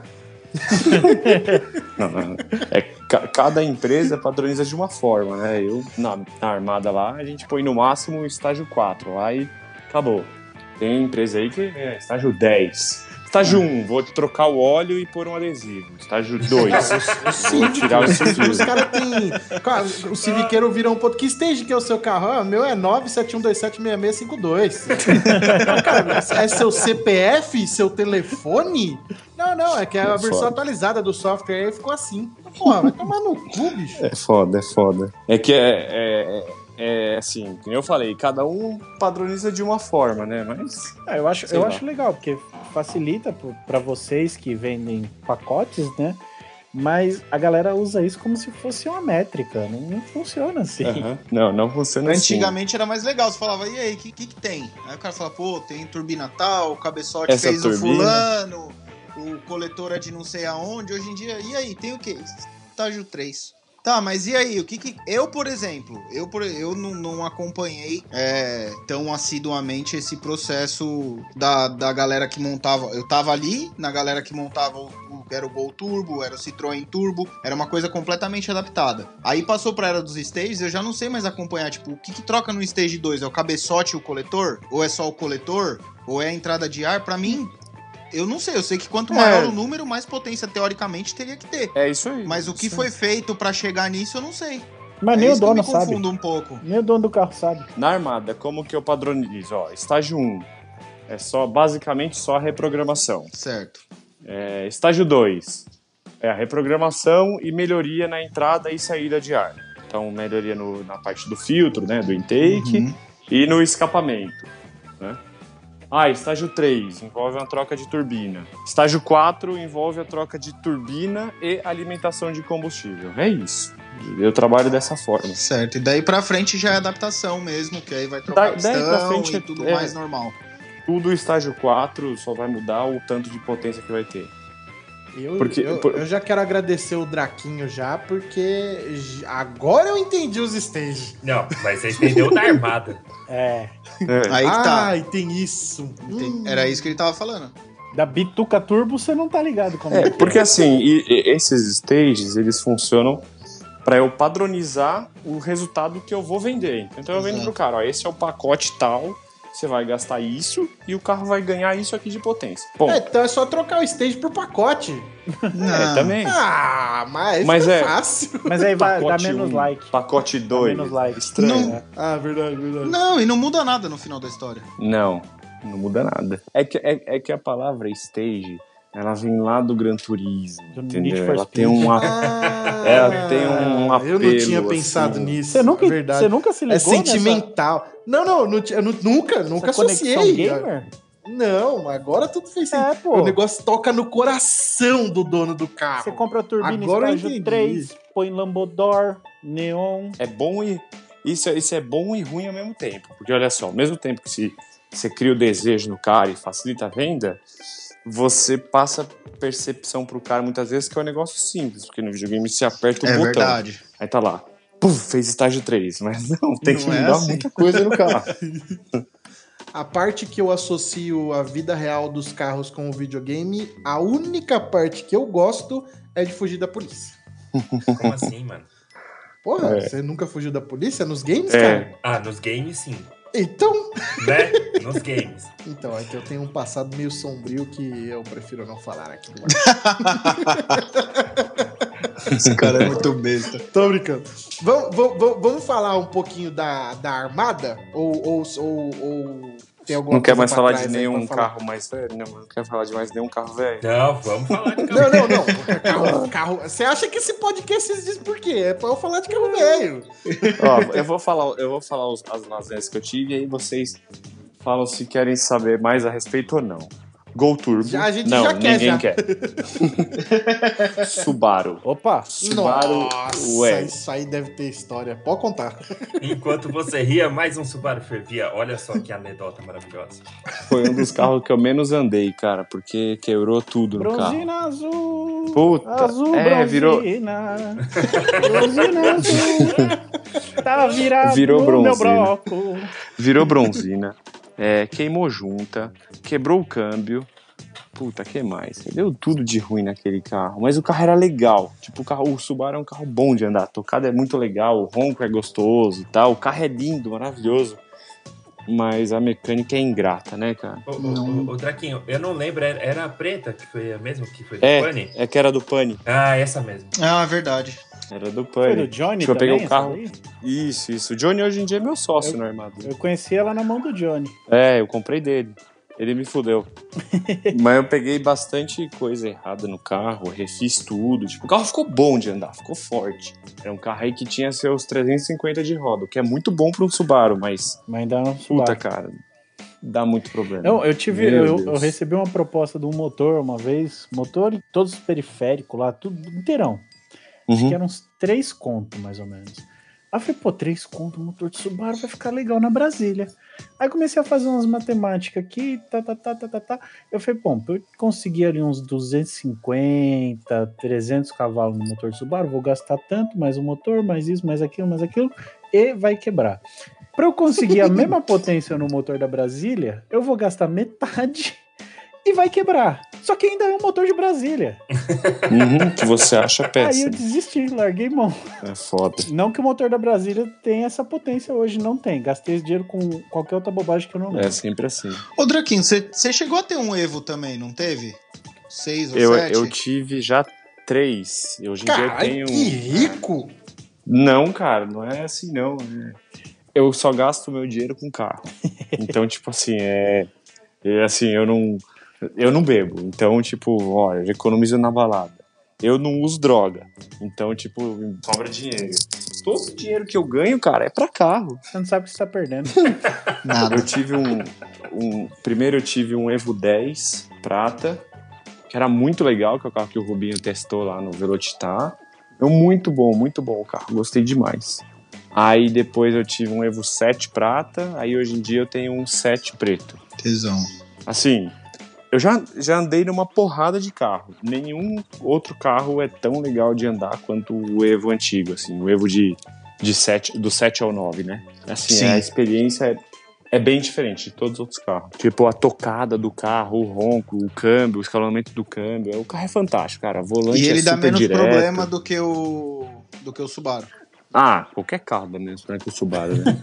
Não, não, é, ca- cada empresa padroniza de uma forma, né? Eu, na, na Armada lá, a gente põe no máximo estágio quatro, lá e acabou. Tem empresa aí que é estágio dez. Estágio um, vou trocar o óleo e pôr um adesivo. Estágio dois, vou tirar o Os cinturão. caras têm. Cara, o Civiqueiro virou um ponto. Que stage que é o seu carro? Ah, o meu é nove sete um dois sete seis seis cinco dois. Não, cara, é seu C P F? Seu telefone? Não, não, é que a É versão foda. atualizada do software aí ficou assim. Porra, vai tomar no cu, bicho. É foda, é foda. É que é, é, é assim, como eu falei, cada um padroniza de uma forma, né? Mas. Ah, eu acho, Sei eu lá. acho legal, porque facilita pro- pra vocês que vendem pacotes, né? Mas a galera usa isso como se fosse uma métrica. Não, não funciona assim. aham. Não, não funciona assim. antigamente era mais legal, você falava, e aí, o que, que que tem? Aí o cara fala, pô, tem turbina tal, o cabeçote Essa fez o turbina. fulano, o coletor é de não sei aonde. Hoje em dia, e aí, tem o quê? Estágio três. Tá, mas e aí, o que que... Eu, por exemplo, eu, por... eu não, não acompanhei é, tão assiduamente esse processo da, da galera que montava... Eu tava ali, na galera que montava o, o- era o Gol Turbo, era o Citroën Turbo, era uma coisa completamente adaptada. Aí passou pra era dos stages, eu já não sei mais acompanhar, tipo, o que que troca no stage dois? É o cabeçote e o coletor? Ou é só o coletor? Ou é a entrada de ar? Pra mim... Eu não sei, eu sei que quanto maior É. o número, mais potência teoricamente teria que ter. É isso aí. Mas o que Isso foi aí. feito pra chegar nisso, eu não sei. Mas é nem o isso que eu dono me sabe. confundo um pouco. Nem o dono do carro sabe. Na Armada, como que eu padronizo? Ó, estágio um é só, basicamente só a reprogramação. Certo. É, estágio dois é a reprogramação e melhoria na entrada e saída de ar. Então, melhoria no- na parte do filtro, né, do intake Uhum. e no escapamento, né? Ah, estágio três envolve uma troca de turbina. Estágio quatro envolve a troca de turbina e alimentação de combustível. É isso. Eu trabalho dessa forma. Certo, e daí pra frente já é adaptação mesmo, que aí vai trocar Da, daí pra pistão frente e é, tudo é, mais normal. Tudo estágio quatro só vai mudar o tanto de potência que vai ter. Eu, Porque- eu, por- eu já quero agradecer o Draquinho já, porque j- agora eu entendi os stages. Não, mas você entendeu da armada. É. É. Aí que tá. Ai, tem isso. Hum. Era isso que ele tava falando. Da Bituca Turbo você não tá ligado como é, É, que porque assim, e- e- esses stages, eles funcionam para eu padronizar o resultado que eu vou vender. Então eu vendo Exato. pro cara, ó, esse é o pacote tal, você vai gastar isso e o carro vai ganhar isso aqui de potência. Bom, É, então é só trocar o stage por pacote. é, também. Ah, mas, Mas é é- fácil. Mas aí vai dar Pacote menos um, like. Pacote Dá dois. menos like. Estranho, Não. né? Ah, verdade, verdade. Não, e não muda nada no final da história. Não, não muda nada. É que, é, é que a palavra stage, ela vem lá do Gran Turismo, Do Need entendeu? for Ela Speed. tem um, a- Ah, Ela tem um Eu não tinha apelo, pensado assim. nisso. Você nunca, é verdade. você nunca se ligou É sentimental. Não, não, não tinha- eu nu- nunca, nunca nessa conexão associei. gamer? Não, agora tudo fez sentido. É, pô. O negócio toca no coração do dono do carro. Você compra a turbina Agora eu estágio entendi. três, põe Lambodor, Neon. É bom e... Isso, é- isso é bom e ruim ao mesmo tempo. Porque olha só, ao mesmo tempo que se, você cria o desejo no cara e facilita a venda, você passa percepção pro cara muitas vezes que é um negócio simples. Porque no videogame você aperta o É botão. verdade. Aí tá lá, puf, fez estágio três. Mas não, tem Não que é mudar assim. muita coisa no carro. A parte que eu associo a vida real dos carros com o videogame, a única parte que eu gosto é de fugir da polícia. Como assim, mano? Porra, É. você nunca fugiu da polícia nos games, É. cara? Ah, nos games sim. Então, Né? Nos games. então, é que eu tenho um passado meio sombrio que eu prefiro não falar aqui. Esse cara é muito besta. Tô brincando. Vamos, vamos, vamos falar um pouquinho da, da armada? Ou, ou, ou, ou tem alguma Não quer coisa mais pra falar trás de aí nenhum pra falar? carro mais velho? Não, não quer falar de mais nenhum carro velho. Não, vamos falar de Não, não, não. Carro, carro. Você acha que esse podcast existe por quê? É pra eu falar de carro velho. Ó, eu vou falar, eu vou falar os- as lasanhas que eu tive e aí vocês falam se querem saber mais a respeito ou não. Gol Turbo. Já- a gente não, já quer, ninguém já. quer. Subaru. Opa! Subaru Nossa, Ué. isso aí deve ter história. Pode contar. Enquanto você ria, mais um Subaru fervia. Olha só que anedota maravilhosa. Foi um dos carros que eu menos andei, cara, porque quebrou tudo no carro. Bronzina azul. Puta, Azul, é, virou- bronzina. Bronzina azul. Tá virado Virou no meu bronzina. broco. Virou bronzina, é, queimou junta, quebrou o câmbio. Puta, que mais? Deu tudo de ruim naquele carro. Mas o carro era legal. Tipo, o, carro, o Subaru é um carro bom de andar. A tocada é muito legal, o ronco é gostoso e tal. O carro é lindo, maravilhoso. Mas a mecânica é ingrata, né, cara? Ô, ô, ô, ô, Draquinho, eu não lembro, era, era a preta que foi a mesma que foi do É, Bunny? é que era do Pani. Ah, essa mesmo. Ah, verdade. Era do Foi Pani. do Johnny Tipo, eu peguei também, o carro. essa daí? Isso, isso. O Johnny hoje em dia é meu sócio na armadura. Eu conheci ela na mão do Johnny. É, eu comprei dele. Ele me fudeu. Mas eu peguei bastante coisa errada no carro, refiz tudo. Tipo, o carro ficou bom de andar, ficou forte. Era um carro aí que tinha seus trezentos e cinquenta de roda, o que é muito bom para um Subaru, mas Mas ainda não puta, Subaru. cara, dá muito problema. Não, eu tive. Meu Eu, Deus. eu recebi uma proposta de um motor uma vez. Motor e todos os periféricos lá, tudo inteirão. Acho Uhum. que eram uns três contos, mais ou menos. Aí eu falei, pô, três contos, motor de Subaru vai ficar legal na Brasília. Aí comecei a fazer umas matemáticas aqui, tá, tá, tá, tá, tá, tá. Eu falei, bom, pra eu conseguir ali uns duzentos e cinquenta, trezentos cavalos no motor de Subaru, vou gastar tanto, mais o motor, mais isso, mais aquilo, mais aquilo, e vai quebrar. Pra eu conseguir a mesma potência no motor da Brasília, eu vou gastar metade e vai quebrar. Só que ainda é um motor de Brasília. Uhum, que você acha Aí eu péssimo. desisti, larguei mão. É foda. Não que o motor da Brasília tenha essa potência hoje, não tem. Gastei esse dinheiro com qualquer outra bobagem que eu não lembro. É sempre assim. Ô, Draquinho, você você chegou a ter um Evo também, não teve? Seis ou Eu, sete? eu tive já três. E hoje em dia eu Caralho, tenho. que rico! Não, cara, não é assim não. É- Eu só gasto meu dinheiro com carro. Então, tipo assim, é. é assim, eu não. Eu não bebo. Então, tipo, olha, eu economizo na balada. Eu não uso droga. Então, tipo, sobra dinheiro. todo o dinheiro que eu ganho, cara, é pra carro. Você não sabe o que você tá perdendo. Nada. Eu tive um, um... Primeiro eu tive um Evo dez prata, que era muito legal, que é o carro que o Rubinho testou lá no Velocitar. É muito bom, muito bom o carro, gostei demais. Aí depois eu tive um Evo sete prata, aí hoje em dia eu tenho um sete preto. Tesão. Assim, eu já, já andei numa porrada de carro. Nenhum outro carro é tão legal de andar quanto o Evo antigo, assim, o Evo de, de sete, do sete ao nove, né? Assim, Sim. a experiência é, é bem diferente de todos os outros carros. Tipo, a tocada do carro, o ronco, o câmbio, o escalonamento do câmbio. O carro é fantástico, cara. O volante E ele é dá super menos direto. problema do que o do que o Subaru. Ah, qualquer carro dá menos problema que o Subaru, né?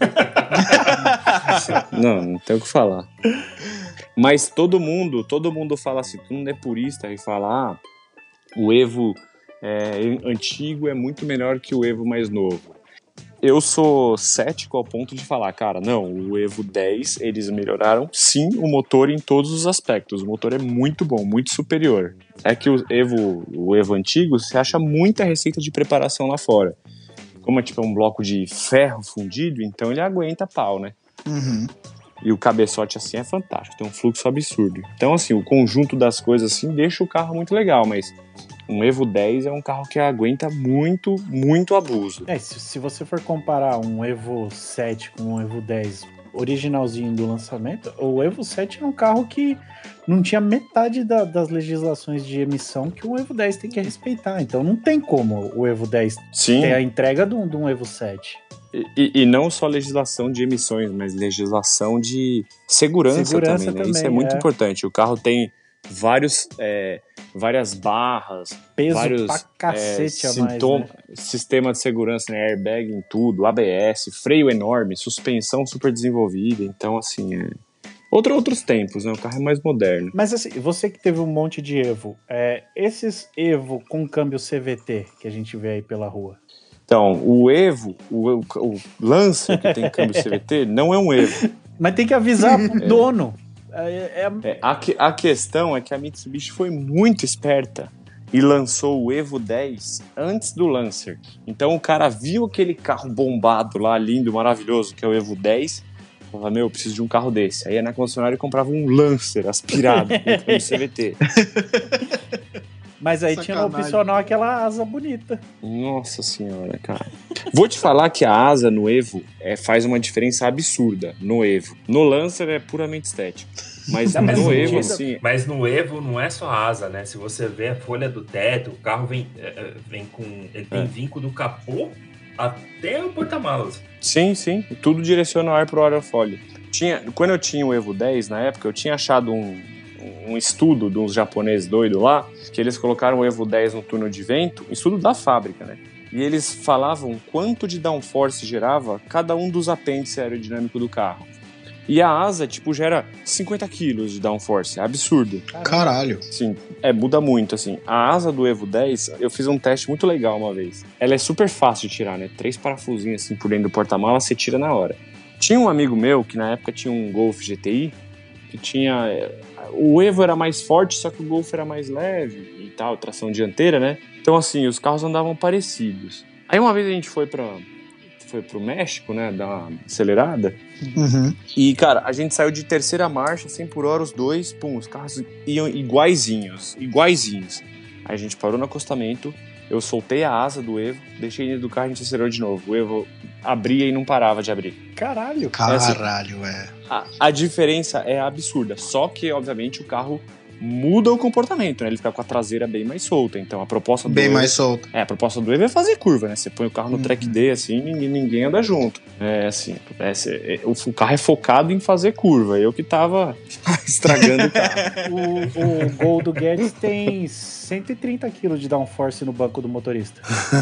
Não, não tem o que falar. Mas todo mundo, todo mundo fala assim, todo mundo é purista e fala, ah, o Evo é, antigo é muito melhor que o Evo mais novo. Eu sou cético ao ponto de falar, cara, não, o Evo dez, eles melhoraram sim o motor em todos os aspectos. O motor é muito bom, muito superior. É que o Evo, o Evo antigo, você acha muita receita de preparação lá fora. Como é tipo um bloco de ferro fundido, então ele aguenta pau, né? Uhum. E o cabeçote assim é fantástico, tem um fluxo absurdo. Então assim, o conjunto das coisas assim deixa o carro muito legal, mas um Evo dez é um carro que aguenta muito, muito abuso. É, se, se você for comparar um Evo sete com um Evo dez originalzinho do lançamento, o Evo sete é um carro que não tinha metade da, das legislações de emissão que o Evo dez tem que respeitar. Então não tem como o Evo dez Sim. ter a entrega de um, de um Evo sete. E, e não só legislação de emissões, mas legislação de segurança, Segurança também, né? também, Isso é muito é. importante. O carro tem vários, é, várias barras, Peso vários pra cacete é, a mais, sintoma- né? sistema de segurança, né? Airbag em tudo, A B S, freio enorme, suspensão super desenvolvida. Então, assim, é... Outro, outros tempos, né? O carro é mais moderno. Mas assim, você que teve um monte de Evo, é, esses Evo com câmbio C V T que a gente vê aí pela rua, Então, o Evo, o, o, o Lancer, que tem câmbio C V T, não é um Evo. mas tem que avisar o dono. É, é- É, a, que- a questão é que a Mitsubishi foi muito esperta e lançou o Evo dez antes do Lancer. Então o cara viu aquele carro bombado lá, lindo, maravilhoso, que é o Evo dez, e falava, meu, eu preciso de um carro desse. Aí ia na concessionária e comprava um Lancer aspirado com câmbio C V T. Mas aí tinha no Sacanagem. opcional aquela asa bonita. Nossa senhora, cara. Vou te falar que a asa no Evo é, faz uma diferença absurda no Evo. No Lancer é puramente estético. Mas Dá mais no sentido. Evo, assim, Mas no Evo não é só a asa, né? Se você vê a folha do teto, o carro vem, é, é, vem com. Ele tem É. vinco do capô até o porta-malas. sim, sim. Tudo direciona o ar pro aerofólio. Tinha, quando eu tinha o Evo dez, na época, eu tinha achado um, um estudo de uns japoneses doidos lá, que eles colocaram o Evo dez no túnel de vento, estudo da fábrica, né? E eles falavam quanto de downforce gerava cada um dos apêndices aerodinâmicos do carro. E a asa, tipo, gera cinquenta quilos de downforce. É absurdo. Caralho. Sim, é, muda muito, assim. A asa do Evo dez, eu fiz um teste muito legal uma vez. Ela é super fácil de tirar, né? Três parafusinhos, assim, por dentro do porta-mala, você tira na hora. Tinha um amigo meu, que na época tinha um Golf G T I, que tinha... O Evo era mais forte, só que o Golf era mais leve e tal, tração dianteira, né? Então, assim, os carros andavam parecidos. Aí uma vez a gente foi pra... Foi pro México, né? Dar uma acelerada. Uhum. E, cara, a gente saiu de terceira marcha, cem por hora, os dois, pum, os carros iam iguaizinhos, iguaizinhos. Aí a gente parou no acostamento, eu soltei a asa do Evo, deixei dentro do carro e a gente acelerou de novo. O Evo abria e não parava de abrir. Caralho. Caralho, é. A, a diferença é absurda, só que, obviamente, o carro muda o comportamento, né? Ele fica com a traseira bem mais solta. Então, a proposta do Bem Evo... mais solto. É, a proposta do Evo é fazer curva, né? Você põe o carro no Uhum. track D, assim, ninguém, ninguém anda junto. É, assim, é, é, o, o carro é focado em fazer curva. Eu que tava estragando o carro. O, o Gol do Guedes tem cento e trinta quilos de downforce no banco do motorista.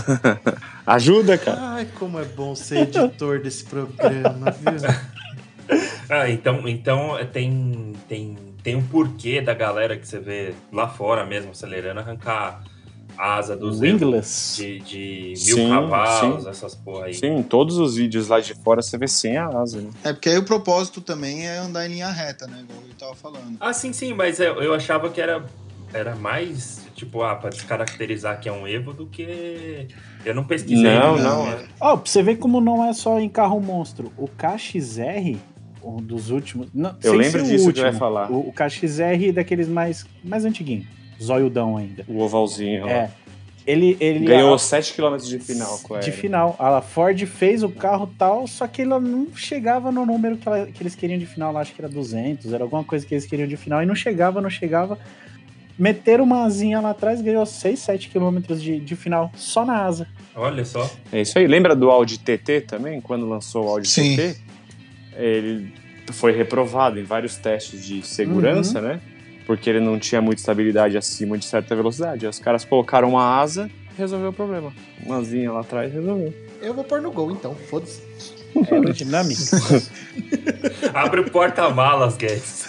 Ajuda, cara. Ai, como é bom ser editor desse programa, viu? Ah, então, então é, tem, tem, tem um porquê da galera que você vê lá fora mesmo acelerando arrancar a asa dos Wingless. de, de mil Sim, cavalos, sim. essas porra aí. Sim, em todos os vídeos lá de fora você vê sem a asa, né? É porque aí o propósito também é andar em linha reta, né? Igual eu tava falando. Ah, sim, sim, mas eu, eu achava que era era mais, tipo, ah, pra descaracterizar que é um Evo do que... Eu não pesquisei. Não, né? não. Ó, pra você ver como não é só em carro monstro. O K X R, um dos últimos... Não, Eu sem lembro ser o disso que último, vai falar. O, o K X R daqueles mais, mais antiguinhos. Zoiudão ainda. O ovalzinho. É. Ele, ele Ganhou a, sete quilômetros de final com de ela. final. A Ford fez o carro tal, só que ela não chegava no número que, ela, que eles queriam de final. Lá, acho que era duzentos, era alguma coisa que eles queriam de final. E não chegava, não chegava. Meteram uma asinha lá atrás, ganhou seis, sete quilômetros de, de final, só na asa. Olha só. É isso aí. Lembra do Audi T T também? Quando lançou o Audi Sim. T T? Ele foi reprovado em vários testes de segurança, Uhum. né? Porque ele não tinha muita estabilidade acima de certa velocidade. Aí os caras colocaram uma asa e resolveu o problema. Uma asinha lá atrás resolveu. Eu vou pôr no gol, então. Foda-se. Aerodinâmica. Abre o porta-malas, Guedes.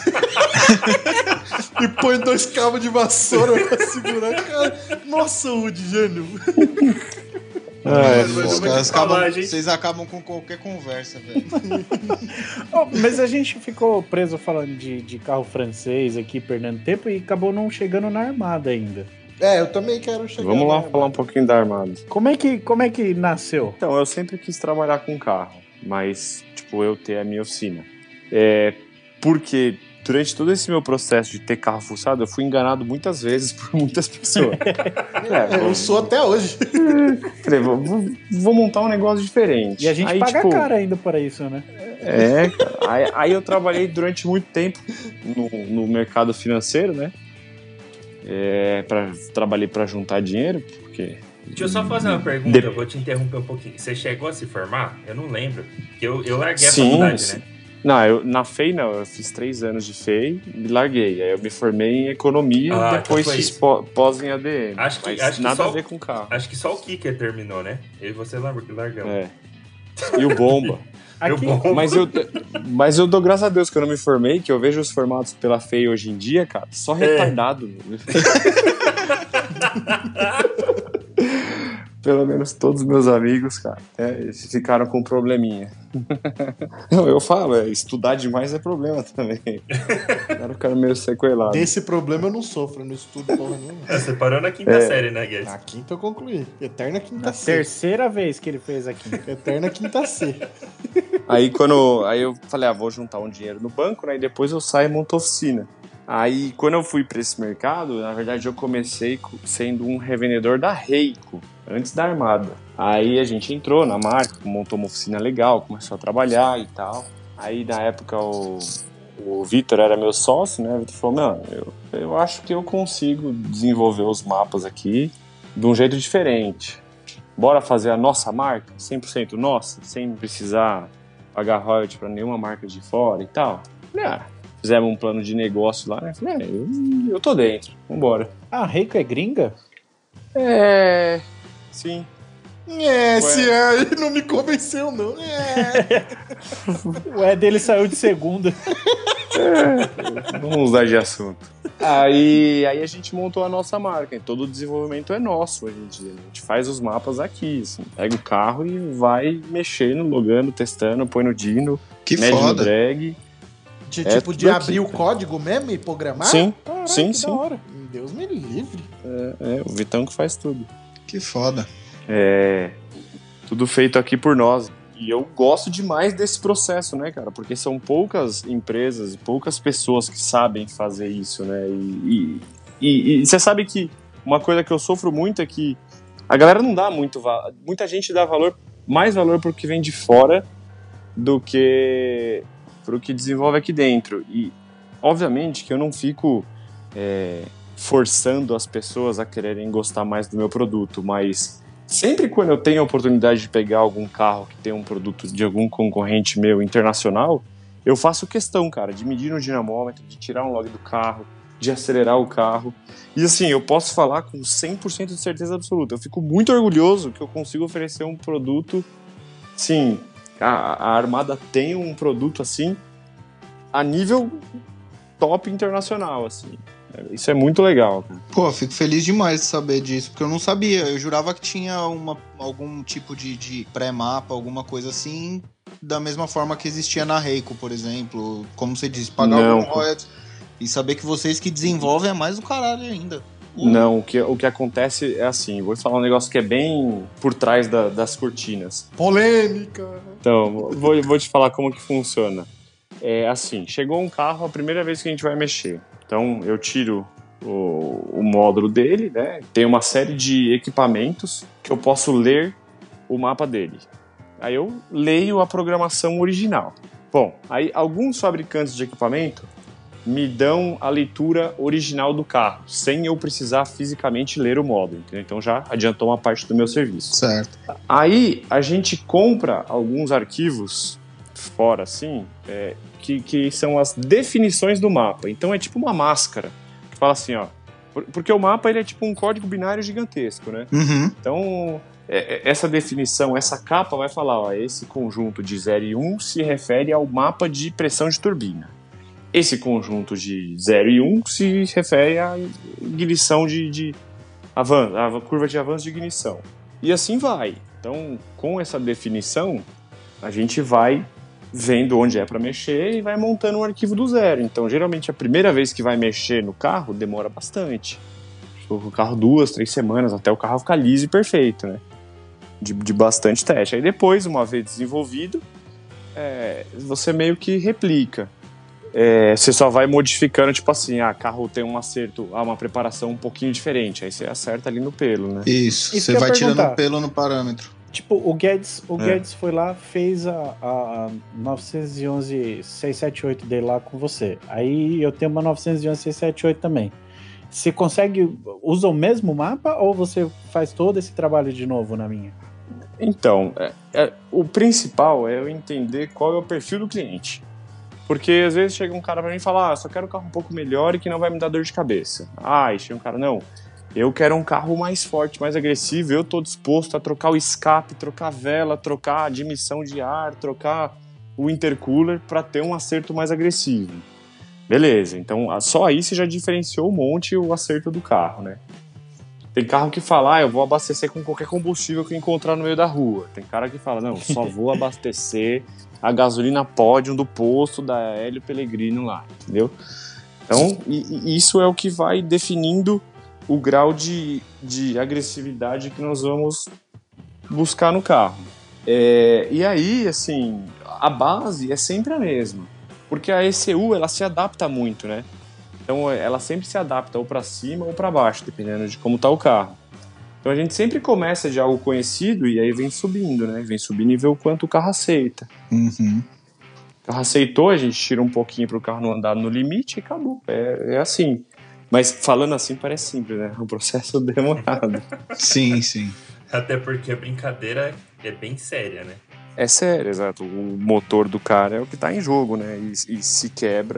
E põe dois cabos de vassoura pra segurar. Cara, nossa, Woody, gênio. Ah, é Mas foda. eu Os vou caras te falar, acabam, gente. vocês acabam com qualquer conversa, velho. Oh, mas a gente ficou preso falando de, de carro francês aqui, perdendo tempo, e acabou não chegando na armada ainda. É, eu também quero chegar. Vamos lá na- falar um pouquinho da Armada. Como é que, como é que nasceu? Então, eu sempre quis trabalhar com carro, mas, tipo, eu ter a minha oficina. É, porque durante todo esse meu processo de ter carro fuçado, eu fui enganado muitas vezes por muitas pessoas. É, É, vou- eu sou até hoje. falei, vou, vou- vou montar um negócio diferente. E a gente Aí, paga tipo, caro ainda para isso, né? É, cara. Aí, aí eu trabalhei durante muito tempo no, no mercado financeiro, né? É, pra, trabalhei para juntar dinheiro, porque... Deixa eu só fazer uma pergunta, De- eu vou te interromper um pouquinho. Você chegou a se formar? Eu não lembro. Porque eu, eu larguei a Sim, faculdade, sim. né? Não, eu, na F E I não, eu fiz três anos de F E I e larguei. Aí eu me formei em economia Ah, e depois então foi fiz isso. pó- pós em A D M. Acho que- mas acho que nada só a o- ver com carro. Acho que só o Kicker terminou, né? Eu e você lar- largamos. É. E o Bomba. Eu Aqui, bom. Mas eu, mas eu dou graças a Deus que eu não me formei, que eu vejo os formados pela F E I hoje em dia, cara, só retardado. Pelo menos todos os meus amigos, cara, é, eles ficaram com um probleminha. Não, eu falo, é, estudar demais é problema também. O cara fica meio sequelado. Desse problema eu não sofro, eu não estudo porra nenhuma. É, você parou na quinta É. série, né, Guedes? Na quinta eu concluí. Eterna quinta na C. terceira vez que ele fez aqui. Eterna quinta C. Aí quando. Aí eu falei, ah, vou juntar um dinheiro no banco, né? E depois eu saio e monto oficina. Aí quando eu fui pra esse mercado, na verdade eu comecei co- sendo um revendedor da Reiko, antes da Armada. Aí a gente entrou na marca, montou uma oficina legal, começou a trabalhar e tal. Aí na época o, o Vitor era meu sócio, né? O Vitor falou, mano, eu, eu acho que eu consigo desenvolver os mapas aqui de um jeito diferente. Bora fazer a nossa marca, cem por cento nossa, sem precisar pagar royalty pra nenhuma marca de fora e tal. Falei, ah, fizemos um plano de negócio lá, né? Falei, é, eu, eu tô dentro, vambora. Ah, Reiko é gringa? É. Sim. É, esse aí não me convenceu, não. É. O E dele saiu de segunda. Vamos mudar de assunto. Aí, aí a gente montou a nossa marca. E todo o desenvolvimento é nosso hoje em dia. A gente faz os mapas aqui, assim. Pega o carro e vai mexendo, logando, testando, põe no Dino, Que mede no foda. drag. De É tipo de tudo aqui, abrir o cara. código mesmo e programar? Sim, Caraca, sim, que sim. da hora. Deus me livre. É, é, o Vitão que faz tudo. Que foda. É, tudo feito aqui por nós. E eu gosto demais desse processo, né, cara? Porque são poucas empresas e poucas pessoas que sabem fazer isso, né? E, e, e, e você sabe que uma coisa que eu sofro muito é que a galera não dá muito valor. Muita gente dá valor, mais valor pro que vem de fora do que pro que desenvolve aqui dentro. E, obviamente, que eu não fico é, forçando as pessoas a quererem gostar mais do meu produto, mas sempre quando eu tenho a oportunidade de pegar algum carro que tem um produto de algum concorrente meu internacional, eu faço questão, cara, de medir no dinamômetro, de tirar um log do carro, de acelerar o carro. E assim, eu posso falar com cem por cento de certeza absoluta. Eu fico muito orgulhoso que eu consigo oferecer um produto, sim, a, a Armada tem um produto assim a nível top internacional, assim. Isso é muito legal. Pô, fico feliz demais de saber disso, porque eu não sabia. Eu jurava que tinha uma, algum tipo de, de pré-mapa, alguma coisa assim, da mesma forma que existia na Reiko, por exemplo. Como você disse, pagar Não. algum royalties. E saber que vocês que desenvolvem é mais do caralho ainda. Não, o que, o que acontece é assim, vou falar um negócio que é bem por trás da, das cortinas. Polêmica! Então, vou, vou te falar como que funciona. É assim, chegou um carro a primeira vez que a gente vai mexer. Então, eu tiro o, o módulo dele, né? Tem uma série de equipamentos que eu posso ler o mapa dele. Aí eu leio a programação original. Bom, aí alguns fabricantes de equipamento me dão a leitura original do carro, sem eu precisar fisicamente ler o módulo, entendeu? Então já adiantou uma parte do meu serviço. Certo. Aí a gente compra alguns arquivos fora, assim, é, que, que são as definições do mapa. Então é tipo uma máscara, que fala assim, ó, porque o mapa ele é tipo um código binário gigantesco, né? Uhum. Então é, essa definição, essa capa vai falar, ó, esse conjunto de zero e um se refere ao mapa de pressão de turbina. Esse conjunto de zero e um se refere à ignição de, de avanço, a curva de avanço de ignição. E assim vai. Então, com essa definição, a gente vai vendo onde é para mexer e vai montando um arquivo do zero. Então, geralmente, a primeira vez que vai mexer no carro demora bastante. O carro duas, três semanas, até o carro ficar liso e perfeito, né? De, de bastante teste. Aí depois, uma vez desenvolvido, é, você meio que replica. É, você só vai modificando, tipo assim, ah, carro tem um acerto, ah, uma preparação um pouquinho diferente, aí você acerta ali no pelo, né? Isso, Isso você que eu vai ia tirando perguntar. o pelo no parâmetro. Tipo, o Guedes, o É. Guedes foi lá, fez a, a novecentos e onze seiscentos e setenta e oito dele lá com você. Aí eu tenho uma novecentos e onze seiscentos e setenta e oito também. Você consegue, usa o mesmo mapa ou você faz todo esse trabalho de novo na minha? Então, é, é, o principal é eu entender qual é o perfil do cliente. Porque às vezes chega um cara pra mim e fala, ah, só quero um carro um pouco melhor e que não vai me dar dor de cabeça. Ah, e chega um cara, não, eu quero um carro mais forte, mais agressivo, eu tô disposto a trocar o escape, trocar a vela, trocar a admissão de ar, trocar o intercooler pra ter um acerto mais agressivo. Beleza, então só aí você já diferenciou um monte o acerto do carro, né? Tem carro que fala, ah, eu vou abastecer com qualquer combustível que eu encontrar no meio da rua. Tem cara que fala, não, só vou abastecer a gasolina Podium do posto da Hélio Pellegrino lá, entendeu? Então, e, e isso é o que vai definindo o grau de, de agressividade que nós vamos buscar no carro. É, e aí, assim, a base é sempre a mesma, porque a E C U, ela se adapta muito, né? Então, ela sempre se adapta ou para cima ou para baixo, dependendo de como tá o carro. Então, a gente sempre começa de algo conhecido e aí vem subindo, né? Vem subindo e vê o quanto o carro aceita. Uhum. O carro aceitou, a gente tira um pouquinho para o carro não andar no limite e acabou. É, é assim. Mas falando assim parece simples, né? É um processo demorado. Sim, sim. Até porque a brincadeira é bem séria, né? É sério, exato. O motor do cara é o que tá em jogo, né? E, e se quebra,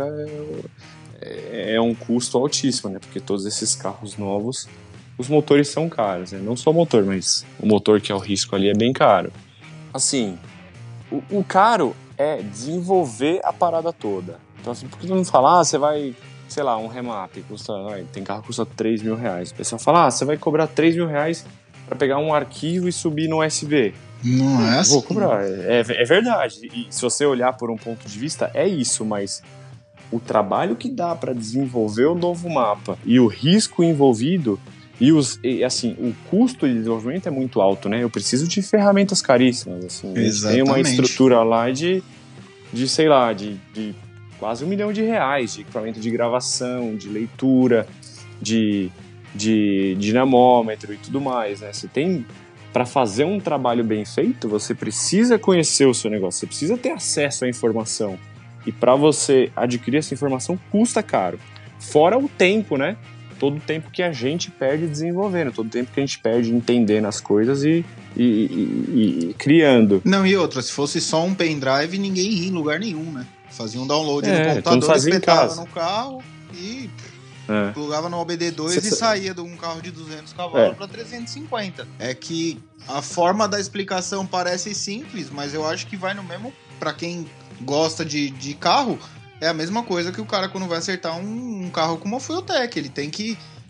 é, é um custo altíssimo, né? Porque todos esses carros novos, os motores são caros, né? Não só o motor, mas o motor que é o risco ali é bem caro. Assim, o, o caro é desenvolver a parada toda. Então, assim, por que todo mundo fala, ah, você vai, sei lá, um remap, custa, ah, tem carro que custa três mil reais. O pessoal fala, ah, você vai cobrar três mil reais pra pegar um arquivo e subir no U S B. Não é assim. Vou cobrar, é, é verdade. E se você olhar por um ponto de vista, é isso, mas o trabalho que dá para desenvolver o novo mapa e o risco envolvido e, os, e assim, o custo de desenvolvimento é muito alto, né? Eu preciso de ferramentas caríssimas, assim. Tem uma estrutura lá de, de sei lá, de, de quase um milhão de reais de equipamento de gravação, de leitura, de, de dinamômetro e tudo mais, né? Você tem... Para fazer um trabalho bem feito, você precisa conhecer o seu negócio, você precisa ter acesso à informação. E para você adquirir essa informação, custa caro. Fora o tempo, né? Todo o tempo que a gente perde desenvolvendo, todo o tempo que a gente perde entendendo as coisas e, e, e, e criando. Não, e outra, se fosse só um pendrive, ninguém ia em lugar nenhum, né? Fazia um download é, no computador, espetava no carro e... É. Plugava no O B D dois Cê e sa... saía de um carro de duzentos cavalos é. para trezentos e cinquenta. É que a forma da explicação parece simples, mas eu acho que vai no mesmo... Para quem gosta de, de carro, é a mesma coisa que o cara quando vai acertar um, um carro com uma Fueltech. Ele tem que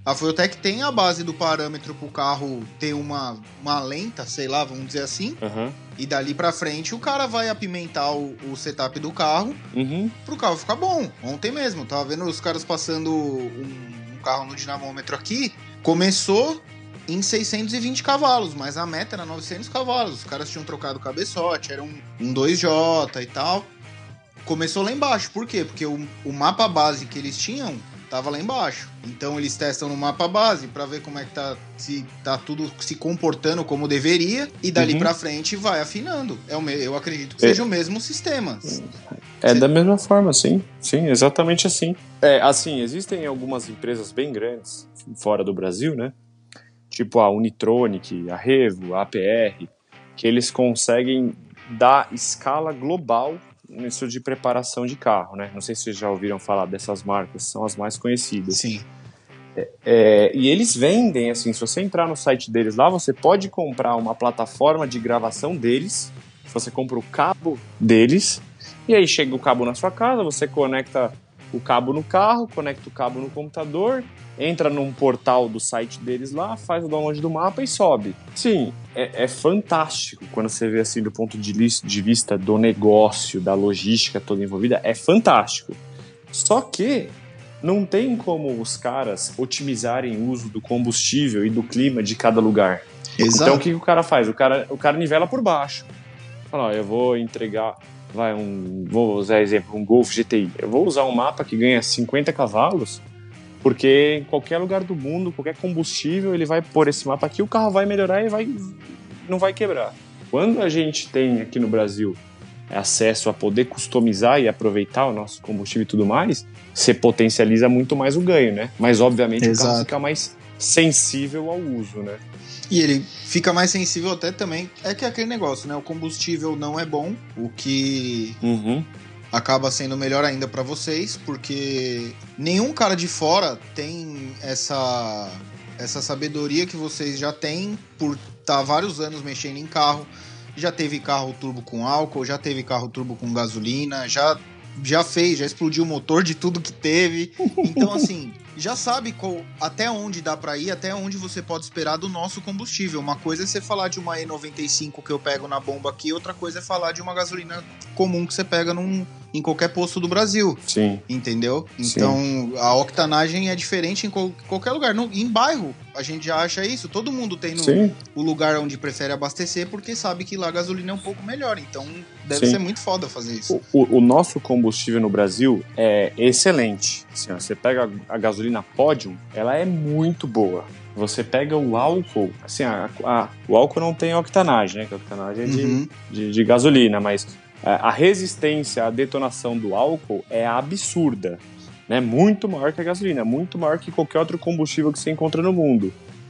A Fueltech tem a base do parâmetro pro carro ter uma, uma lenta, sei lá, vamos dizer assim. Uhum. E dali pra frente o cara vai apimentar o, o setup do carro Uhum. pro carro ficar bom. Ontem mesmo, tava vendo os caras passando um, um carro no dinamômetro aqui. Começou em seiscentos e vinte cavalos, mas a meta era novecentos cavalos. Os caras tinham trocado o cabeçote, era um, um dois J e tal. Começou lá embaixo, por quê? Porque o, o mapa base que eles tinham tava lá embaixo. Então eles testam no mapa base pra ver como é que tá, se tá tudo se comportando como deveria, e dali Uhum. pra frente vai afinando. É o me, eu acredito que É. seja o mesmo sistema. É Cê- da mesma forma, sim. Sim, exatamente assim. É, assim, existem algumas empresas bem grandes fora do Brasil, né? Tipo a Unitronic, a Revo, a A P R, que eles conseguem dar escala global nisso de preparação de carro, né? Não sei se vocês já ouviram falar dessas marcas, são as mais conhecidas. Sim. É, e eles vendem, assim, se você entrar no site deles lá, você pode comprar uma plataforma de gravação deles, você compra o cabo deles, e aí chega o cabo na sua casa, você conecta o cabo no carro, conecta o cabo no computador, entra num portal do site deles lá, faz o download do mapa e sobe. Sim, é, é fantástico quando você vê assim do ponto de, lis- de vista do negócio, da logística toda envolvida, é fantástico. Só que não tem como os caras otimizarem o uso do combustível e do clima de cada lugar. Exato. Então o que, que o cara faz? O cara, o cara nivela por baixo. Fala, ó, eu vou entregar, vai um, vou usar exemplo, um Golf G T I. Eu vou usar um mapa que ganha cinquenta cavalos, porque em qualquer lugar do mundo, qualquer combustível, ele vai pôr esse mapa aqui, o carro vai melhorar e vai, não vai quebrar. Quando a gente tem aqui no Brasil acesso a poder customizar e aproveitar o nosso combustível e tudo mais, você potencializa muito mais o ganho, né? Mas obviamente Exato. o carro fica mais sensível ao uso, né? E ele fica mais sensível até também. É que é aquele negócio, né? O combustível não é bom, o que Uhum. acaba sendo melhor ainda pra vocês, porque nenhum cara de fora tem essa essa sabedoria que vocês já têm por estar vários anos mexendo em carro. Já teve carro turbo com álcool, já teve carro turbo com gasolina, já já fez, já explodiu o motor de tudo que teve. Então, assim, já sabe qual, até onde dá pra ir, até onde você pode esperar do nosso combustível. Uma coisa é você falar de uma E noventa e cinco que eu pego na bomba aqui, outra coisa é falar de uma gasolina comum que você pega num, em qualquer posto do Brasil. Sim. Entendeu? Sim. Então, a octanagem é diferente em qual- qualquer lugar. No, em bairro, a gente já acha isso. Todo mundo tem no, Sim. o lugar onde prefere abastecer, porque sabe que lá a gasolina é um pouco melhor. Então, deve Sim. ser muito foda fazer isso. O, o- o nosso combustível no Brasil é excelente. Assim, ó, você pega a, a gasolina Podium, ela é muito boa. Você pega o álcool, assim, a- a- o álcool não tem octanagem, né? Que a octanagem é de, Uhum. de, de gasolina, mas a, a resistência à detonação do álcool é absurda. Né? Muito maior que a gasolina, muito maior que qualquer outro combustível que você encontra no mundo.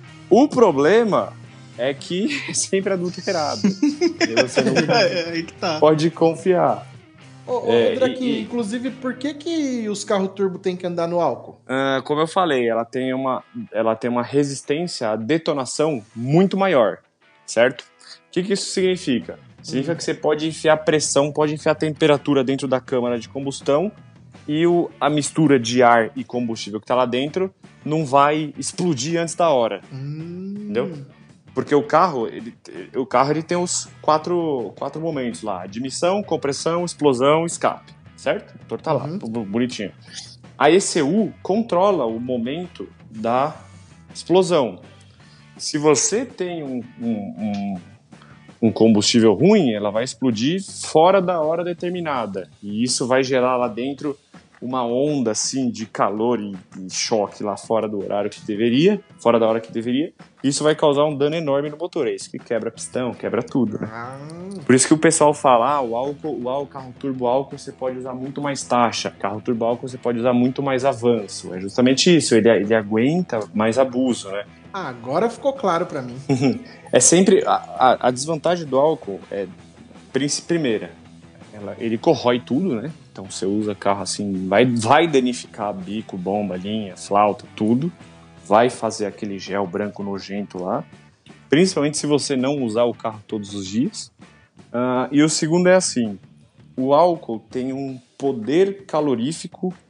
O problema é que é sempre adulterado. E você não É, aí que tá. pode confiar. Ô, ô É, Draqui, e- e- inclusive, por que, que os carros turbo têm que andar no álcool? Ah, como eu falei, ela tem, uma, ela tem uma resistência à detonação muito maior, certo? O que, que isso significa? Significa que você pode enfiar pressão, pode enfiar temperatura dentro da câmara de combustão e o, a mistura de ar e combustível que está lá dentro não vai explodir antes da hora, Hum. entendeu? Porque o carro, ele, o carro ele tem os quatro, quatro momentos lá: admissão, compressão, explosão, escape, certo? O motor tá lá, Uhum. bu- bonitinho. A E C U controla o momento da explosão. Se você tem um, um, um, um combustível ruim, ela vai explodir fora da hora determinada. E isso vai gerar lá dentro uma onda assim de calor e, e choque lá fora do horário que deveria, fora da hora que deveria. Isso vai causar um dano enorme no motor. É isso que quebra pistão, quebra tudo, né? Ah, Por isso que o pessoal fala, ah, o álcool, o álcool, carro turbo álcool você pode usar muito mais taxa, carro turbo álcool você pode usar muito mais avanço. É justamente isso, ele, ele aguenta mais abuso, né? agora ficou claro pra mim. É sempre, a, a, a desvantagem do álcool é, princi- primeira, ela, ele corrói tudo, né? Então você usa carro assim, vai, vai danificar bico, bomba, linha, flauta, tudo. Vai fazer aquele gel branco nojento lá. Principalmente se você não usar o carro todos os dias. Ah, e o segundo é assim, o álcool tem um poder calorífico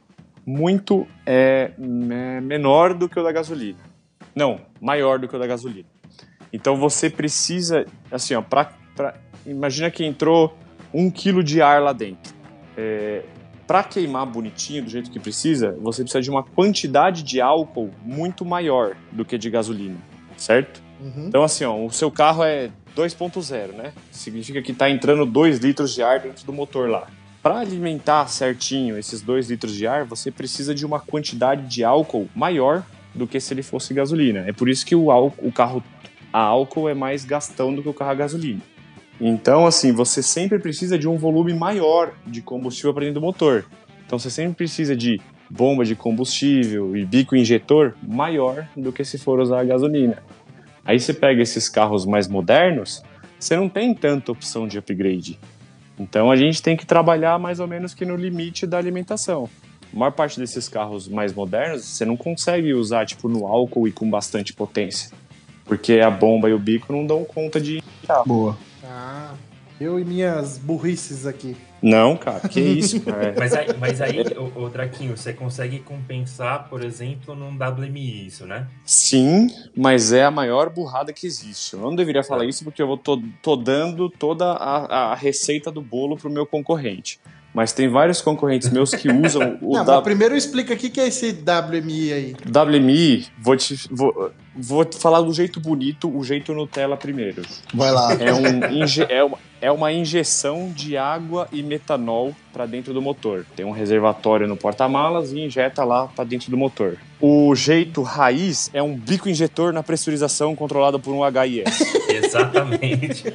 muito é, é, menor do que o da gasolina. Não, maior do que o da gasolina. Então você precisa, assim, ó, pra, pra, imagina que entrou um quilo de ar lá dentro. É, para queimar bonitinho, do jeito que precisa, você precisa de uma quantidade de álcool muito maior do que de gasolina, certo? Uhum. Então, assim, ó, o seu carro é dois ponto zero, né? Significa que está entrando dois litros de ar dentro do motor lá. Para alimentar certinho esses dois litros de ar, você precisa de uma quantidade de álcool maior do que se ele fosse gasolina. É por isso que o, álcool, o carro a álcool é mais gastão do que o carro a gasolina. Então, assim, você sempre precisa de um volume maior de combustível para dentro do motor. Então, você sempre precisa de bomba de combustível e bico injetor maior do que se for usar a gasolina. Aí você pega esses carros mais modernos, você não tem tanta opção de upgrade. Então, a gente tem que trabalhar mais ou menos que no limite da alimentação. A maior parte desses carros mais modernos, você não consegue usar tipo no álcool e com bastante potência. Porque a bomba e o bico não dão conta de... Boa. Ah, eu e minhas burrices aqui. Não, cara, que isso, cara. Mas aí, mas aí ô, ô, Draquinho, você consegue compensar, por exemplo, num W M I isso, né? Sim, mas é a maior burrada que existe. Eu não deveria falar isso porque eu vou tô, tô dando toda a, a receita do bolo pro meu concorrente. Mas tem vários concorrentes meus que usam o Não, w... mas primeiro explica o que que é esse W M I aí. W M I, vou te, vou, vou te falar do jeito bonito, o jeito Nutella primeiro. Vai lá. É, um, inje, é, uma, é uma injeção de água e metanol para dentro do motor. Tem um reservatório no porta-malas e injeta lá para dentro do motor. O jeito raiz é um bico injetor na pressurização controlado por um H I S. Exatamente.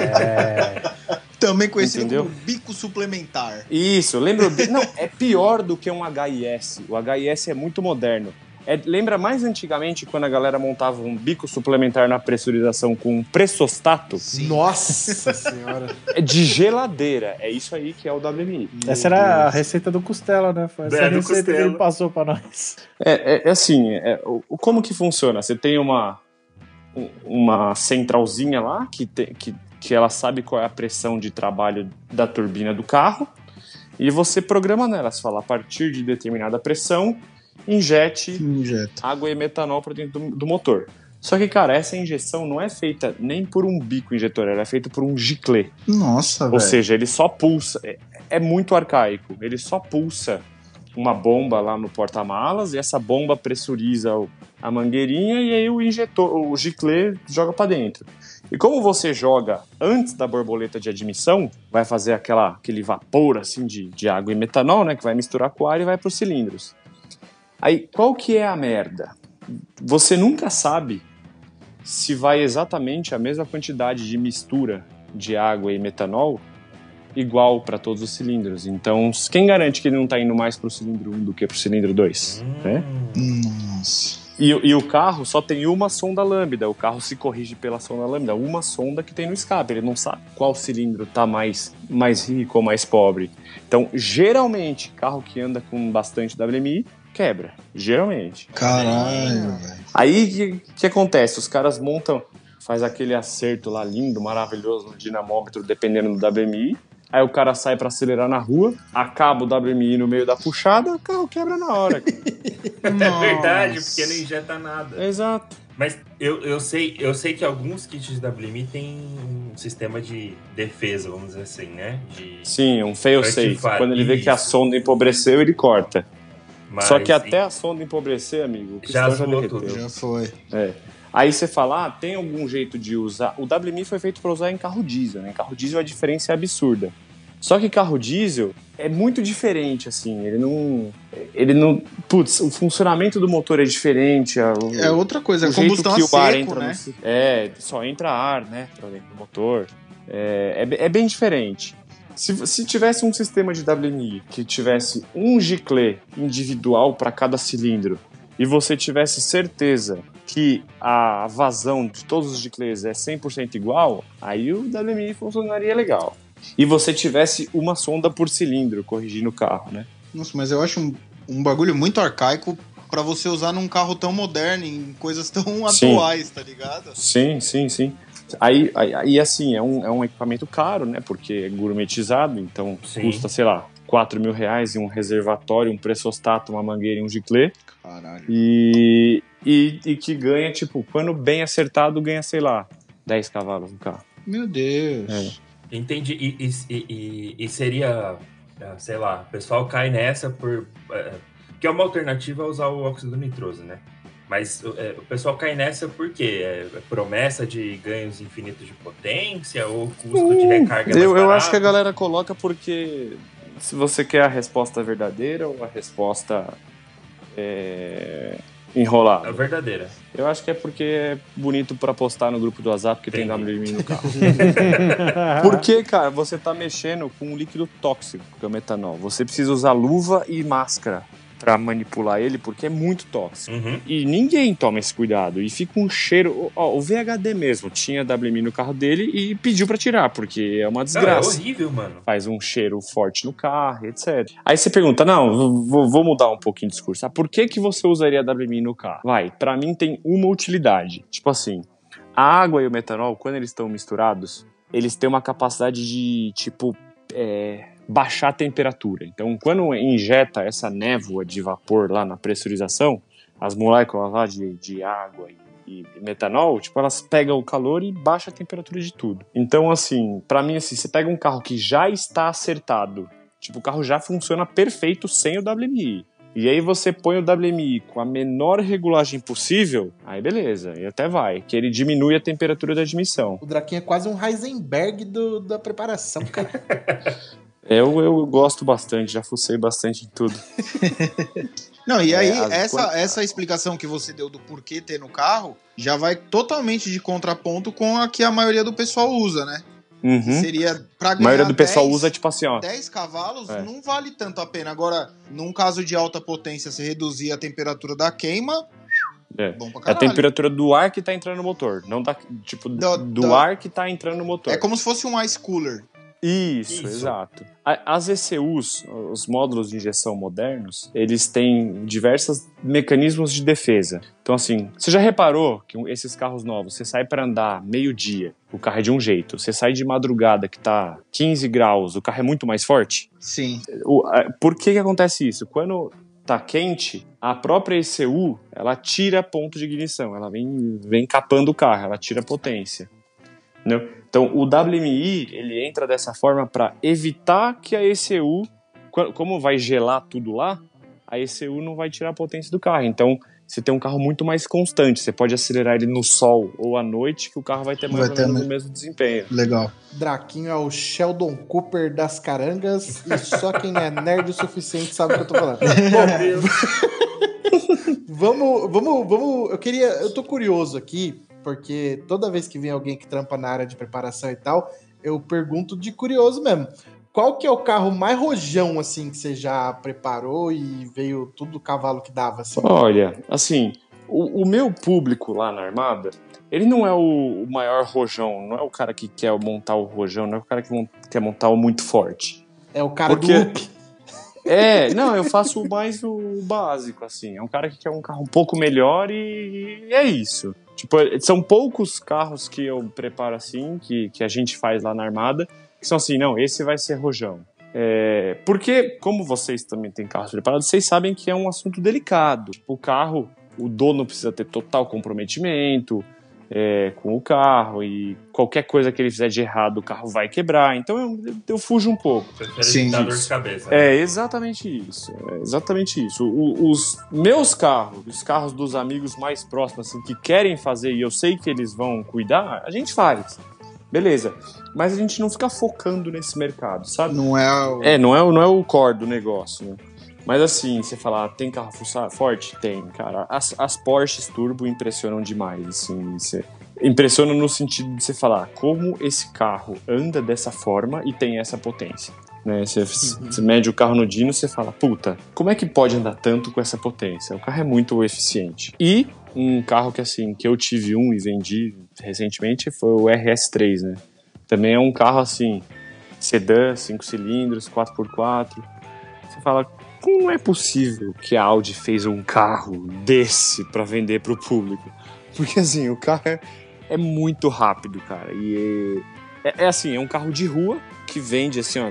É. Também conhecido Entendeu? como bico suplementar. Isso, lembra? Não, é pior do que um H I S. O H I S é muito moderno. É, lembra mais antigamente quando a galera montava um bico suplementar na pressurização com um pressostato? Nossa senhora. É de geladeira. É isso aí que é o W M I. Essa era a receita do Costela, né? Foi essa É, do receita que Costela. ele passou pra nós. É, é, é assim, é, o, como que funciona? Você tem uma, um- uma centralzinha lá que, te, que, que ela sabe qual é a pressão de trabalho da turbina do carro e você programa nela. Você fala, a partir de determinada pressão, injete Injeta. água e metanol para dentro do, do motor. Só que, cara, essa injeção não é feita nem por um bico injetor, ela é feita por um giclê. Nossa, Ou velho. seja, ele só pulsa. É, é muito arcaico. Ele só pulsa uma bomba lá no porta-malas e essa bomba pressuriza o- a mangueirinha e aí o injetor, o giclê joga para dentro. E como você joga antes da borboleta de admissão, vai fazer aquela, aquele vapor assim de, de água e metanol, né, que vai misturar com o ar e vai para os cilindros. Aí, qual que é a merda? Você nunca sabe se vai exatamente a mesma quantidade de mistura de água e metanol igual para todos os cilindros. Então, quem garante que ele não está indo mais para o cilindro um do que para o cilindro dois? Né? Nossa. E, e o carro só tem uma sonda lambda. O carro se corrige pela sonda lambda. Uma sonda que tem no escape. Ele não sabe qual cilindro está mais, mais rico ou mais pobre. Então, geralmente, carro que anda com bastante W M I quebra. Geralmente. Caralho, velho. Aí, o que, que acontece? Os caras montam, faz aquele acerto lá lindo, maravilhoso no dinamômetro, dependendo do W M I. Aí o cara sai pra acelerar na rua, acaba o W M I no meio da puxada, o carro quebra na hora. É verdade, porque não injeta nada. Exato. Mas eu, eu, sei, eu sei que alguns kits de W M I tem um sistema de defesa, vamos dizer assim, né? De... Sim, um fail-safe. Rectifier, Quando ele vê que a isso. sonda empobreceu, ele corta. Mas, Só que até a sonda empobrecer, amigo, o Já pistão já zoou derreteu. tudo. Já foi. É. Aí você fala, ah, tem algum jeito de usar... O W M I foi feito para usar em carro diesel, né? Em carro diesel a diferença é absurda. Só que carro diesel é muito diferente, assim, ele não... Ele não... Putz, o funcionamento do motor é diferente. a- o- É outra coisa, é o jeito combustão que a o ar seco, entra né? no ci- É, só entra ar, né, pra dentro do motor. É, é, be- é bem diferente. Se, se tivesse um sistema de W M I que tivesse um giclê individual para cada cilindro e você tivesse certeza que a vazão de todos os giclês é cem por cento igual, aí o W M I funcionaria legal. E você tivesse uma sonda por cilindro corrigindo o carro, né? Nossa, mas eu acho um, um bagulho muito arcaico pra você usar num carro tão moderno, em coisas tão Sim. atuais, tá ligado? Sim, sim, sim. Aí, aí, aí, assim, é um, é um equipamento caro, né? Porque é gourmetizado, então Sim. custa, sei lá, quatro mil reais e um reservatório, um pressostato, uma mangueira e um giclê. Caralho. E, e, e que ganha, tipo, quando bem acertado, ganha, sei lá, dez cavalos no carro. Meu Deus. É. Entendi. E, e, e, e seria, sei lá, o pessoal cai nessa por... É, que é uma alternativa a usar o óxido nitroso, né? Mas é, o pessoal cai nessa por quê? É promessa de ganhos infinitos de potência ou custo de recarga mais eu, eu acho barato? que a galera coloca porque se você quer a resposta verdadeira ou a resposta é, enrolada. É verdadeira. Eu acho que é porque é bonito pra postar no grupo do WhatsApp que tem W M I no carro. Porque, cara, você tá mexendo com um líquido tóxico, que é o metanol. Você precisa usar luva e máscara pra manipular ele, porque é muito tóxico. Uhum. E ninguém toma esse cuidado. E fica um cheiro... Ó, o V H D mesmo tinha W M I no carro dele e pediu pra tirar, porque é uma desgraça. Não, é horrível, mano. Faz um cheiro forte no carro, etcétera. Aí você pergunta, não, vou, vou mudar um pouquinho de discurso. Ah, por que que você usaria W M I no carro? Vai, pra mim tem uma utilidade. Tipo assim, a água e o metanol, quando eles estão misturados, eles têm uma capacidade de, tipo... É... baixar a temperatura. Então, quando injeta essa névoa de vapor lá na pressurização, as moléculas lá de, de água e, e metanol, tipo, elas pegam o calor e baixam a temperatura de tudo. Então, assim, pra mim, assim, você pega um carro que já está acertado, tipo, o carro já funciona perfeito sem o W M I. E aí você põe o W M I com a menor regulagem possível, aí beleza, e até vai, que ele diminui a temperatura da admissão. O Draquinho é quase um Heisenberg do, da preparação, cara. Eu, eu gosto bastante, já fucei bastante em tudo. Não, e aí, É, as- essa, quando- essa explicação que você deu do porquê ter no carro já vai totalmente de contraponto com a que a maioria do pessoal usa, né? Uhum. Que seria pra A ganhar maioria do pessoal dez usa, tipo assim, ó. dez cavalos, É. não vale tanto a pena. Agora, num caso de alta potência, você reduzir a temperatura da queima, É. bom pra É a caralho. temperatura do ar que tá entrando no motor. Não da, tipo, Do- do, do- ar que tá entrando no motor. É como se fosse um ice cooler. Isso, Isso. exato. A- As E C Us, os módulos de injeção modernos, eles têm diversos mecanismos de defesa. Então, assim, você já reparou que esses carros novos, você sai para andar meio-dia, o carro é de um jeito. Você sai de madrugada, que tá quinze graus, o carro é muito mais forte? Sim. O- a- Por que que acontece isso? Quando tá quente, a própria E C U, ela tira ponto de ignição, ela vem, vem capando o carro, ela tira potência. Entendeu? Então, o W M I, ele entra dessa forma para evitar que a E C U, qu- como vai gelar tudo lá, a E C U não vai tirar a potência do carro. Então, você tem um carro muito mais constante. Você pode acelerar ele no sol ou à noite, que o carro vai ter mais Vai ou ter menos mais- o mesmo desempenho. Legal. Draquinho é o Sheldon Cooper das carangas e só quem não é nerd o suficiente sabe o que eu tô falando. Bom, vamos, vamos, vamos. Eu queria. Eu tô curioso aqui, porque toda vez que vem alguém que trampa na área de preparação e tal, eu pergunto de curioso mesmo. Qual que é o carro mais rojão, assim, que você já preparou e veio tudo do cavalo que dava, assim? Olha, assim, o, o meu público lá na Armada, ele não é o, o maior rojão, não é o cara que quer montar o rojão, não é o cara que mon- quer montar o muito forte. É o cara Porque- do Up. É, não, eu faço mais o básico, assim. É um cara que quer um carro um pouco melhor e, e é isso. Tipo, são poucos carros que eu preparo assim, que, que a gente faz lá na Armada, que são assim, não, esse vai ser rojão. É, porque, como vocês também têm carros preparados, vocês sabem que é um assunto delicado. Tipo, o carro, o dono precisa ter total comprometimento é, com o carro e qualquer coisa que ele fizer de errado, o carro vai quebrar. Então eu, eu fujo um pouco. Prefere Sim, evitar dor isso. de cabeça. É exatamente isso. É exatamente isso. O- os meus carros, os carros dos amigos mais próximos, assim, que querem fazer e eu sei que eles vão cuidar, a gente faz. Beleza. Mas a gente não fica focando nesse mercado, sabe? Não é o... É, não é, o- não é o core do negócio, né? Mas assim, você falar, ah, tem carro fuça- forte? Tem, cara. As, as Porsches Turbo impressionam demais, assim. Você impressiona no sentido de você falar como esse carro anda dessa forma e tem essa potência. Né? Você, você mede o carro no dyno e você fala, puta, como é que pode andar tanto com essa potência? O carro é muito eficiente. E um carro que assim, que eu tive um e vendi recentemente foi o R S três, né? Também é um carro assim, sedã, cinco cilindros, quatro por quatro. Você fala, como é possível que a Audi fez um carro desse pra vender pro público? Porque assim, o carro é, é muito rápido, cara. E é, é, é assim, é um carro de rua que vende assim, ó,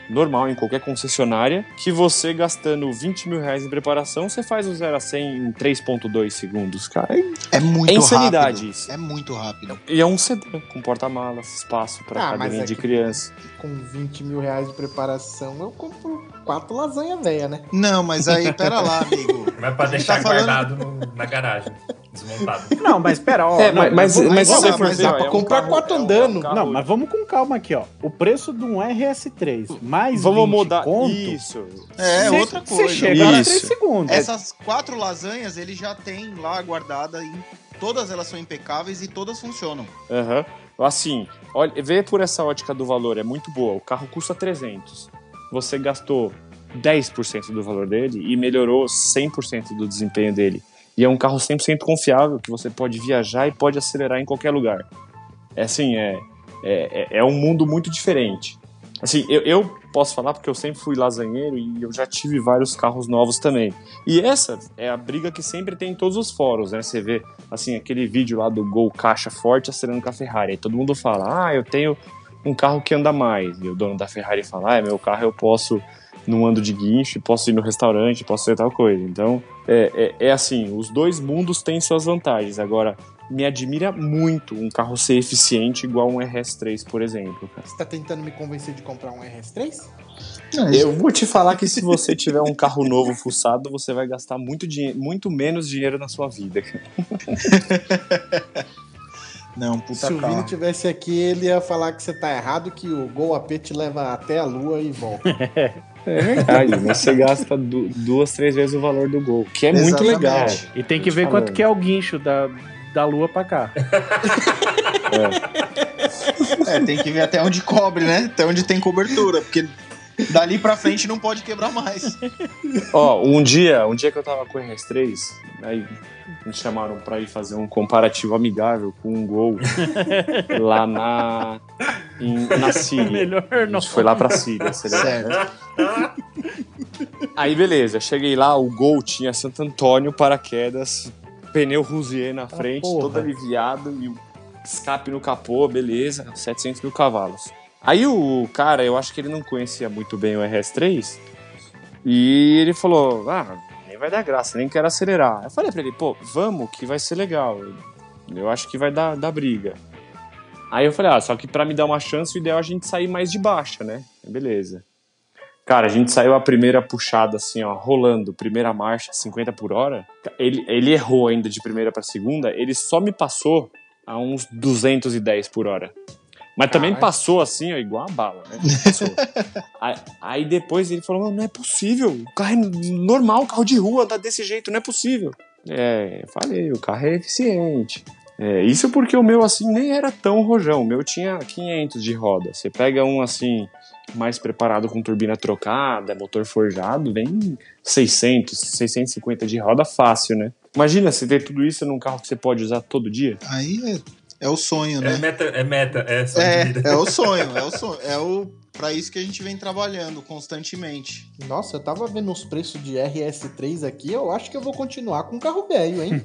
normal em qualquer concessionária, que você gastando vinte mil reais em preparação, você faz o zero a cem em três ponto dois segundos, cara. É muito é insanidade rápido. isso. É muito rápido. E é um sedã com porta-malas, espaço pra Ah, mas cadeirinha é de que- criança. Com vinte mil reais de preparação, eu compro quatro lasanha velha, né? Não, mas aí, pera lá, amigo. Mas pra deixar tá falando- guardado no- na garagem, desmontado. Não, mas pera, ó. É, não, mas, mas, vamos- mas se vamos você lá, for mas ver, dá ó, pra é um comprar carro- quatro é um andando. carro- Não, mas vamos com calma aqui, ó. O preço de um R S três mais Vamos vinte mudar conto, isso. É, cê- outra Você coisa. chega a Isso. três segundos. Essas quatro lasanhas, ele já tem lá guardada e todas elas são impecáveis e todas funcionam. Aham. Assim, olha, vê por essa ótica do valor, é muito boa. O carro custa trezentos. Você gastou dez por cento do valor dele e melhorou cem por cento do desempenho dele. E é um carro cem por cento confiável, que você pode viajar e pode acelerar em qualquer lugar. É assim, é, é, é um mundo muito diferente. Assim, eu, eu posso falar porque eu sempre fui lasanheiro e eu já tive vários carros novos também. E essa é a briga que sempre tem em todos os fóruns, né? Você vê, assim, aquele vídeo lá do Gol caixa forte acelerando com a Ferrari. Aí todo mundo fala, ah, eu tenho um carro que anda mais. E o dono da Ferrari fala, ah, meu carro eu posso, não ando de guincho, posso ir no restaurante, posso fazer tal coisa. Então, é, é, é assim, os dois mundos têm suas vantagens. Agora, me admira muito um carro ser eficiente igual um R S três, por exemplo. Você tá tentando me convencer de comprar um R S três? Eu vou te falar que se você tiver um carro novo fuçado, você vai gastar muito, dinhe- muito menos dinheiro na sua vida. Não, puta Se o Vini carro. tivesse aqui, ele ia falar que você tá errado, que o Gol A P te leva até a lua e volta. É verdade, mas você gasta du- duas, três vezes o valor do Gol, que é muito Exatamente. legal. E tem que Tô te ver falando. quanto que é o guincho da, da lua pra cá. É, tem que ver até onde cobre, né? Até onde tem cobertura, porque dali pra frente não pode quebrar mais. Ó, um dia, um dia que eu tava com o R S três, aí me chamaram pra ir fazer um comparativo amigável com um Gol lá na, em- na Síria. Melhor A não. gente foi lá pra Síria, acelerar, né? Certo. Aí beleza, cheguei lá, o Gol tinha Santo Antônio, paraquedas, pneu Rousier na frente, porra. todo aliviado, e o escape no capô, beleza, setecentos mil cavalos. Aí o cara, eu acho que ele não conhecia muito bem o R S três, e ele falou, ah, nem vai dar graça, nem quero acelerar. Eu falei pra ele, pô, vamos que vai ser legal, eu acho que vai dar, dar briga. Aí eu falei, ah, só que pra me dar uma chance, o ideal é a gente sair mais de baixa, né? Beleza. Cara, a gente saiu a primeira puxada assim, ó, rolando, primeira marcha, cinquenta por hora. Ele, ele errou ainda de primeira pra segunda, ele só me passou a uns duzentos e dez por hora. Mas também Caralho. passou assim, ó, igual a bala, né? Passou. aí, aí depois ele falou, não é possível, o carro é normal, carro de rua, tá desse jeito, não é possível. É, eu falei, o carro é eficiente. É, isso porque o meu, assim, nem era tão rojão. O meu tinha quinhentos de roda. Você pega um, assim, mais preparado com turbina trocada, motor forjado, vem seiscentos, seiscentos e cinquenta de roda fácil, né? Imagina você ter tudo isso num carro que você pode usar todo dia. Aí é, é o sonho, É né? meta, é meta, é só de É, vida. é o sonho, é o sonho. É o pra isso que a gente vem trabalhando constantemente. Nossa, eu tava vendo os preços de R S três aqui, eu acho que eu vou continuar com carro velho, hein?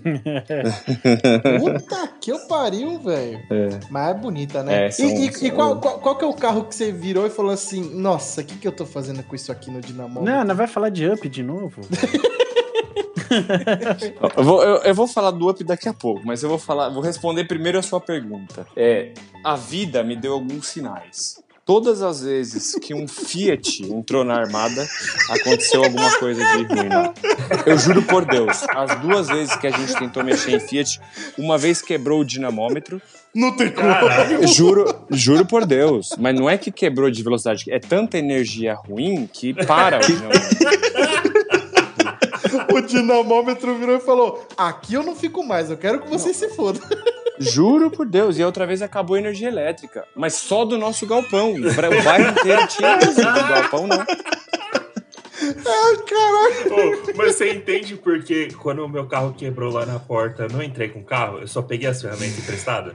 Puta que eu pariu, velho. É. Mas é bonita, né? É, são- e e- são- e qual, qual, qual que é o carro que você virou e falou assim, nossa, o que, que eu tô fazendo com isso aqui no Dinamômetro? Não, não vai falar de Up de novo? Eu vou, eu, eu vou falar do Up daqui a pouco, mas eu vou falar, vou responder primeiro a sua pergunta. É, a vida me deu alguns sinais. Todas as vezes que um Fiat entrou na armada, aconteceu alguma coisa de ruim lá. Eu juro por Deus, as duas vezes que a gente tentou mexer em Fiat, uma vez quebrou o dinamômetro. Não tem como. Caralho. Juro, juro por Deus. Mas não é que quebrou de velocidade, é tanta energia ruim que para o dinamômetro. O dinamômetro virou e falou, aqui eu não fico mais, eu quero que você se foda. Juro por Deus. E a outra vez acabou a energia elétrica. Mas só do nosso galpão. O bairro inteiro tinha energia, do galpão não. Ai, caralho. Ô, mas você entende porque quando o meu carro quebrou lá na porta, eu não entrei com o carro, eu só peguei as ferramentas emprestadas?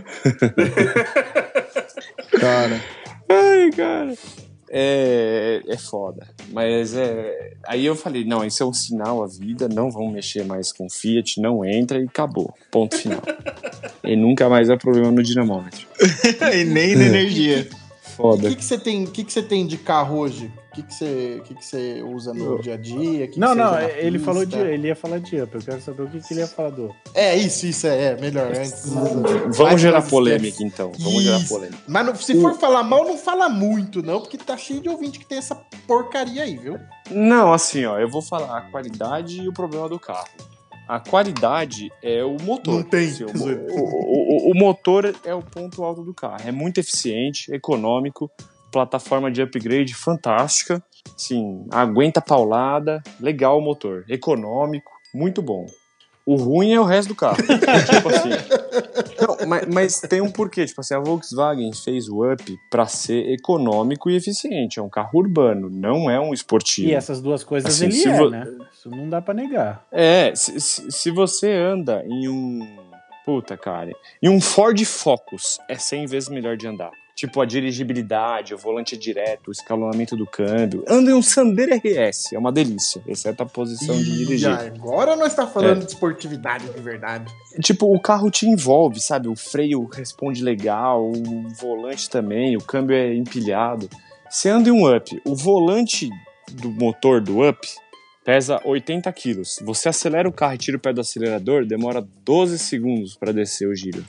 Cara. Ai, cara. É, é foda. Mas é. Aí eu falei: não, isso é um sinal à vida, não vamos mexer mais com Fiat, não entra e acabou. Ponto final. E nunca mais é problema no dinamômetro. E nem na energia. foda. O que que você tem, que que você tem de carro hoje? O que que você, que que você usa no dia a dia? Que Não, que você não, usa na ele pista? falou de. Ele ia falar de Up. Eu quero saber o que, que ele ia falar do Up. É, isso, isso é, é melhor. Antes, Vamos gerar polêmica, então. Vamos gerar Isso. polêmica. Mas não- se for falar mal, não fala muito, não, porque tá cheio de ouvinte que tem essa porcaria aí, viu? Não, assim, ó, eu vou falar a qualidade e o problema do carro. A qualidade é o motor. Não tem. Assim, o, o, o, o motor é o ponto alto do carro. É muito eficiente, econômico, plataforma de upgrade fantástica. Sim, aguenta paulada, legal o motor. Econômico, muito bom. O ruim é o resto do carro. Tipo assim. Não, mas, mas tem um porquê. Tipo assim, a Volkswagen fez o Up pra ser econômico e eficiente. É um carro urbano, não é um esportivo. E essas duas coisas Assim, ele se é, vo- né? Isso não dá pra negar. É, se, se, se você anda em um... Puta, cara. Em um Ford Focus, é cem vezes melhor de andar. Tipo, a dirigibilidade, o volante é direto, o escalonamento do câmbio. Anda em um Sandero R S, é uma delícia. Exceto a posição de Ih, dirigir. agora nós tá falando É. de esportividade de verdade. Tipo, o carro te envolve, sabe? O freio responde legal, o volante também, o câmbio é empilhado. Você anda em um Up, o volante do motor do Up pesa oitenta quilos. Você acelera o carro e tira o pé do acelerador, demora doze segundos pra descer o giro.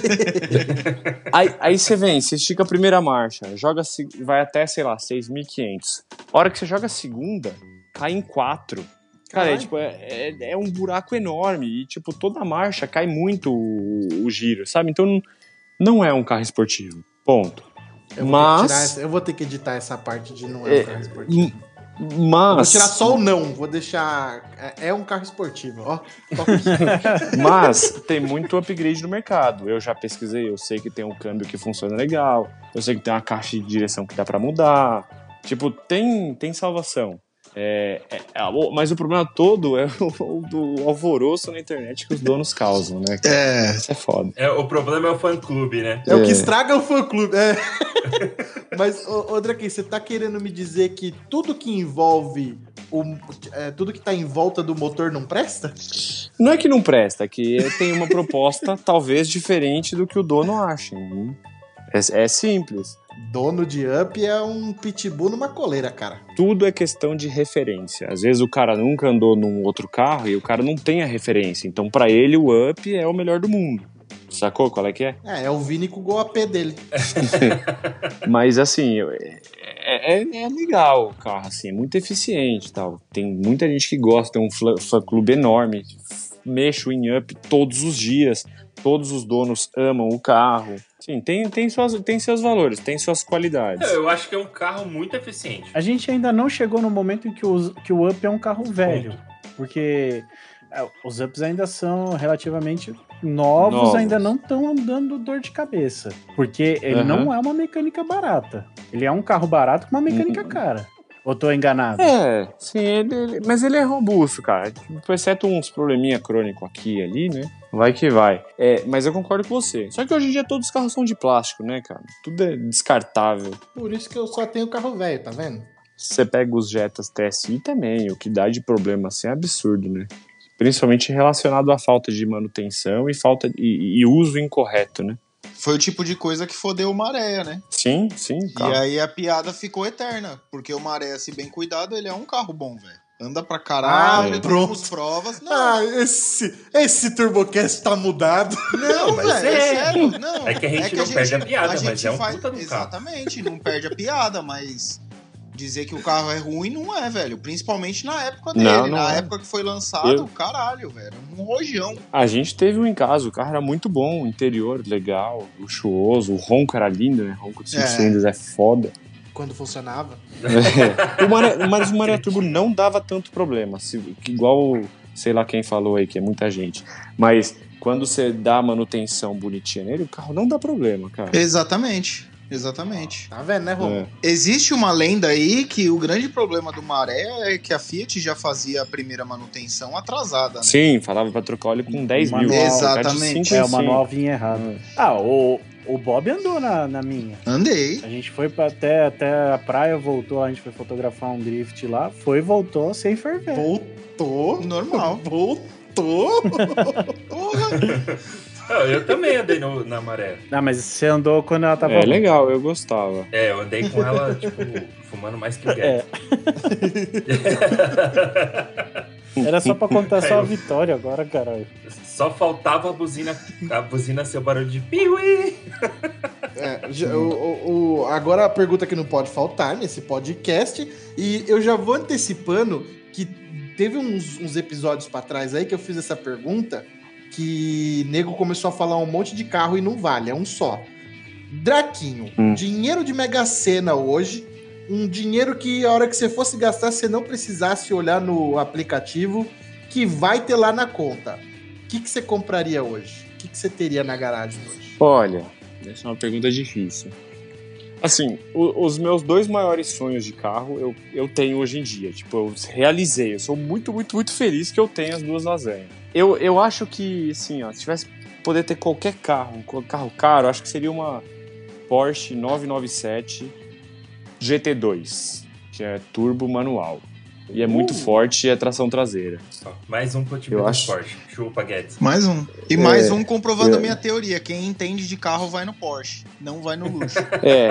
aí, aí você vem, você estica a primeira marcha, joga, a se- vai até, sei lá, seis mil e quinhentos. A hora que você joga a segunda, cai em quatro. Cara, é, Caralho. tipo, é, é, é um buraco enorme e, tipo, toda marcha cai muito o, o giro, sabe? Então, não, não é um carro esportivo. Ponto. Eu vou, ter que Mas... tirar essa- eu vou ter que editar essa parte de não é um É, carro esportivo. Mas... Vou tirar só o não, vou deixar... É, é um carro esportivo, ó. Top. Mas tem muito upgrade no mercado. Eu já pesquisei, eu sei que tem um câmbio que funciona legal, eu sei que tem uma caixa de direção que dá pra mudar. Tipo, tem, tem salvação. É, é, é, o- mas o problema todo é o, o do alvoroço na internet que os donos causam, né? É. Isso é foda. É, o problema é o fã-clube, né? É o que É. estraga o fã-clube. É. Mas, ô, ô Drake, você tá querendo me dizer que tudo que envolve... O, é, tudo que tá em volta do motor não presta? Não é que não presta, é que tem uma proposta talvez diferente do que o dono acha. hein? É, é simples. Dono de Up é um pitbull numa coleira, cara. Tudo é questão de referência. Às vezes o cara nunca andou num outro carro e o cara não tem a referência. Então, pra ele, o Up é o melhor do mundo. Sacou qual é que é? É, é o Vini com o Gol A P dele. Mas, assim, eu- é, é- é legal o carro, assim, é muito eficiente e tal. Tem muita gente que gosta, tem um fla- fã-clube enorme. Mexo em Up todos os dias. Todos os donos amam o carro. Sim, tem, tem, suas, tem seus valores, tem suas qualidades. Eu acho que é um carro muito eficiente. A gente ainda não chegou no momento em que o, que o Up é um carro velho. Porque é, os Ups ainda são relativamente novos, Novos. ainda não estão dando dor de cabeça. Porque ele Aham. não é uma mecânica barata. Ele é um carro barato com uma mecânica cara. Ou tô enganado? É, sim, ele, ele- mas ele é robusto, cara. Tipo, exceto uns probleminha crônico aqui e ali, né? Vai que vai. É, mas eu concordo com você. Só que hoje em dia todos os carros são de plástico, né, cara? Tudo é descartável. Por isso que eu só tenho carro velho, tá vendo? Você pega os Jetas T S I também, o que dá de problema assim é absurdo, né? Principalmente relacionado à falta de manutenção e falta e, e uso incorreto, né? Foi o tipo de coisa que fodeu o Maré, né? Sim, sim. E Carro. aí a piada ficou eterna, porque o Maré, se bem cuidado, ele é um carro bom, velho. Anda pra caralho, Ah, temos pronto. provas. Não, Ah, esse, esse TurboCast tá mudado. não, mas velho, é, é. sério. Não, É que a gente não perde a piada, mas gente é um faz- puta do carro. Exatamente, não perde a piada, mas dizer que o carro é ruim não é, velho. Principalmente na época dele. Não, não na é. época que foi lançado, Eu- caralho, velho. Um rojão. A gente teve um em casa, o carro era muito bom, interior legal, luxuoso, o ronco era lindo, né? O ronco de cinco É. cilindros é foda. Quando funcionava. É. O Maré, mas o Maré Turbo não dava tanto problema, se- igual, sei lá quem falou aí, que é muita gente. Mas quando você dá manutenção bonitinha nele, o carro não dá problema, cara. Exatamente. Exatamente. Tá vendo, né, Romulo? É. Existe uma lenda aí que o grande problema do Maré é que a Fiat já fazia a primeira manutenção atrasada, né? Sim, falava pra trocar óleo com dez mil. Manual. Exatamente. É É uma novinha errada. Ah, o, o Bob andou na, na minha. Andei. A gente foi pra até, até a praia, voltou, a gente foi fotografar um drift lá, foi e voltou sem ferver. Voltou. Normal. Voltou. Porra. Não, eu também andei no, na maré. Ah, mas você andou quando ela tava... É legal, eu gostava. É, eu andei com ela, tipo, fumando mais que o Guedes. É. Era só pra contar só a vitória agora, caralho. Só faltava a buzina, a buzina ser o barulho de piuí. É, já- o- o- o- agora a pergunta que não pode faltar nesse podcast, e eu já vou antecipando que teve uns, uns episódios pra trás aí que eu fiz essa pergunta, que nego começou a falar um monte de carro e não vale, é um só. Draquinho, Hum. dinheiro de Mega Sena hoje, um dinheiro que a hora que você fosse gastar, você não precisasse olhar no aplicativo, que vai ter lá na conta. O que, que você compraria hoje? O que, que você teria na garagem hoje? Olha, essa é uma pergunta difícil. Assim, o- os meus dois maiores sonhos de carro eu, eu tenho hoje em dia. Tipo, eu realizei. Eu sou muito, muito, muito feliz que eu tenho as duas lasanhas. Eu, eu acho que, assim, ó, se tivesse poder ter qualquer carro, um carro caro, acho que seria uma Porsche novecentos e noventa e sete G T dois, que é turbo manual. E é muito Uh. forte e é tração traseira. Ó, mais um pro time Eu do acho- Porsche. Chupa, Guedes. Mais um. E mais É, um comprovando é. a minha teoria. Quem entende de carro vai no Porsche, não vai no luxo. É,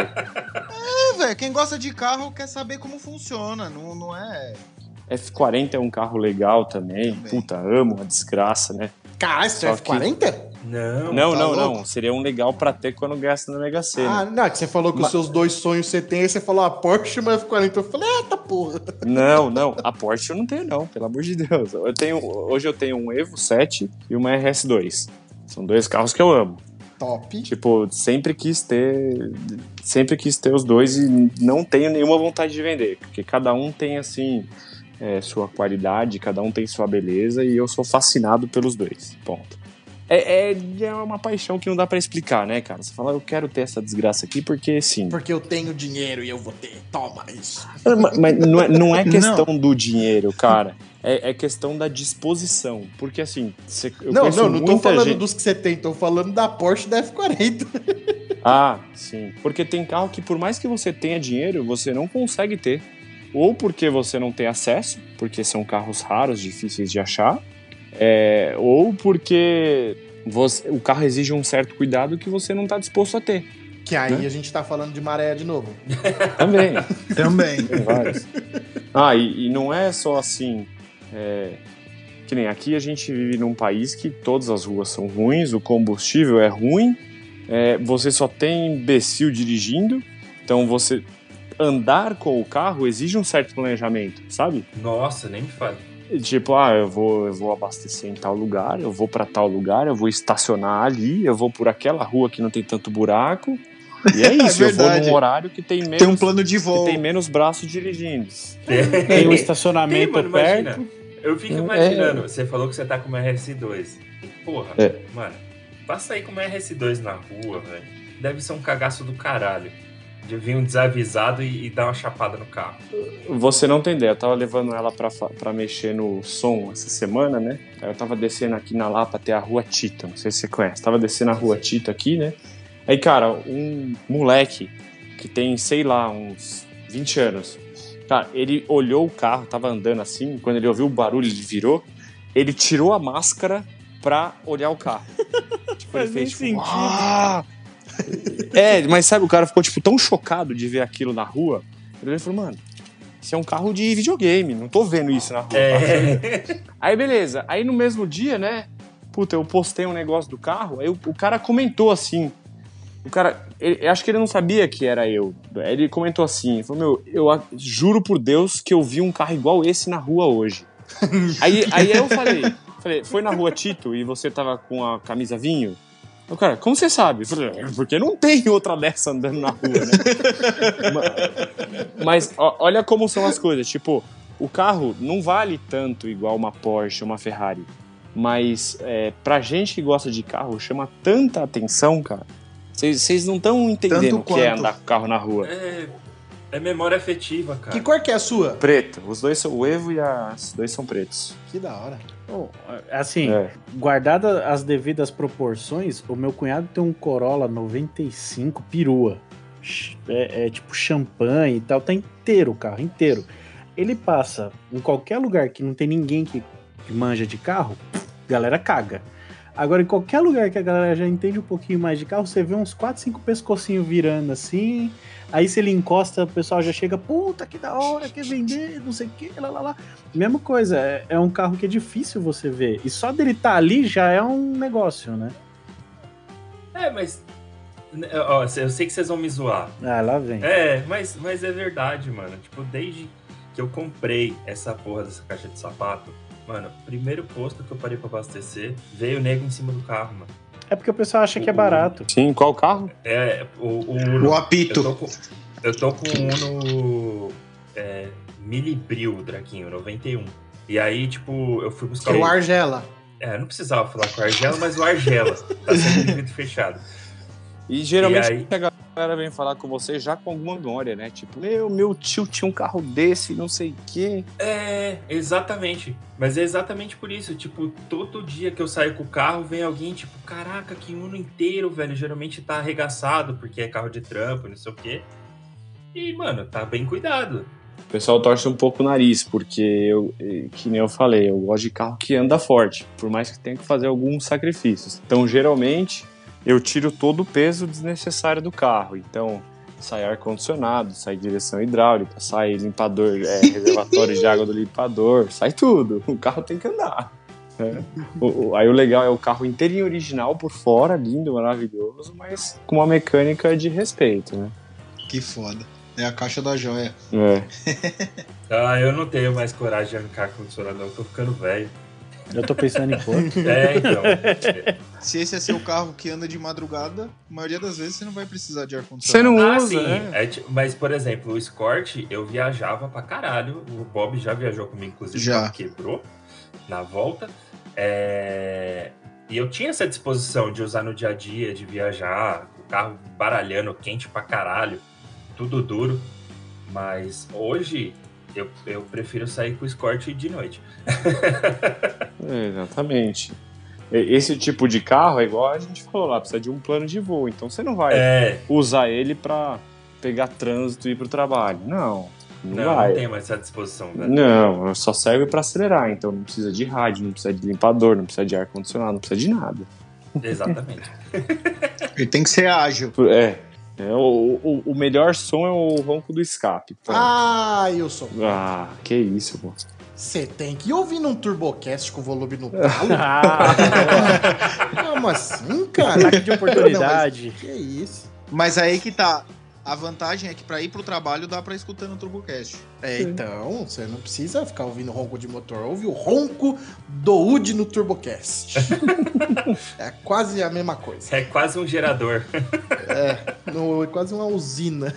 É, velho, quem gosta de carro quer saber como funciona, não, não é... F quarenta é um carro legal também. Também. Puta, amo a desgraça, né? Caralho, você é Só F quarenta? Não. Não, tá não, louco? não. Seria um legal pra ter quando gasta na Mega Sena. Ah, não, é que você falou que Ma- os seus dois sonhos você tem, aí você falou a Porsche, mas F quarenta. Eu falei, eita porra. Não, não. A Porsche eu não tenho, não. Pelo amor de Deus. Eu tenho, hoje eu tenho um Evo sete e uma R S dois. São dois carros que eu amo. Top. Tipo, sempre quis ter... Sempre quis ter os dois e não tenho nenhuma vontade de vender. Porque cada um tem, assim, é, sua qualidade, cada um tem sua beleza e eu sou fascinado pelos dois. Ponto. É, é, é uma paixão que não dá pra explicar, né, cara? Você fala, eu quero ter essa desgraça aqui porque, sim. Porque eu tenho dinheiro e eu vou ter. Toma isso. Mas, mas não, é, não é questão do dinheiro, cara. É, é questão da disposição. Porque, assim, você, eu não, conheço não, não tô muita falando gente... dos que você tem, tô falando da Porsche da F quarenta. Ah, sim. Porque tem carro que, por mais que você tenha dinheiro, você não consegue ter. Ou porque você não tem acesso, porque são carros raros, difíceis de achar. É, ou porque você- o carro exige um certo cuidado que você não está disposto a ter. Que aí Né? a gente tá falando de maré de novo. Também. Também. Tem vários. Ah, e, e não é só assim. é, que nem aqui a gente vive num país que todas as ruas são ruins, o combustível é ruim, é, você só tem imbecil dirigindo, então você andar com o carro exige um certo planejamento, sabe? Nossa, nem me fale. Tipo, ah, eu vou, eu vou abastecer em tal lugar, eu vou pra tal lugar, eu vou estacionar ali, eu vou por aquela rua que não tem tanto buraco. E é isso, eu vou verdade. num horário que tem menos, Tem um plano de que voo. tem menos braços dirigindo. Tem um estacionamento Tem, mano, perto. imagina. Eu fico É. imaginando, você falou que você tá com uma R S dois. E, porra, É. mano, passa aí com uma R S dois na rua, velho. Deve ser um cagaço do caralho. De vir um desavisado e, e dar uma chapada no carro. Você não tem ideia, eu tava levando ela pra, fa- pra mexer no som essa semana, né? Aí eu tava descendo aqui na Lapa até a Rua Tita, não sei se você conhece. Tava descendo a Rua Tita aqui, né? Aí, cara, um moleque que tem, sei lá, uns vinte anos. Cara, ele olhou o carro, tava andando assim, quando ele ouviu o barulho, ele virou, ele tirou a máscara pra olhar o carro. Tipo, Faz nem tipo, sentido. "Ah!" É, mas sabe, o cara ficou, tipo, tão chocado de ver aquilo na rua. Ele falou, mano, isso é um carro de videogame, não tô vendo isso na rua. É. Aí, beleza. Aí, no mesmo dia, né, puta, eu postei um negócio do carro, aí o, o cara comentou assim, o cara, ele, eu acho que ele não sabia que era eu. Aí ele comentou assim, ele falou, meu, eu a- juro por Deus que eu vi um carro igual esse na rua hoje. aí, aí eu falei, falei, foi na Rua Tito e você tava com a camisa vinho? O cara, como você sabe? Eu falei, porque não tem outra dessa andando na rua, né? Ma- Mas ó, olha como são as coisas. Tipo, o carro não vale tanto igual uma Porsche ou uma Ferrari. Mas é, pra gente que gosta de carro, chama tanta atenção, cara. Vocês não estão entendendo o que é quanto. andar com carro na rua. É, é memória afetiva, cara. Que cor que é a sua? Preto. Os dois são, o Evo e a, os dois são pretos. Que da hora. Oh, assim, É. guardada as devidas proporções, o meu cunhado tem um Corolla noventa e cinco perua. É, é tipo champanhe e tal, tá inteiro o carro, inteiro. Ele passa em qualquer lugar que não tem ninguém que, que manja de carro, galera caga. Agora, em qualquer lugar que a galera já entende um pouquinho mais de carro, você vê uns quatro, cinco pescocinhos virando assim. Aí se ele encosta, o pessoal já chega, puta, que da hora, quer vender, não sei o que, lá, lá, lá. Mesma coisa, é, é um carro que é difícil você ver. E só dele estar ali já é um negócio, né? É, mas... Ó, eu sei que vocês vão me zoar. Ah, lá vem. É, mas, mas é verdade, mano. Tipo, desde que eu comprei essa porra dessa caixa de sapato, mano, primeiro posto que eu parei pra abastecer, veio o nego em cima do carro, mano. É porque o pessoal acha que é barato. Sim, qual carro? É, o, o Uno. O apito. Eu tô com, eu tô com um Uno é, Milibril, Draquinho, noventa e um. E aí, tipo, eu fui buscar Que é o Argela. É, não precisava falar com o Argela, mas o Argela. Tá sempre vidro fechado. E geralmente E aí? a galera vem falar com você já com alguma memória, né? Tipo, meu, meu tio tinha um carro desse, não sei o quê. É, exatamente. Mas é exatamente por isso. Tipo, todo dia que eu saio com o carro, vem alguém, tipo, caraca, que Uno inteiro, velho. Geralmente tá arregaçado, porque é carro de trampo, não sei o quê. E, mano, tá bem cuidado. O pessoal torce um pouco o nariz, porque, eu, que nem eu falei, eu gosto de carro que anda forte, por mais que tenha que fazer alguns sacrifícios. Então, geralmente, eu tiro todo o peso desnecessário do carro. Então, sai ar-condicionado, sai direção hidráulica, sai limpador, é, reservatório de água do limpador, sai tudo. O carro tem que andar. É. O, o, aí o legal é o carro inteirinho original por fora, lindo, maravilhoso, mas com uma mecânica de respeito, né? Que foda. É a caixa da joia. É. Ah, eu não tenho mais coragem de arrancar ar-condicionado, não. Eu tô ficando velho. Eu tô pensando em pôr. É, então. Se esse é seu carro que anda de madrugada, a maioria das vezes você não vai precisar de Você ar-condicionado. não Ah, usa, sim. né? É, tipo, mas, por exemplo, o Escort, eu viajava pra caralho. O Bob já viajou comigo, inclusive, Já. o carro quebrou na volta. É... E eu tinha essa disposição de usar no dia a dia, de viajar, o carro baralhando, quente pra caralho, tudo duro. Mas hoje eu, eu prefiro sair com o Escort de noite. É, exatamente. Esse tipo de carro é igual a gente falou lá, precisa de um plano de voo. Então você não vai É, usar ele pra pegar trânsito e ir pro trabalho. Não, não, não, vai. não tenho mais essa disposição, velho. Não, só serve pra acelerar. Então não precisa de rádio, não precisa de limpador, não precisa de ar-condicionado, não precisa de nada. Exatamente. Ele tem que ser ágil. É, é o, o, o melhor som é o ronco do escape. Pronto. Ah, Wilson. Ah, que isso, pô. Você tem que ouvir num Turbocast com volume no talo. Ah, Como assim, cara? ataque de oportunidade. Que isso? Mas aí que tá. A vantagem é que pra ir pro trabalho dá pra escutar no TurboCast. É, então, você não precisa ficar ouvindo ronco de motor. Ouve o ronco do U D no Turbocast. É quase a mesma coisa. É quase um gerador. É, no, é quase uma usina.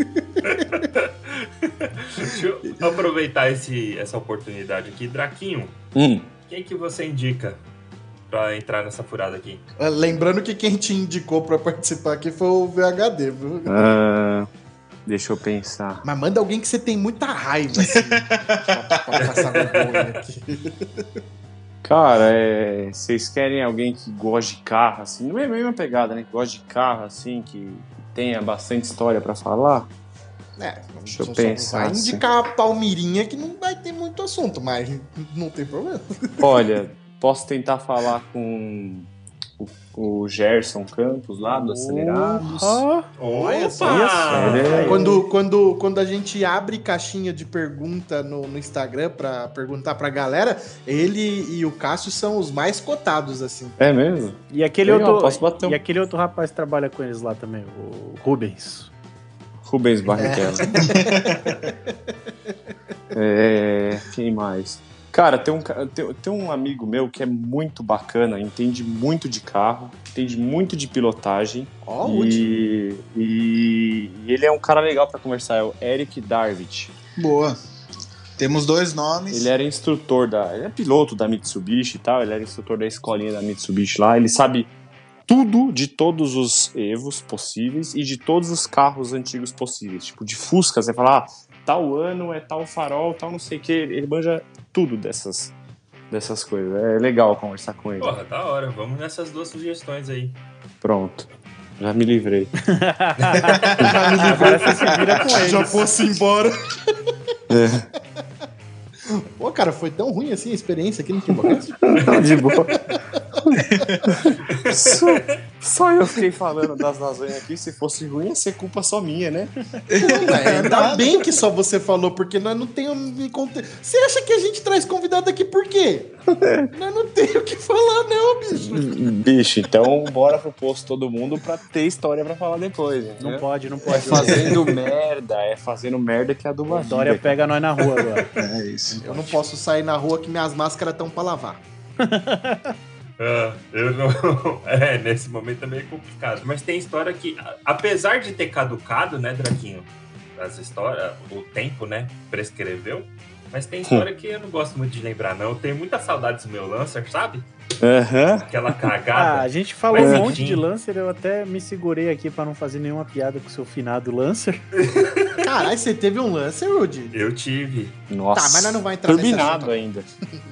Deixa eu aproveitar esse, essa oportunidade aqui. Draquinho, Hum. quem que você indica pra entrar nessa furada aqui? Lembrando que quem te indicou pra participar aqui foi o V H D, viu? Ah, deixa eu pensar. Mas manda alguém que você tem muita raiva, assim, pra, pra passar vergonha aqui. Cara, é, vocês querem alguém que goste de carro, assim, não é a mesma pegada, né? Que gosta de carro, assim, que tenha bastante história pra falar? É, não, Deixa eu só pensar, vai indicar a Palmirinha que não vai ter muito assunto, mas não tem problema. Olha, posso tentar falar com o, o Gerson Campos lá do Acelerados. Ah, Olha só. É. Quando, quando, quando a gente abre caixinha de pergunta no, no Instagram pra perguntar pra galera, ele e o Cássio são os mais cotados, assim. É mesmo? e aquele Legal, outro. posso bater um- E aquele outro rapaz que trabalha com eles lá também, o Rubens. Rubens Barrichello. É, quem mais? Cara, tem um, ca- tem, tem um amigo meu que é muito bacana, entende muito de carro, entende muito de pilotagem. Ó, o último. e, e, e ele é um cara legal pra conversar, é o Eric Darvich. Boa. Temos dois nomes. Ele era instrutor da. Ele é piloto da Mitsubishi e tal, ele era instrutor da escolinha da Mitsubishi lá, ele sabe tudo de todos os Evos possíveis e de todos os carros antigos possíveis. Tipo, de Fusca, você fala, ah, tal ano é tal farol, tal não sei o que. Ele manja tudo dessas, dessas coisas. É legal conversar com ele. Porra, da hora. Vamos nessas duas sugestões aí. Pronto. Já me livrei. Já me livrei. Agora você se vira com eles. Já fosse embora. É. Pô, cara, foi tão ruim assim a experiência aqui no Turbocast? De boa. só, só eu fiquei falando das lasanhas aqui. Se fosse ruim, ia ser culpa só minha, né? É, ainda bem que só você falou, porque nós não temos... Você acha que a gente traz convidado aqui por quê? Nós não temos o que falar, não, bicho. Bicho, então bora pro posto todo mundo pra ter história pra falar depois. Né? Não pode, não pode. É fazendo merda, é fazendo merda que é a do A Dória pega nós na rua agora. É isso. Eu não posso sair na rua que minhas máscaras estão pra lavar. Ah, eu não... É, nesse momento é meio complicado. Mas tem história que, apesar de ter caducado, né, Draquinho? As histórias, o tempo, né, prescreveu. Mas tem história que eu não gosto muito de lembrar, não. Eu tenho muita saudade do meu Lancer, sabe? Aham. Aquela cagada. Ah, a gente falou Mas, um monte enfim. de Lancer, eu até me segurei aqui pra não fazer nenhuma piada com o seu finado Lancer. Caralho, você teve um Lancer, Rudy? Eu tive. Nossa. Tá, mas nós não vamos entrar nesse Turbinado assunto. ainda.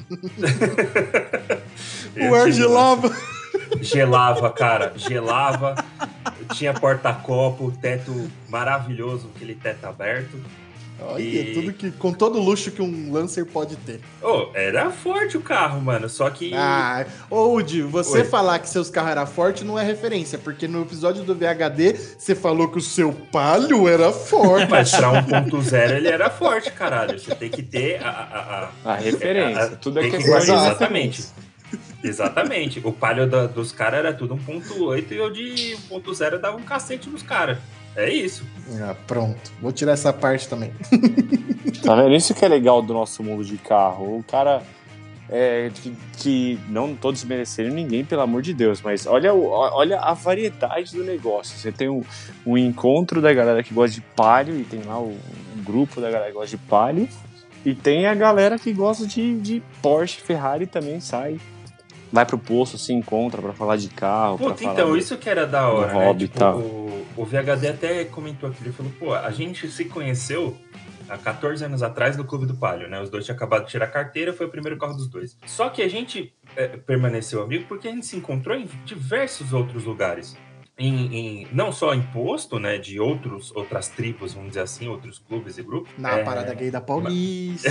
Eu O ar tive gelava. Gelava, cara. Gelava. Tinha porta-copo, teto maravilhoso, aquele teto aberto. Olha, E- tudo que, com todo o luxo que um Lancer pode ter. Oh, era forte o carro, mano. Só que. Ah, ô Udi, você Oi. falar que seus carros eram fortes não é referência, porque no episódio do V H D você falou que o seu Palio era forte. Mas pra um ponto zero ele era forte, caralho. Você tem que ter a. a, a, A referência. a- Tudo é tem que questão de guardar, exatamente. Exatamente. O palio da- dos caras era tudo um ponto oito e eu de um ponto zero dava um cacete nos caras. É isso. Ah, pronto. Vou tirar essa parte também. Tá vendo? Isso que é legal do nosso mundo de carro. O cara. É, que, que não tô desmerecendo ninguém, pelo amor de Deus, mas olha, o- olha a variedade do negócio. Você tem um, um encontro da galera que gosta de Palio, e tem lá o, um grupo da galera que gosta de Palio, e tem a galera que gosta de, de Porsche, Ferrari também sai. Vai pro posto, se encontra pra falar de carro. pra Puta, falar então, do- isso que era da hora, do né? hobby e Tipo, tal. o, o V H D até comentou aquilo, ele falou, pô, a gente se conheceu há quatorze anos atrás no Clube do Palio, né? Os dois tinham acabado de tirar carteira, foi o primeiro carro dos dois. Só que a gente é, permaneceu amigo porque a gente se encontrou em diversos outros lugares. Em, em- não só em posto, né? De outros, outras tribos, vamos dizer assim, outros clubes e grupos. Na É, parada gay da Paulista.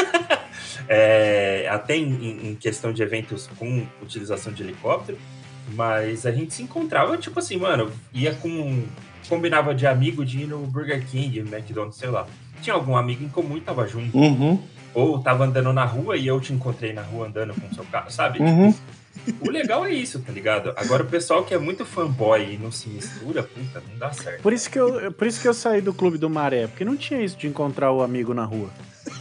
é, até em, em- em questão de eventos com utilização de helicóptero, mas a gente se encontrava, tipo assim, mano, ia com... combinava de amigo de ir no Burger King, McDonald's, sei lá. Tinha algum amigo em comum e tava junto. Uhum, Ou tava andando na rua e eu te encontrei na rua andando com o seu carro, sabe? uhum. O legal é isso, tá ligado? Agora o pessoal que é muito fanboy e não se mistura, puta, não dá certo. Por isso que eu, por isso que eu saí do Clube do Maré, porque não tinha isso de encontrar o amigo na rua.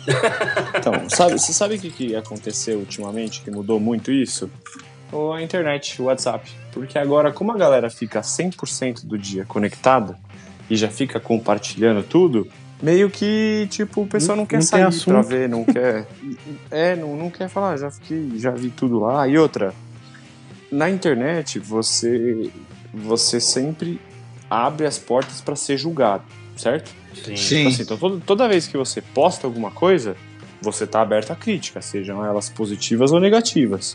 Então, sabe, você sabe o que, que aconteceu ultimamente, que mudou muito isso? Ou a internet, o WhatsApp. Porque agora, como a galera fica cem por cento do dia conectada e já fica compartilhando tudo, meio que, tipo, o pessoal não, Não- quer não tem sair assunto. pra ver, não quer... É, não, não quer falar, já fiquei, já vi tudo lá. E outra, na internet, você, você sempre abre as portas pra ser julgado, certo? Sim. Sim. Assim, então toda, toda vez que você posta alguma coisa, você tá aberto à crítica, sejam elas positivas ou negativas.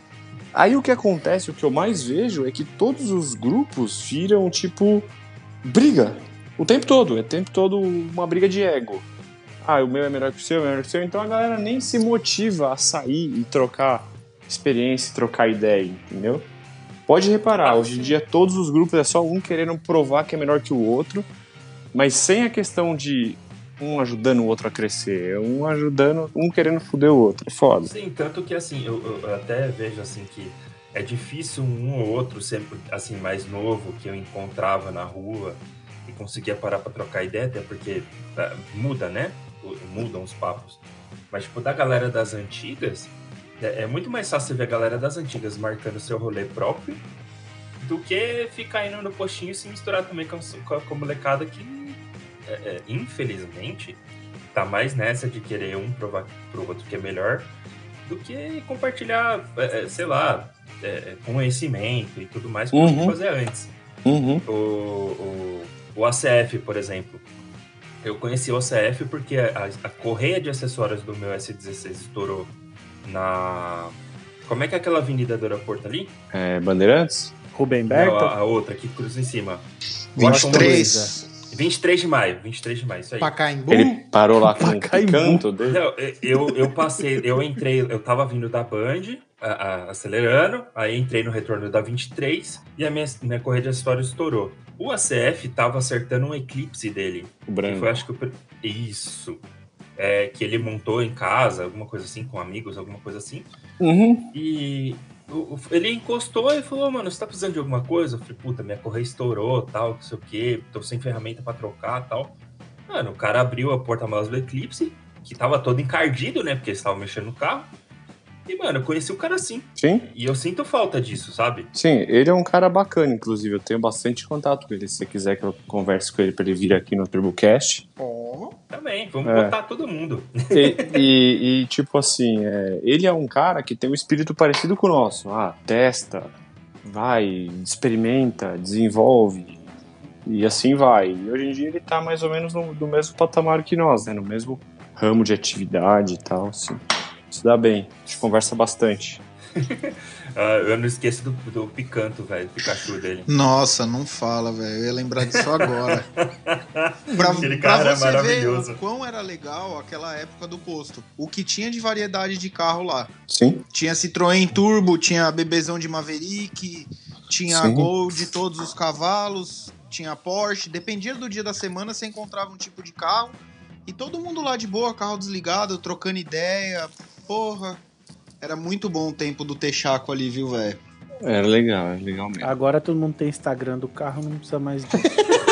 Aí o que acontece, o que eu mais vejo é que todos os grupos viram, tipo, briga. O tempo todo, é o tempo todo uma briga de ego. Ah, o meu é melhor que o seu, o meu é melhor que o seu. Então a galera nem se motiva a sair e trocar experiência, trocar ideia, entendeu? Pode reparar, Ah, hoje em sim. dia todos os grupos é só um querendo provar que é melhor que o outro, mas sem a questão de um ajudando o outro a crescer, é um ajudando, um querendo foder o outro. É foda. Sim, tanto que assim, eu, eu até vejo assim que é difícil um ou outro, sempre assim, mais novo, que eu encontrava na rua e conseguia parar pra trocar ideia, até porque tá, muda, né? O- Mudam os papos. Mas, tipo, da galera das antigas, é, é muito mais fácil você ver a galera das antigas marcando seu rolê próprio do que ficar indo no postinho e se misturar também com, com, a- com a molecada que, é, é, infelizmente, tá mais nessa de querer um provar pro outro que é melhor do que compartilhar, é, é, sei lá, é, conhecimento e tudo mais que eu Uhum. fazia antes. Uhum. O, o, o A C F, por exemplo. Eu conheci o A C F porque a, a correia de acessórios do meu S dezesseis estourou na... Como é que é aquela avenida do aeroporto ali? É, Bandeirantes? Rubem Não, Berta? a, a outra, que cruza em cima. vinte e Washington três. vinte e três de maio, vinte e três de maio, isso aí. Pacaembu? Ele parou lá com o Pacaembu. canto dele. Não, eu, eu passei, eu entrei, eu tava vindo da Band, a, a, acelerando, aí entrei no retorno da vinte e três e a minha, minha correia de acessórios estourou. O A C F tava acertando um eclipse dele. O Que branco. foi, acho que o, isso. É, que ele montou em casa, alguma coisa assim, com amigos, alguma coisa assim. Uhum. E o, o, ele encostou e falou, mano, você tá precisando de alguma coisa? Eu falei, puta, minha correia estourou, tal, não sei o quê, tô sem ferramenta pra trocar, tal. Mano, o cara abriu a porta-malas do Eclipse, que tava todo encardido, né, porque eles estavam mexendo no carro. E, mano, eu conheci o cara assim. Sim, E eu sinto falta disso, sabe? sim, ele é um cara bacana, inclusive. Eu tenho bastante contato com ele. Se você quiser que eu converse com ele pra ele vir aqui no TurboCast. Ó. Também, vamos É. botar todo mundo. E, e- e, tipo assim, é, ele é um cara que tem um espírito parecido com o nosso. Ah, testa, vai, experimenta, desenvolve. E assim vai. E hoje em dia ele tá mais ou menos no, no mesmo patamar que nós, né? No mesmo ramo de atividade e tal, assim. Se dá bem, a gente conversa bastante. Ah, eu não esqueço do, do Picanto, velho, do Pikachu dele. Nossa, não fala, velho. Eu ia lembrar disso agora. pra, Aquele pra cara é você maravilhoso. ver o quão era legal aquela época do posto. O que tinha de variedade de carro lá. Sim, Tinha Citroën Turbo, tinha Bebezão de Maverick, tinha Sim. Gol de todos os cavalos, tinha Porsche. Dependia do dia da semana, você encontrava um tipo de carro. E todo mundo lá de boa, carro desligado, trocando ideia. Porra, era muito bom o tempo do Texaco ali, viu, velho? era legal, era legal mesmo. Agora todo mundo tem Instagram do carro, não precisa mais disso.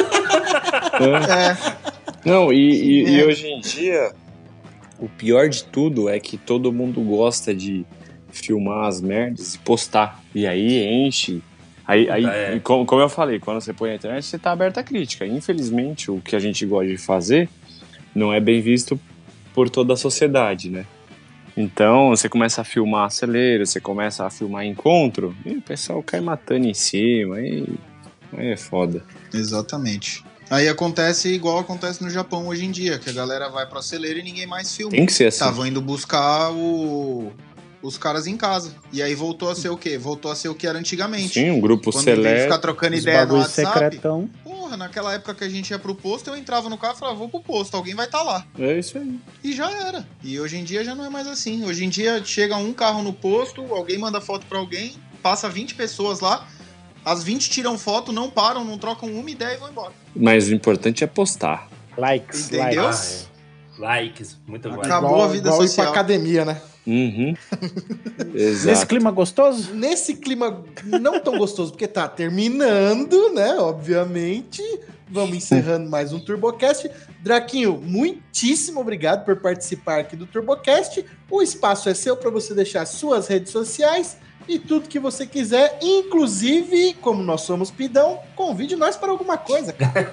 É, Não, e, e- Sim, e é. hoje em dia, o pior de tudo é que todo mundo gosta de filmar as merdas e postar. E aí enche. Aí, aí É. e como, como eu falei, quando você põe na internet, você tá aberto à crítica. Infelizmente, o que a gente gosta de fazer não é bem visto por toda a sociedade, né? Então, você começa a filmar acelero, você começa a filmar encontro, e o pessoal cai matando em cima, aí, aí é foda. exatamente. Aí acontece igual acontece no Japão hoje em dia, que a galera vai pro acelero e ninguém mais filma. Tem que ser assim. Estavam indo buscar o... os caras em casa. E aí voltou a ser o quê? Voltou a ser o que era antigamente. Sim, um grupo Quando em vez de seleto. ficar trocando Os ideia no bagulho WhatsApp, secretão. porra, naquela época que a gente ia pro posto, eu entrava no carro e falava, vou pro posto, alguém vai estar lá. É isso aí. E já era. E hoje em dia já não é mais assim. Hoje em dia chega um carro no posto, alguém manda foto pra alguém, passa vinte pessoas lá, as vinte tiram foto, não param, não trocam uma ideia e vão embora. Mas o importante é postar. Likes, Entendeu? likes. Ah, é. Likes, muito like. Acabou Igual- a vida igual ir social. pra academia, né? Uhum. Nesse Exato. clima gostoso? Nesse clima não tão gostoso, porque tá terminando, né? Obviamente. Vamos encerrando mais um TurboCast. Draquinho, muitíssimo obrigado por participar aqui do TurboCast. O espaço é seu para você deixar suas redes sociais e tudo que você quiser. Inclusive, como nós somos pidão, convide nós para alguma coisa, cara.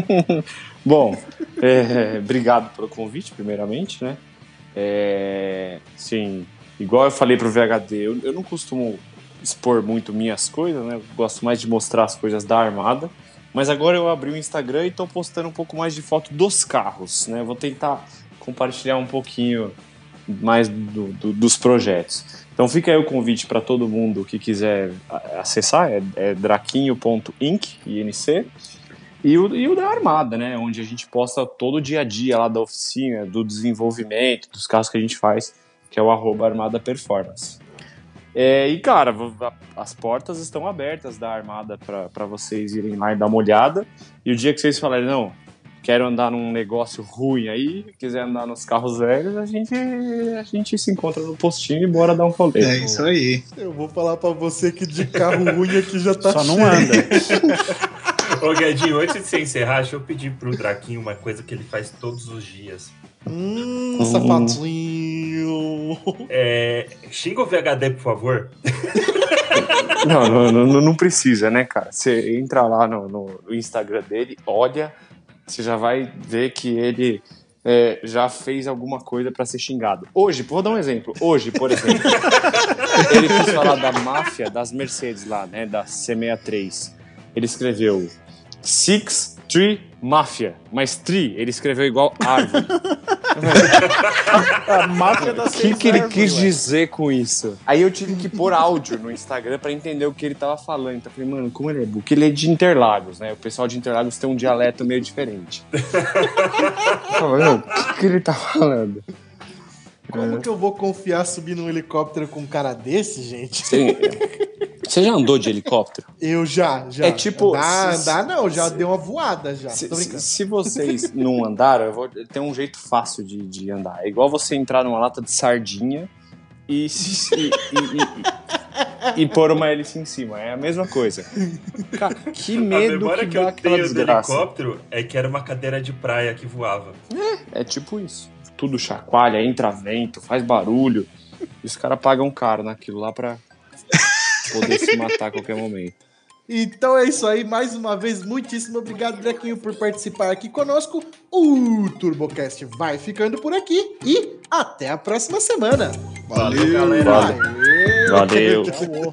Bom, é, obrigado pelo convite, primeiramente, né? É, sim, igual eu falei pro V H D, eu, eu não costumo expor muito minhas coisas, né? Eu gosto mais de mostrar as coisas da Armada. Mas agora eu abri o Instagram e tô postando um pouco mais de foto dos carros, né? Vou tentar compartilhar um pouquinho mais do, do, dos projetos. Então fica aí o convite para todo mundo que quiser acessar, é, é draquinho ponto inc, I N C, e o, e o da Armada, né? Onde a gente posta todo o dia a dia lá da oficina, do desenvolvimento, dos carros que a gente faz, que é o arroba Armada Performance. É, e cara, as portas estão abertas da Armada para vocês irem lá e dar uma olhada. E o dia que vocês falarem, não, quero andar num negócio ruim aí, quiser andar nos carros velhos, a gente, a gente se encontra no postinho e bora dar um rolê. É isso aí. Eu vou falar para você que de carro ruim aqui já tá Só não cheio. anda. Ô, Guedinho, antes de você encerrar, deixa eu pedir pro Draquinho uma coisa que ele faz todos os dias. Hum, sapatinho. É, xinga o V H D, por favor. Não, não, não, não precisa, né, cara? Você entra lá no, no Instagram dele, olha, você já vai ver que ele é, já fez alguma coisa pra ser xingado. Hoje, vou dar um exemplo. Hoje, por exemplo, ele quis falar da máfia das Mercedes lá, né, da C sessenta e três. Ele escreveu: Six Tree Mafia. Mas tree, ele escreveu igual árvore. A máfia das O que, seis que ele árvores, quis ué. dizer com isso? Aí eu tive que pôr áudio no Instagram pra entender o que ele tava falando. Então eu falei, mano, como ele é burro? Porque ele é de Interlagos, né? O pessoal de Interlagos tem um dialeto meio diferente. Eu falei, não, o que, que ele tá falando? Como que eu vou confiar subir num helicóptero com um cara desse, gente? Você, você já andou de helicóptero? Eu já, já. É tipo, Andar, se- andar não, já se- deu uma voada já. Se, Tô se, brincando. se vocês não andaram, eu vou, tem um jeito fácil de, de andar. É igual você entrar numa lata de sardinha e, se- e, e, e, e pôr uma hélice em cima. É a mesma coisa. Cara, que A medo memória que que dá eu aquela tenho do desgraça. helicóptero é que era uma cadeira de praia que voava. É tipo isso. Tudo chacoalha, entra vento, faz barulho. E os caras pagam caro naquilo lá pra poder se matar a qualquer momento. Então é isso aí, mais uma vez, muitíssimo obrigado, Drequinho, por participar aqui conosco. O TurboCast vai ficando por aqui e até a próxima semana. Valeu, galera. Valeu. Valeu. Falou.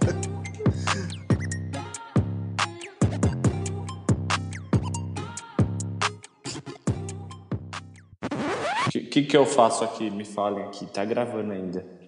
O que, que, que eu faço aqui? Me falem aqui. Tá gravando ainda.